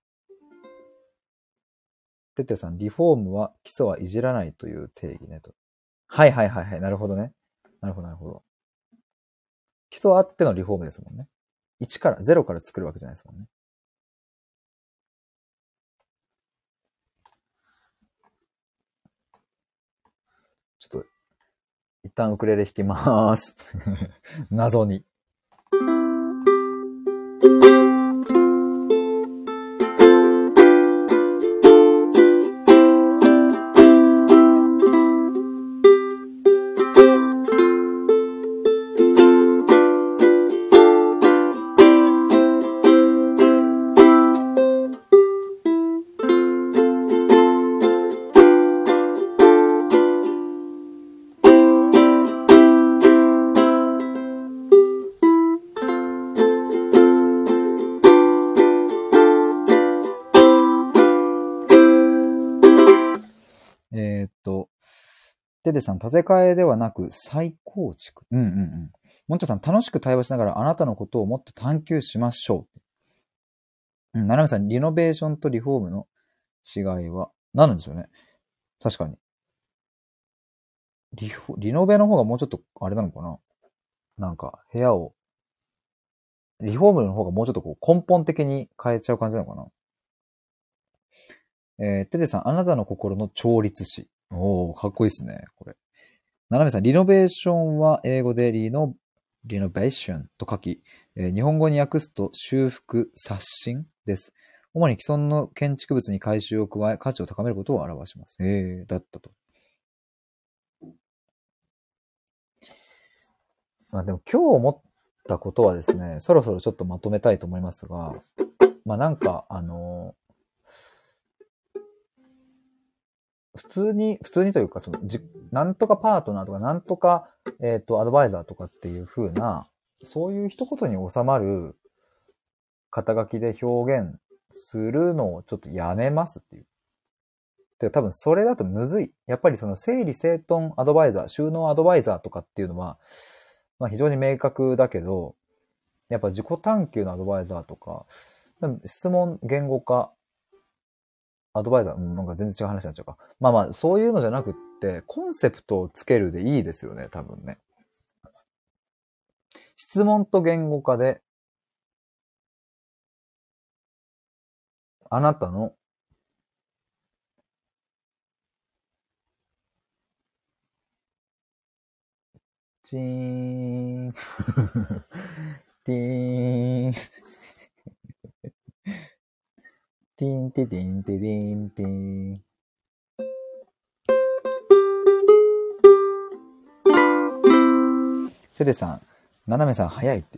テテさん、リフォームは基礎はいじらないという定義ねと。はいはいはいはい。なるほどね。なるほどなるほど。基礎あってのリフォームですもんね。いちから、ゼロから作るわけじゃないですもんね。ちょっと、一旦ウクレレ弾きまーす。謎に。えーっと、テテさん、建て替えではなく再構築。うんうんうん。もんちゃさん、楽しく対話しながらあなたのことをもっと探求しましょう。うん、ななみさん、リノベーションとリフォームの違いは何なんでしょうね。確かに。リフォ、リノベの方がもうちょっと、あれなのかな。なんか、部屋を、リフォームの方がもうちょっとこう根本的に変えちゃう感じなのかな。えー、テテさん、あなたの心の調律師。おー、かっこいいですね、これ。ななめさん、リノベーションは英語でリノ、リノベーションと書き、えー日本語に訳すと修復、刷新です。主に既存の建築物に改修を加え、価値を高めることを表します。えー、だったと。まあでも今日思ったことはですね、そろそろちょっとまとめたいと思いますが、まあなんか、あの普通に、普通にというか、その、じ、なんとかパートナーとか、なんとか、えっと、アドバイザーとかっていう風な、そういう一言に収まる肩書きで表現するのをちょっとやめますっていう。てか多分それだとむずい。やっぱりその整理整頓アドバイザー、収納アドバイザーとかっていうのは、まあ非常に明確だけど、やっぱ自己探求のアドバイザーとか、質問言語化アドバイザー、うん、なんか全然違う話になっちゃうか。まあまあ、そういうのじゃなくって、コンセプトをつけるでいいですよね、多分ね。質問と言語化で、あなたの、チーン、ティーン、ティーンティティンティティンティーン。テテさん、ナナメさん早いって。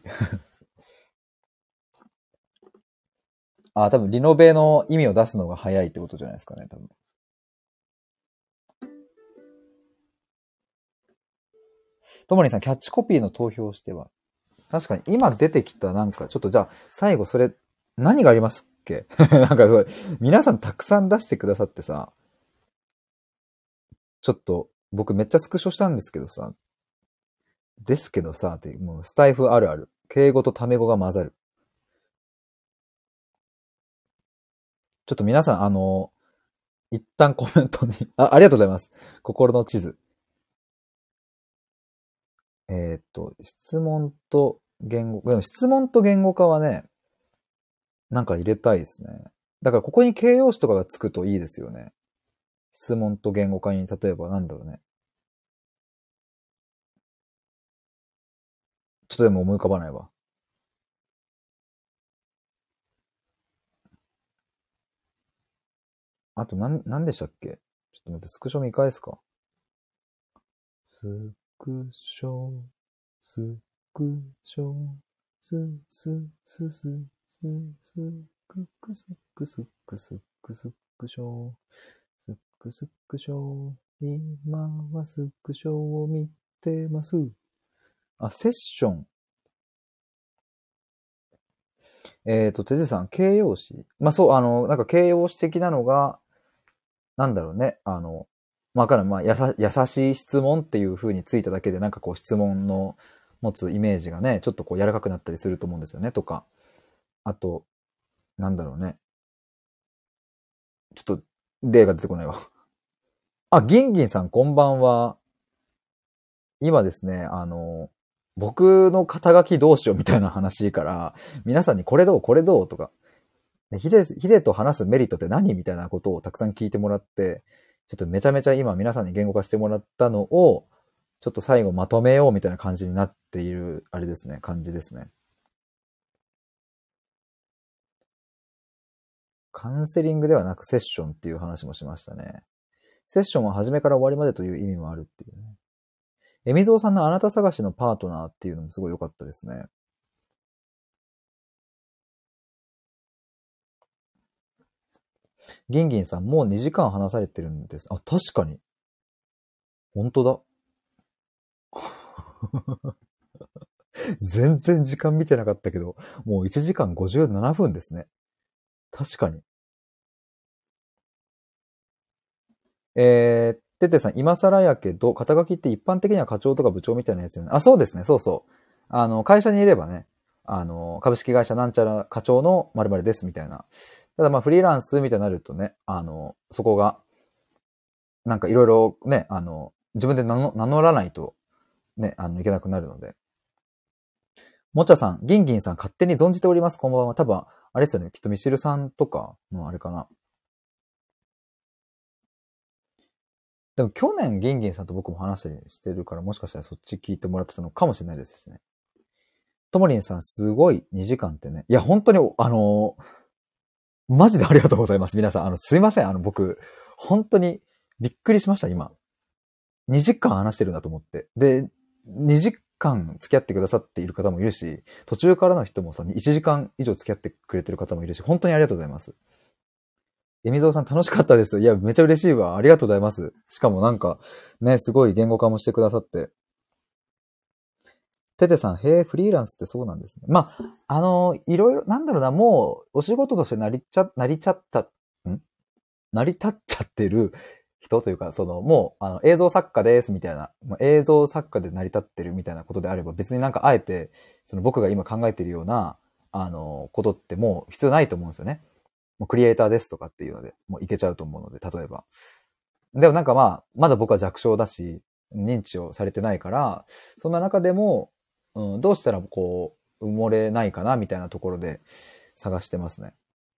あ、多分リノベの意味を出すのが早いってことじゃないですかね、多分。ともりんさん、キャッチコピーの投票をしては。確かに、今出てきたなんか、ちょっとじゃあ、最後それ、何がありますっけなんか、皆さんたくさん出してくださってさ、ちょっと、僕めっちゃスクショしたんですけどさ、ですけどさ、っていう、もうスタイフあるある。敬語とタメ語が混ざる。ちょっと皆さん、あの、一旦コメントに、あ、ありがとうございます。心の地図。えーっと、質問と言語、でも質問と言語化はね、なんか入れたいですね。だからここに形容詞とかがつくといいですよね。質問と言語化に、例えばなんだろうね。ちょっとでも思い浮かばないわ。あと、なん、なんでしたっけ？ちょっと待って、スクショ見返すか。スクショ、スクショ、ス、ス、ス、ス、ス、スククスクスクスクスクショ、スクスクショ、今はスクショを見てます。あ、セッション。えっと、ててさん、形容詞。まあ、そう、あの、なんか形容詞的なのが、なんだろうね。あの、わかる。まあ、やさ、優しい質問っていう風についただけで、なんかこう質問の持つイメージがね、ちょっとこう柔らかくなったりすると思うんですよね、とか。あと、なんだろうね。ちょっと、例が出てこないわ。あ、ギンギンさん、こんばんは。今ですね、あの、僕の肩書きどうしようみたいな話から、皆さんにこれどうこれどうとか、ヒデ、ヒデと話すメリットって何みたいなことをたくさん聞いてもらって、ちょっとめちゃめちゃ今皆さんに言語化してもらったのを、ちょっと最後まとめようみたいな感じになっている、あれですね、感じですね。カウンセリングではなくセッションっていう話もしましたね。セッションは初めから終わりまでという意味もあるっていうね。えみぞうさんのあなた探しのパートナーっていうのもすごい良かったですね。ギンギンさんもうにじかん話されてるんです。あ、確かに。本当だ。全然時間見てなかったけど、もういちじかんごじゅうななふんですね。確かに。えー、ててさん、今更やけど、肩書きって一般的には課長とか部長みたいなやつよね。あ、そうですね、そうそう。あの、会社にいればね、あの、株式会社なんちゃら課長の〇〇ですみたいな。ただまあフリーランスみたいになるとね、あの、そこが、なんかいろいろね、あの、自分で名乗名乗らないとね、あの、いけなくなるので。もちゃさん、ギンギンさん、勝手に存じております。こんばんは。多分、あれですよね。きっとミシルさんとかのあれかな。でも去年ギンギンさんと僕も話したりしてるから、もしかしたらそっち聞いてもらってたのかもしれないですしね。ともりんさん、すごいにじかんってね。いや、本当に、あのー、マジでありがとうございます。皆さん、あの、すいません。あの、僕、本当にびっくりしました、今。にじかん話してるんだと思って。で、にじかん付き合ってくださっている方もいるし、途中からの人もさ、いちじかん以上付き合ってくれてる方もいるし、本当にありがとうございます。えみぞうさん楽しかったです。いや、めちゃ嬉しいわ。ありがとうございます。しかもなんか、ね、すごい言語化もしてくださって。ててさん、へえ、フリーランスってそうなんですね。まあ、あの、いろいろ、なんだろうな、もう、お仕事として成りちゃ、成りちゃった、ん成り立っちゃってる人というか、その、もう、あの、映像作家ですみたいな、映像作家で成り立ってるみたいなことであれば、別になんかあえて、その僕が今考えているような、あの、ことってもう必要ないと思うんですよね。 もうクリエイターですとかっていうので、もういけちゃうと思うので、例えば。でもなんかまあ、まだ僕は弱小だし、認知をされてないから、そんな中でも、うん、どうしたらこう、埋もれないかなみたいなところで探してますね。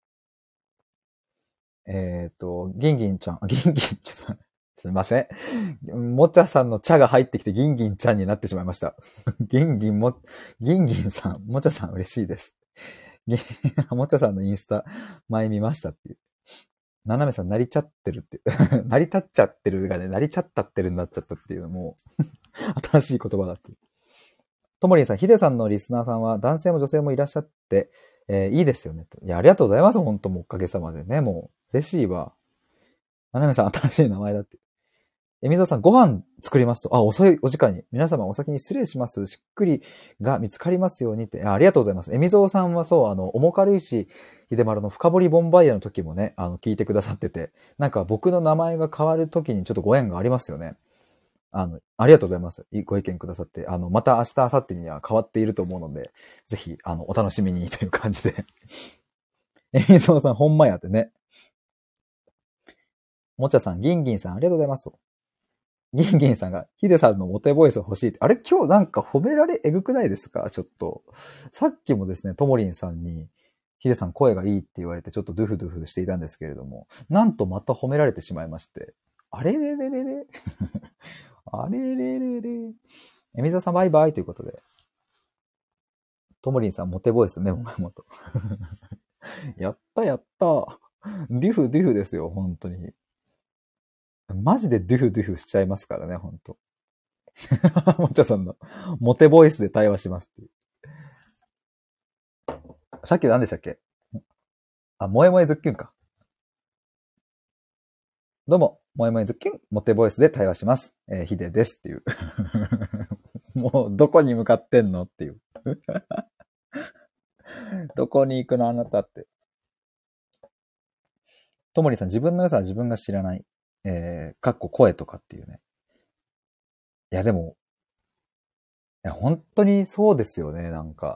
えっと、ギンギンちゃん、ギンギン、ちょっと、すみません。もちゃさんの茶が入ってきてギンギンちゃんになってしまいました。ギンギンも、ギンギンさん、もちゃさん嬉しいです。ギンもちゃさんのインスタ前見ましたっていう。ななめさん、成りちゃってるっていう。成り立っちゃってるがね、成りちゃったってるになっちゃったっていうのも、新しい言葉だっていう。ともりんさん、ヒデさんのリスナーさんは男性も女性もいらっしゃって、えーいいですよねと。いや、ありがとうございます。本当もうおかげさまでね。もう、嬉しいわ。ななめさん、新しい名前だって。えみぞさん、ご飯作りますと。あ、遅いお時間に。皆様お先に失礼します。しっくりが見つかりますようにって。あ、ありがとうございます。えみぞさんはそう、あの、重軽石秀丸の深掘りボンバイヤーの時もね、あの、聞いてくださってて、なんか僕の名前が変わる時にちょっとご縁がありますよね。あの、ありがとうございます。いご意見くださって。あの、また明日、明後日には変わっていると思うので、ぜひ、あの、お楽しみにという感じで。えみぞさん、ほんまやってね。もちゃさん、ギンギンさん、ありがとうございます。ギンギンさんが、ヒデさんのモテボイス欲しいって。あれ今日なんか褒められえぐくないですかちょっと。さっきもですね、ともりんさんに、ヒデさん声がいいって言われてちょっとドゥフドゥフしていたんですけれども、なんとまた褒められてしまいまして。あれれれれれあれれれれえみざさんバイバイということで。ともりんさんモテボイスメモメモと。やったやった。デュフデュフですよ、本当に。マジでドゥフドゥフしちゃいますからね、本当もっちゃさんのモテボイスで対話しますっていう。さっき何でしたっけあ、萌え萌えズッキュンか。どうも、萌え萌えズッキュン、モテボイスで対話します。えー、ヒデですっていう。もう、どこに向かってんのっていう。どこに行くのあなたって。ともりさん、自分の良さは自分が知らない。えー、かっこ声とかっていうね。いや、でも、いや、本当にそうですよね、なんか。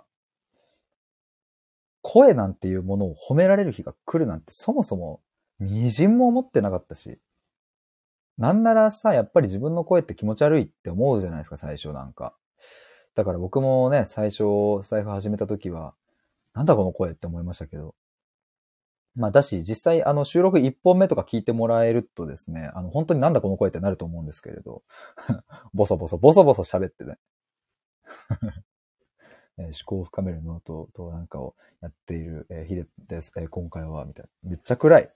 声なんていうものを褒められる日が来るなんてそもそも、みじんも思ってなかったし。なんならさ、やっぱり自分の声って気持ち悪いって思うじゃないですか、最初なんか。だから僕もね、最初、財布始めた時は、なんだこの声って思いましたけど。まあ、だし、実際、あの、収録いっぽんめとか聞いてもらえるとですね、あの、本当になんだこの声ってなると思うんですけれど、ボソボソ、ボソボソ喋ってね、えー思考を深めるノートとなんかをやっている、えー、ヒデです。えー今回は、みたいな。めっちゃ暗い。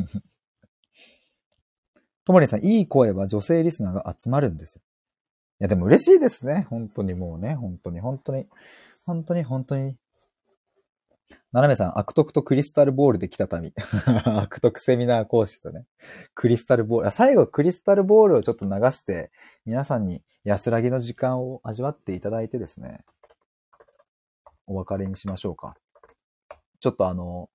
ともりんさん、いい声は女性リスナーが集まるんですよ。いや、でも嬉しいですね。本当にもうね、本当に、本当に、本当に、本当に。ななめさん、悪徳とクリスタルボールで来た民。悪徳セミナー講師とね。クリスタルボール。あ、最後、クリスタルボールをちょっと流して、皆さんに安らぎの時間を味わっていただいてですね、お別れにしましょうか。ちょっとあの、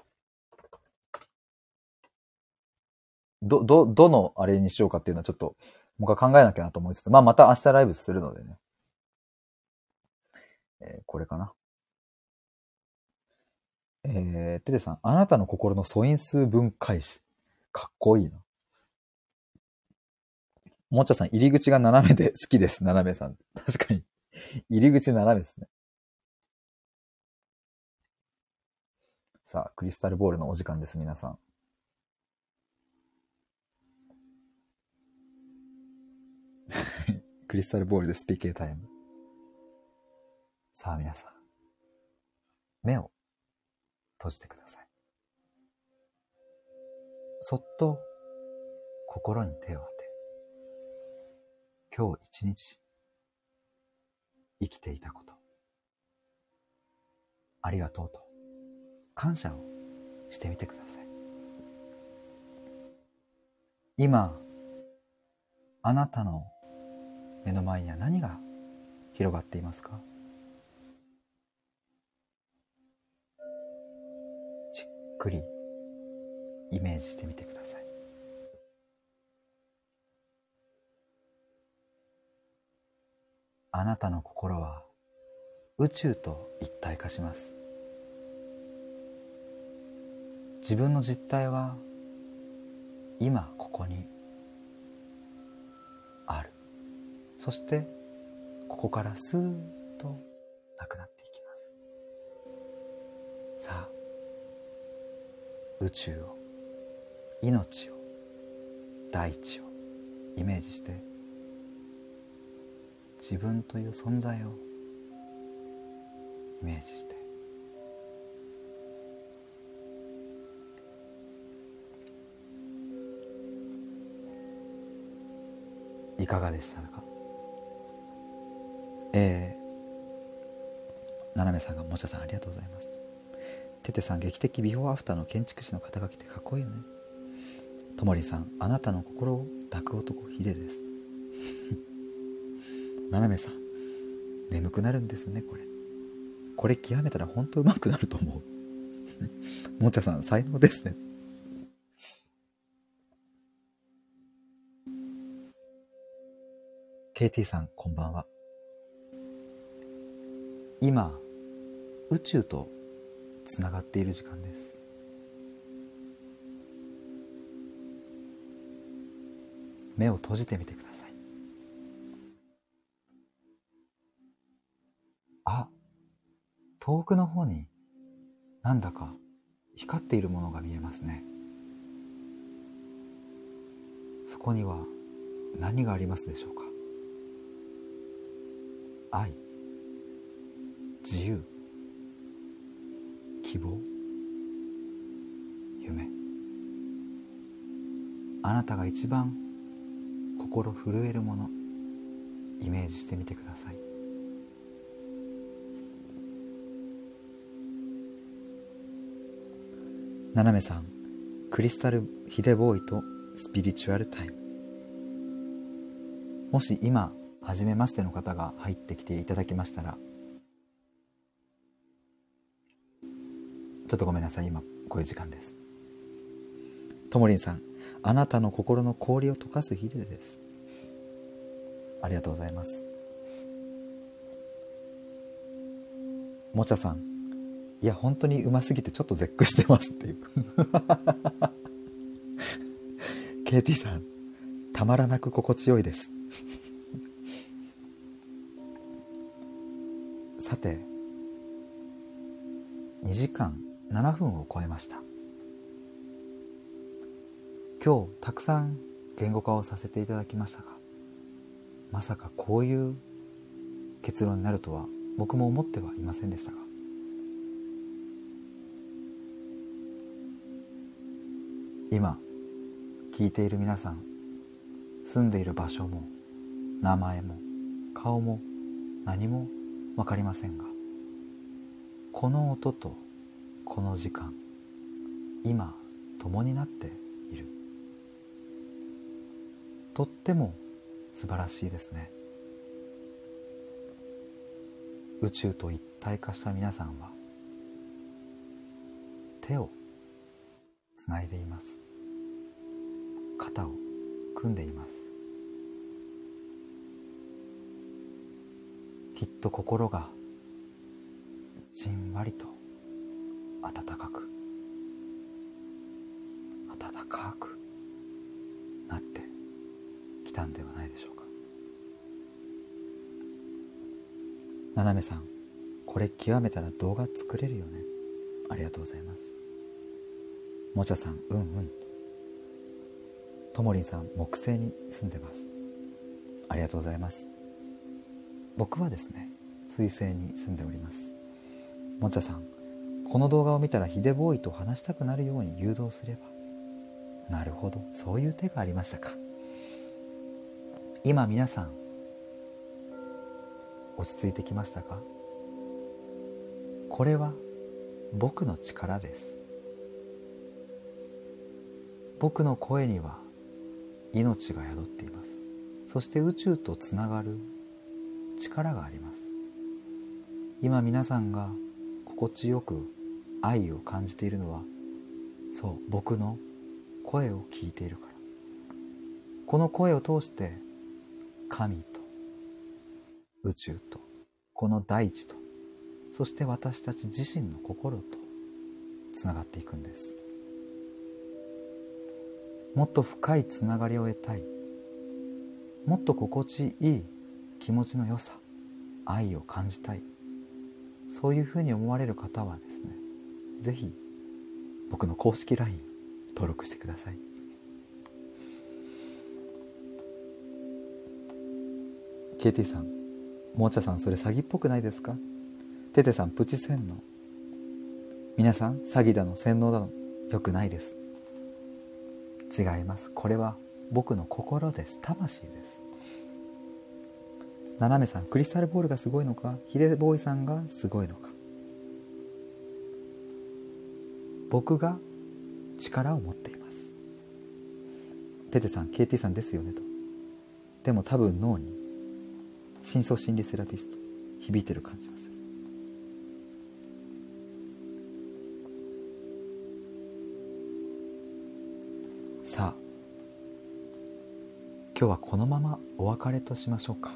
ど、ど、どのあれにしようかっていうのはちょっと、僕は考えなきゃなと思いつつ、まあまた明日ライブするのでね。えーこれかな。えー、テテさん、あなたの心の素因数分解詞。かっこいいな。もっちゃさん、入り口が斜めで好きです。斜めさん。確かに。入り口斜めですね。さあ、クリスタルボールのお時間です、皆さん。クリスタルボールでスピーケータイム。さあ、皆さん。目を閉じてください。そっと心に手を当て、今日一日生きていたこと、ありがとうと感謝をしてみてください。今、あなたの目の前には何が広がっていますか？じっくりイメージしてみてください。あなたの心は宇宙と一体化します。 自分の実体は今ここにある。そしてここからスーッとなくなっていきます。さあ、宇宙を、命を、大地をイメージして、自分という存在をイメージして、いかがでしたか。えー、ななめさんが、もちゃさんありがとうございます。ててさん、劇的ビフォーアフターの建築士の肩書きってかっこいいよね。ともりさん、あなたの心を抱く男ヒデです。ななめさん、眠くなるんですよね、これ。これ極めたら本当うまくなると思う。もちゃさん、才能ですね。ケーティー さん、こんばんは。今、宇宙とつながっている時間です。目を閉じてみてください。あ、遠くの方になんだか光っているものが見えますね。そこには何がありますでしょうか。愛、自由、希望、夢。あなたが一番心震えるもの、イメージしてみてください。ななめさん、クリスタルヒデボーイとスピリチュアルタイム。もし今初めましての方が入ってきていただきましたら、ちょっとごめんなさい、今こういう時間です。ともりんさん、あなたの心の氷を溶かすヒデです。ありがとうございます。もちゃさん、いや本当にうますぎてちょっと絶句してますっていう。ケーティー さん、たまらなく心地よいです。さて、にじかんななふんを超えました。今日たくさん言語化をさせていただきましたが、まさかこういう結論になるとは僕も思ってはいませんでしたが、今聞いている皆さん、住んでいる場所も名前も顔も何も分かりませんが、この音とこの時間、今共になっている。とっても素晴らしいですね。宇宙と一体化した皆さんは手をつないでいます。肩を組んでいます。きっと心がじんわりと温かく温かくなってきたんではないでしょうか。ななめさん、これ極めたら動画作れるよね。ありがとうございます。もちゃさん、うんうん。ともりんさん、木星に住んでます。ありがとうございます。僕はですね、水星に住んでおります。もちゃさん、この動画を見たらヒデボーイと話したくなるように誘導すれば。なるほど、そういう手がありましたか。今皆さん落ち着いてきましたか。これは僕の力です。僕の声には命が宿っています。そして宇宙とつながる力があります。今皆さんが心地よく愛を感じているのは、そう、僕の声を聞いているから。この声を通して神と宇宙とこの大地と、そして私たち自身の心とつながっていくんです。 もっと深いつながりを得たい、もっと心地いい気持ちの良さ、愛を感じたい、そういうふうに思われる方はですね、ぜひ僕の公式 ライン 登録してください。ケーティー さん、もーちゃさん、それ詐欺っぽくないですか？テテさん、プチ洗脳。皆さん、詐欺だの洗脳だのよくないです。違います。これは僕の心です。魂です。ななめさん、クリスタルボールがすごいのか、ヒデボーイさんがすごいのか。僕が力を持っています。テテさん、ケーティー さんですよねと。でも多分脳に深層心理セラピスト響いてる感じがする。さあ、今日はこのままお別れとしましょうか。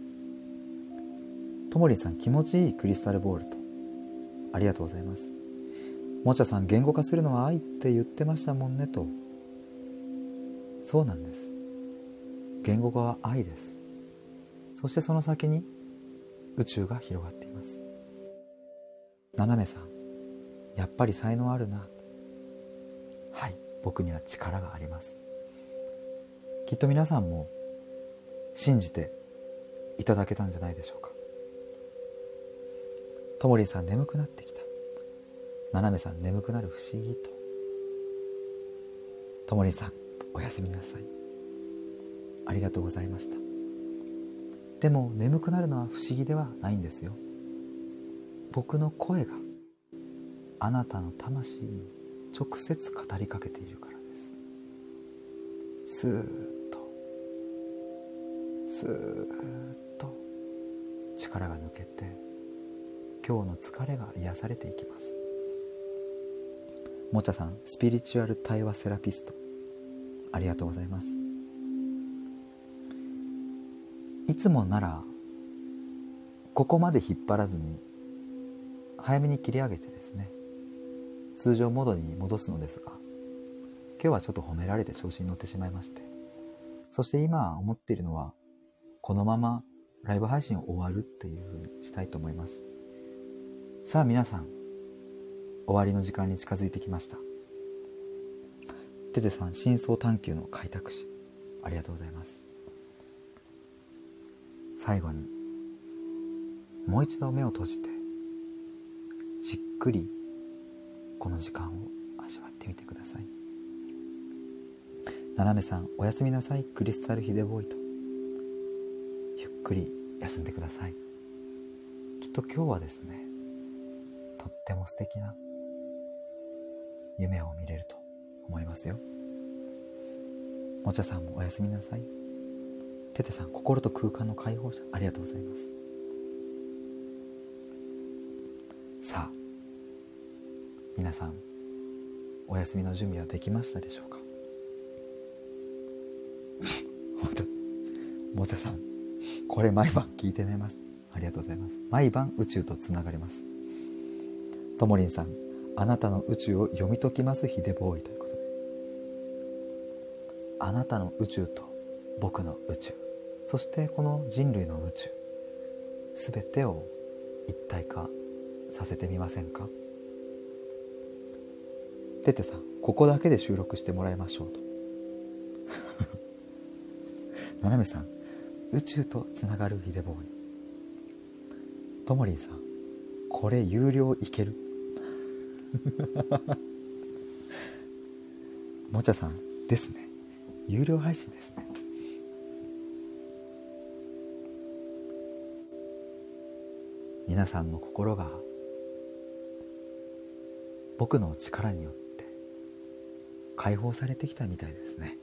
ともりんさん、気持ちいいクリスタルボールと、ありがとうございます。もちゃさん、言語化するのは愛って言ってましたもんねと。そうなんです。言語化は愛です。そしてその先に宇宙が広がっています。ななめさん、やっぱり才能あるな。はい、僕には力があります。きっと皆さんも信じていただけたんじゃないでしょうか。ともりんさん、眠くなってきた。ななめさん、眠くなる不思議と。ともりんさん、おやすみなさい。ありがとうございました。でも眠くなるのは不思議ではないんですよ。僕の声があなたの魂に直接語りかけているからです。スーッとスーッと力が抜けて、今日の疲れが癒されていきます。もちゃさん、スピリチュアル対話セラピスト、ありがとうございます。いつもならここまで引っ張らずに早めに切り上げてですね、通常モードに戻すのですが、今日はちょっと褒められて調子に乗ってしまいまして、そして今思っているのは、このままライブ配信を終わるっていうふうにしたいと思います。さあ皆さん、終わりの時間に近づいてきました。テテさん、深層探求の開拓士、ありがとうございます。最後にもう一度目を閉じて、じっくりこの時間を味わってみてください。ななめさん、おやすみなさい、クリスタルヒデボーイと。ゆっくり休んでください。きっと今日はですね、とっても素敵な夢を見れると思いますよ。もちゃさんもおやすみなさい。テテさん、心と空間の解放者、ありがとうございます。さあ皆さん、お休みの準備はできましたでしょうか。もちゃもちゃさん、これ毎晩聞いて寝ます。ありがとうございます。毎晩宇宙とつながります。ともりんさん、あなたの宇宙を読み解きますヒデボーイということで、あなたの宇宙と僕の宇宙、そしてこの人類の宇宙、すべてを一体化させてみませんか。テテさん、ここだけで収録してもらいましょうと。ななめさん、宇宙とつながるヒデボーイ。ともりんさん、これ有料いける。もちゃさんですね、有料配信ですね。皆さんの心が僕の力によって解放されてきたみたいですね。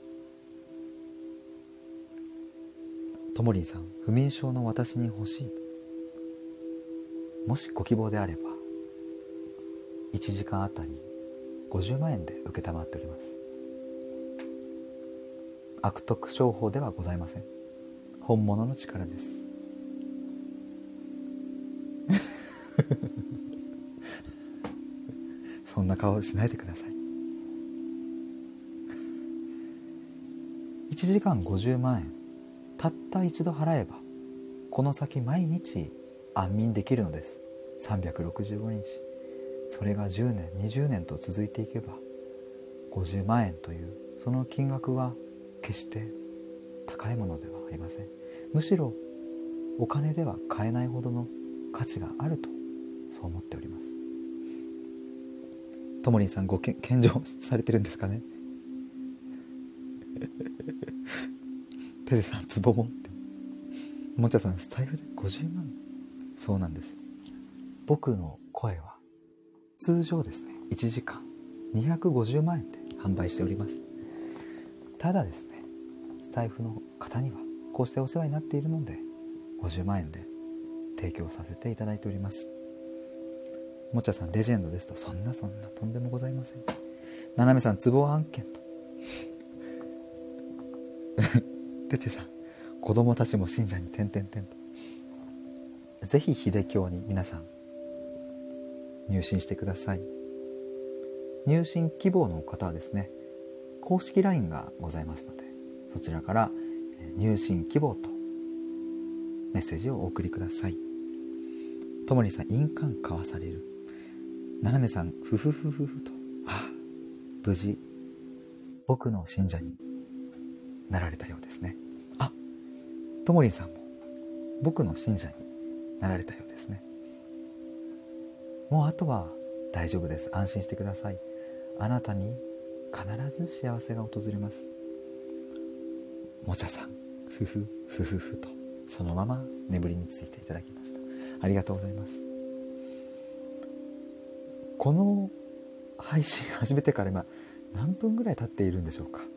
ともりんさん、不眠症の私に欲しい。もしご希望であればいちじかんあたりごじゅうまんえんで承っております。悪徳商法ではございません。本物の力です。そんな顔しないでください。 ちじかんごじゅうまんえん、たった一度払えばこの先毎日安眠できるのです。さんびゃくろくじゅうごにち、それがじゅうねんにじゅうねんと続いていけば、ごじゅうまんえんというその金額は決して高いものではありません。むしろお金では買えないほどの価値があると、そう思っております。ともりんさん、ごけ献上されてるんですかね。ててさん、つぼもって。もちゃさん、スタイフでごじゅうまん。そうなんです。僕の声は通常ですね、いちじかんにひゃくごじゅうまんえんで販売しております。ただですね、スタイフの方にはこうしてお世話になっているので、ごじゅうまんえんで提供させていただいております。もちゃさん、レジェンドですと。そんなそんな、とんでもございません。ななめさん、ツボ案件と。ててさん、子供たちも信者に点々点と。ぜひ秀教に皆さん入信してください。入信希望の方はですね、公式 ライン がございますので、そちらから入信希望とメッセージをお送りください。ともりさん、印鑑交わされる。ななめさん、ふふふふふと。ああ、無事僕の信者になられたようですね。あ、ともりんさんも僕の信者になられたようですね。もうあとは大丈夫です。安心してください。あなたに必ず幸せが訪れます。もちゃさん、ふふふふふとそのまま眠りについていただきました。ありがとうございます。この配信始めてから今何分ぐらい経っているんでしょうか。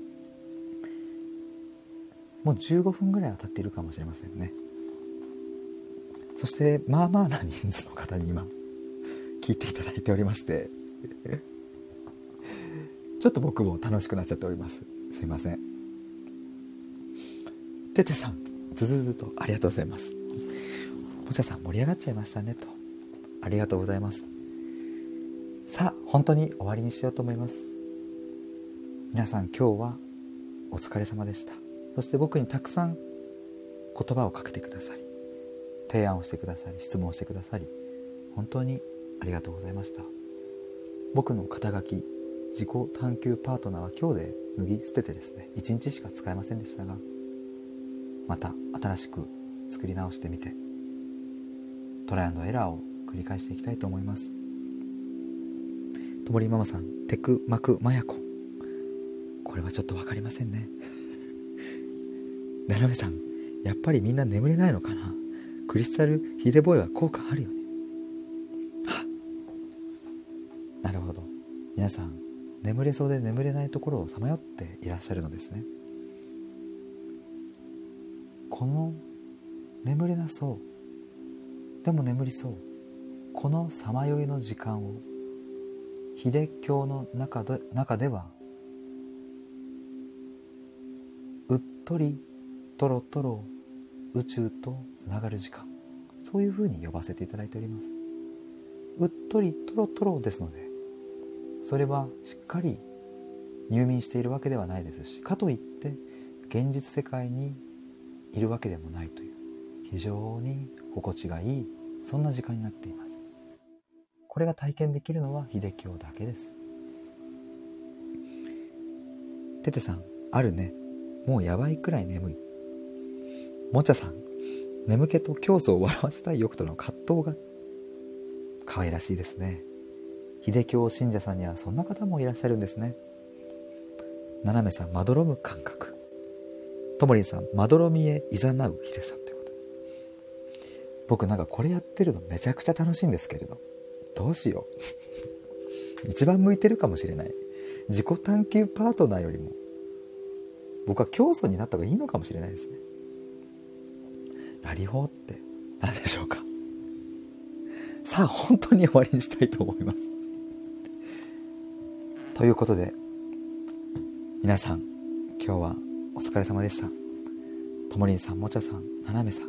もうじゅうごふんぐらいは経っているかもしれませんね。そしてまあまあな人数の方に今聞いていただいておりましてちょっと僕も楽しくなっちゃっております。すいません。ててさん、ずずずとありがとうございます。もちゃさん、盛り上がっちゃいましたねと。ありがとうございます。さあ、本当に終わりにしようと思います。皆さん、今日はお疲れ様でした。そして僕にたくさん言葉をかけてくださり、提案をしてくださり、質問をしてくださり、本当にありがとうございました。僕の肩書き、自己探求パートナーは今日で脱ぎ捨ててですね、いちにちしか使えませんでしたが、また新しく作り直してみて、トライアンドエラーを繰り返していきたいと思います。ともりママさん、テクマクマヤコン、これはちょっと分かりませんね。ななめさん、やっぱりみんな眠れないのかな。クリスタルヒデボーイは効果あるよね。はなるほど。皆さん、眠れそうで眠れないところをさまよっていらっしゃるのですね。この眠れなそうでも眠りそう、このさまよいの時間を秀教の中で、中ではうっとりとろとろ宇宙とつながる時間、そういうふうに呼ばせていただいております。うっとりとろとろですので、それはしっかり入眠しているわけではないですし、かといって現実世界にいるわけでもないという、非常に心地がいい、そんな時間になっています。これが体験できるのは秀教だけです。ててさん、あるね。もうやばいくらい眠い。もちゃさん、眠気と競争を笑わせたい欲との葛藤が可愛らしいですね。秀教信者さんにはそんな方もいらっしゃるんですね。ななめさん、まどろむ感覚。ともりんさん、まどろみへいざなう秀さんということで、僕なんかこれやってるのめちゃくちゃ楽しいんですけれど、どうしよう。一番向いてるかもしれない。自己探求パートナーよりも僕は教祖になった方がいいのかもしれないですね。ラリホーって何でしょうか。さあ、本当に終わりにしたいと思います。ということで、皆さん今日はお疲れ様でした。ともりんさん、もちゃさん、ななめさん、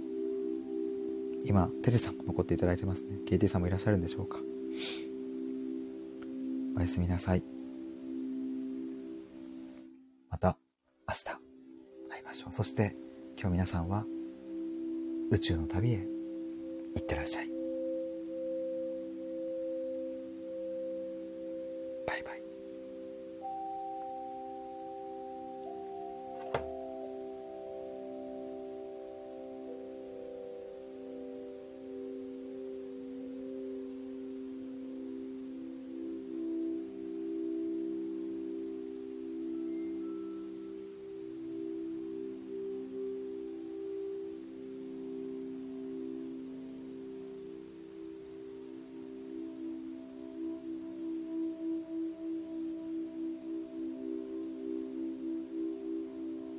今ててさんも残っていただいてますね。 ケーティー さんもいらっしゃるんでしょうか。おやすみなさい。また明明日会いましょう。そして今日皆さんは宇宙の旅へ行ってらっしゃい。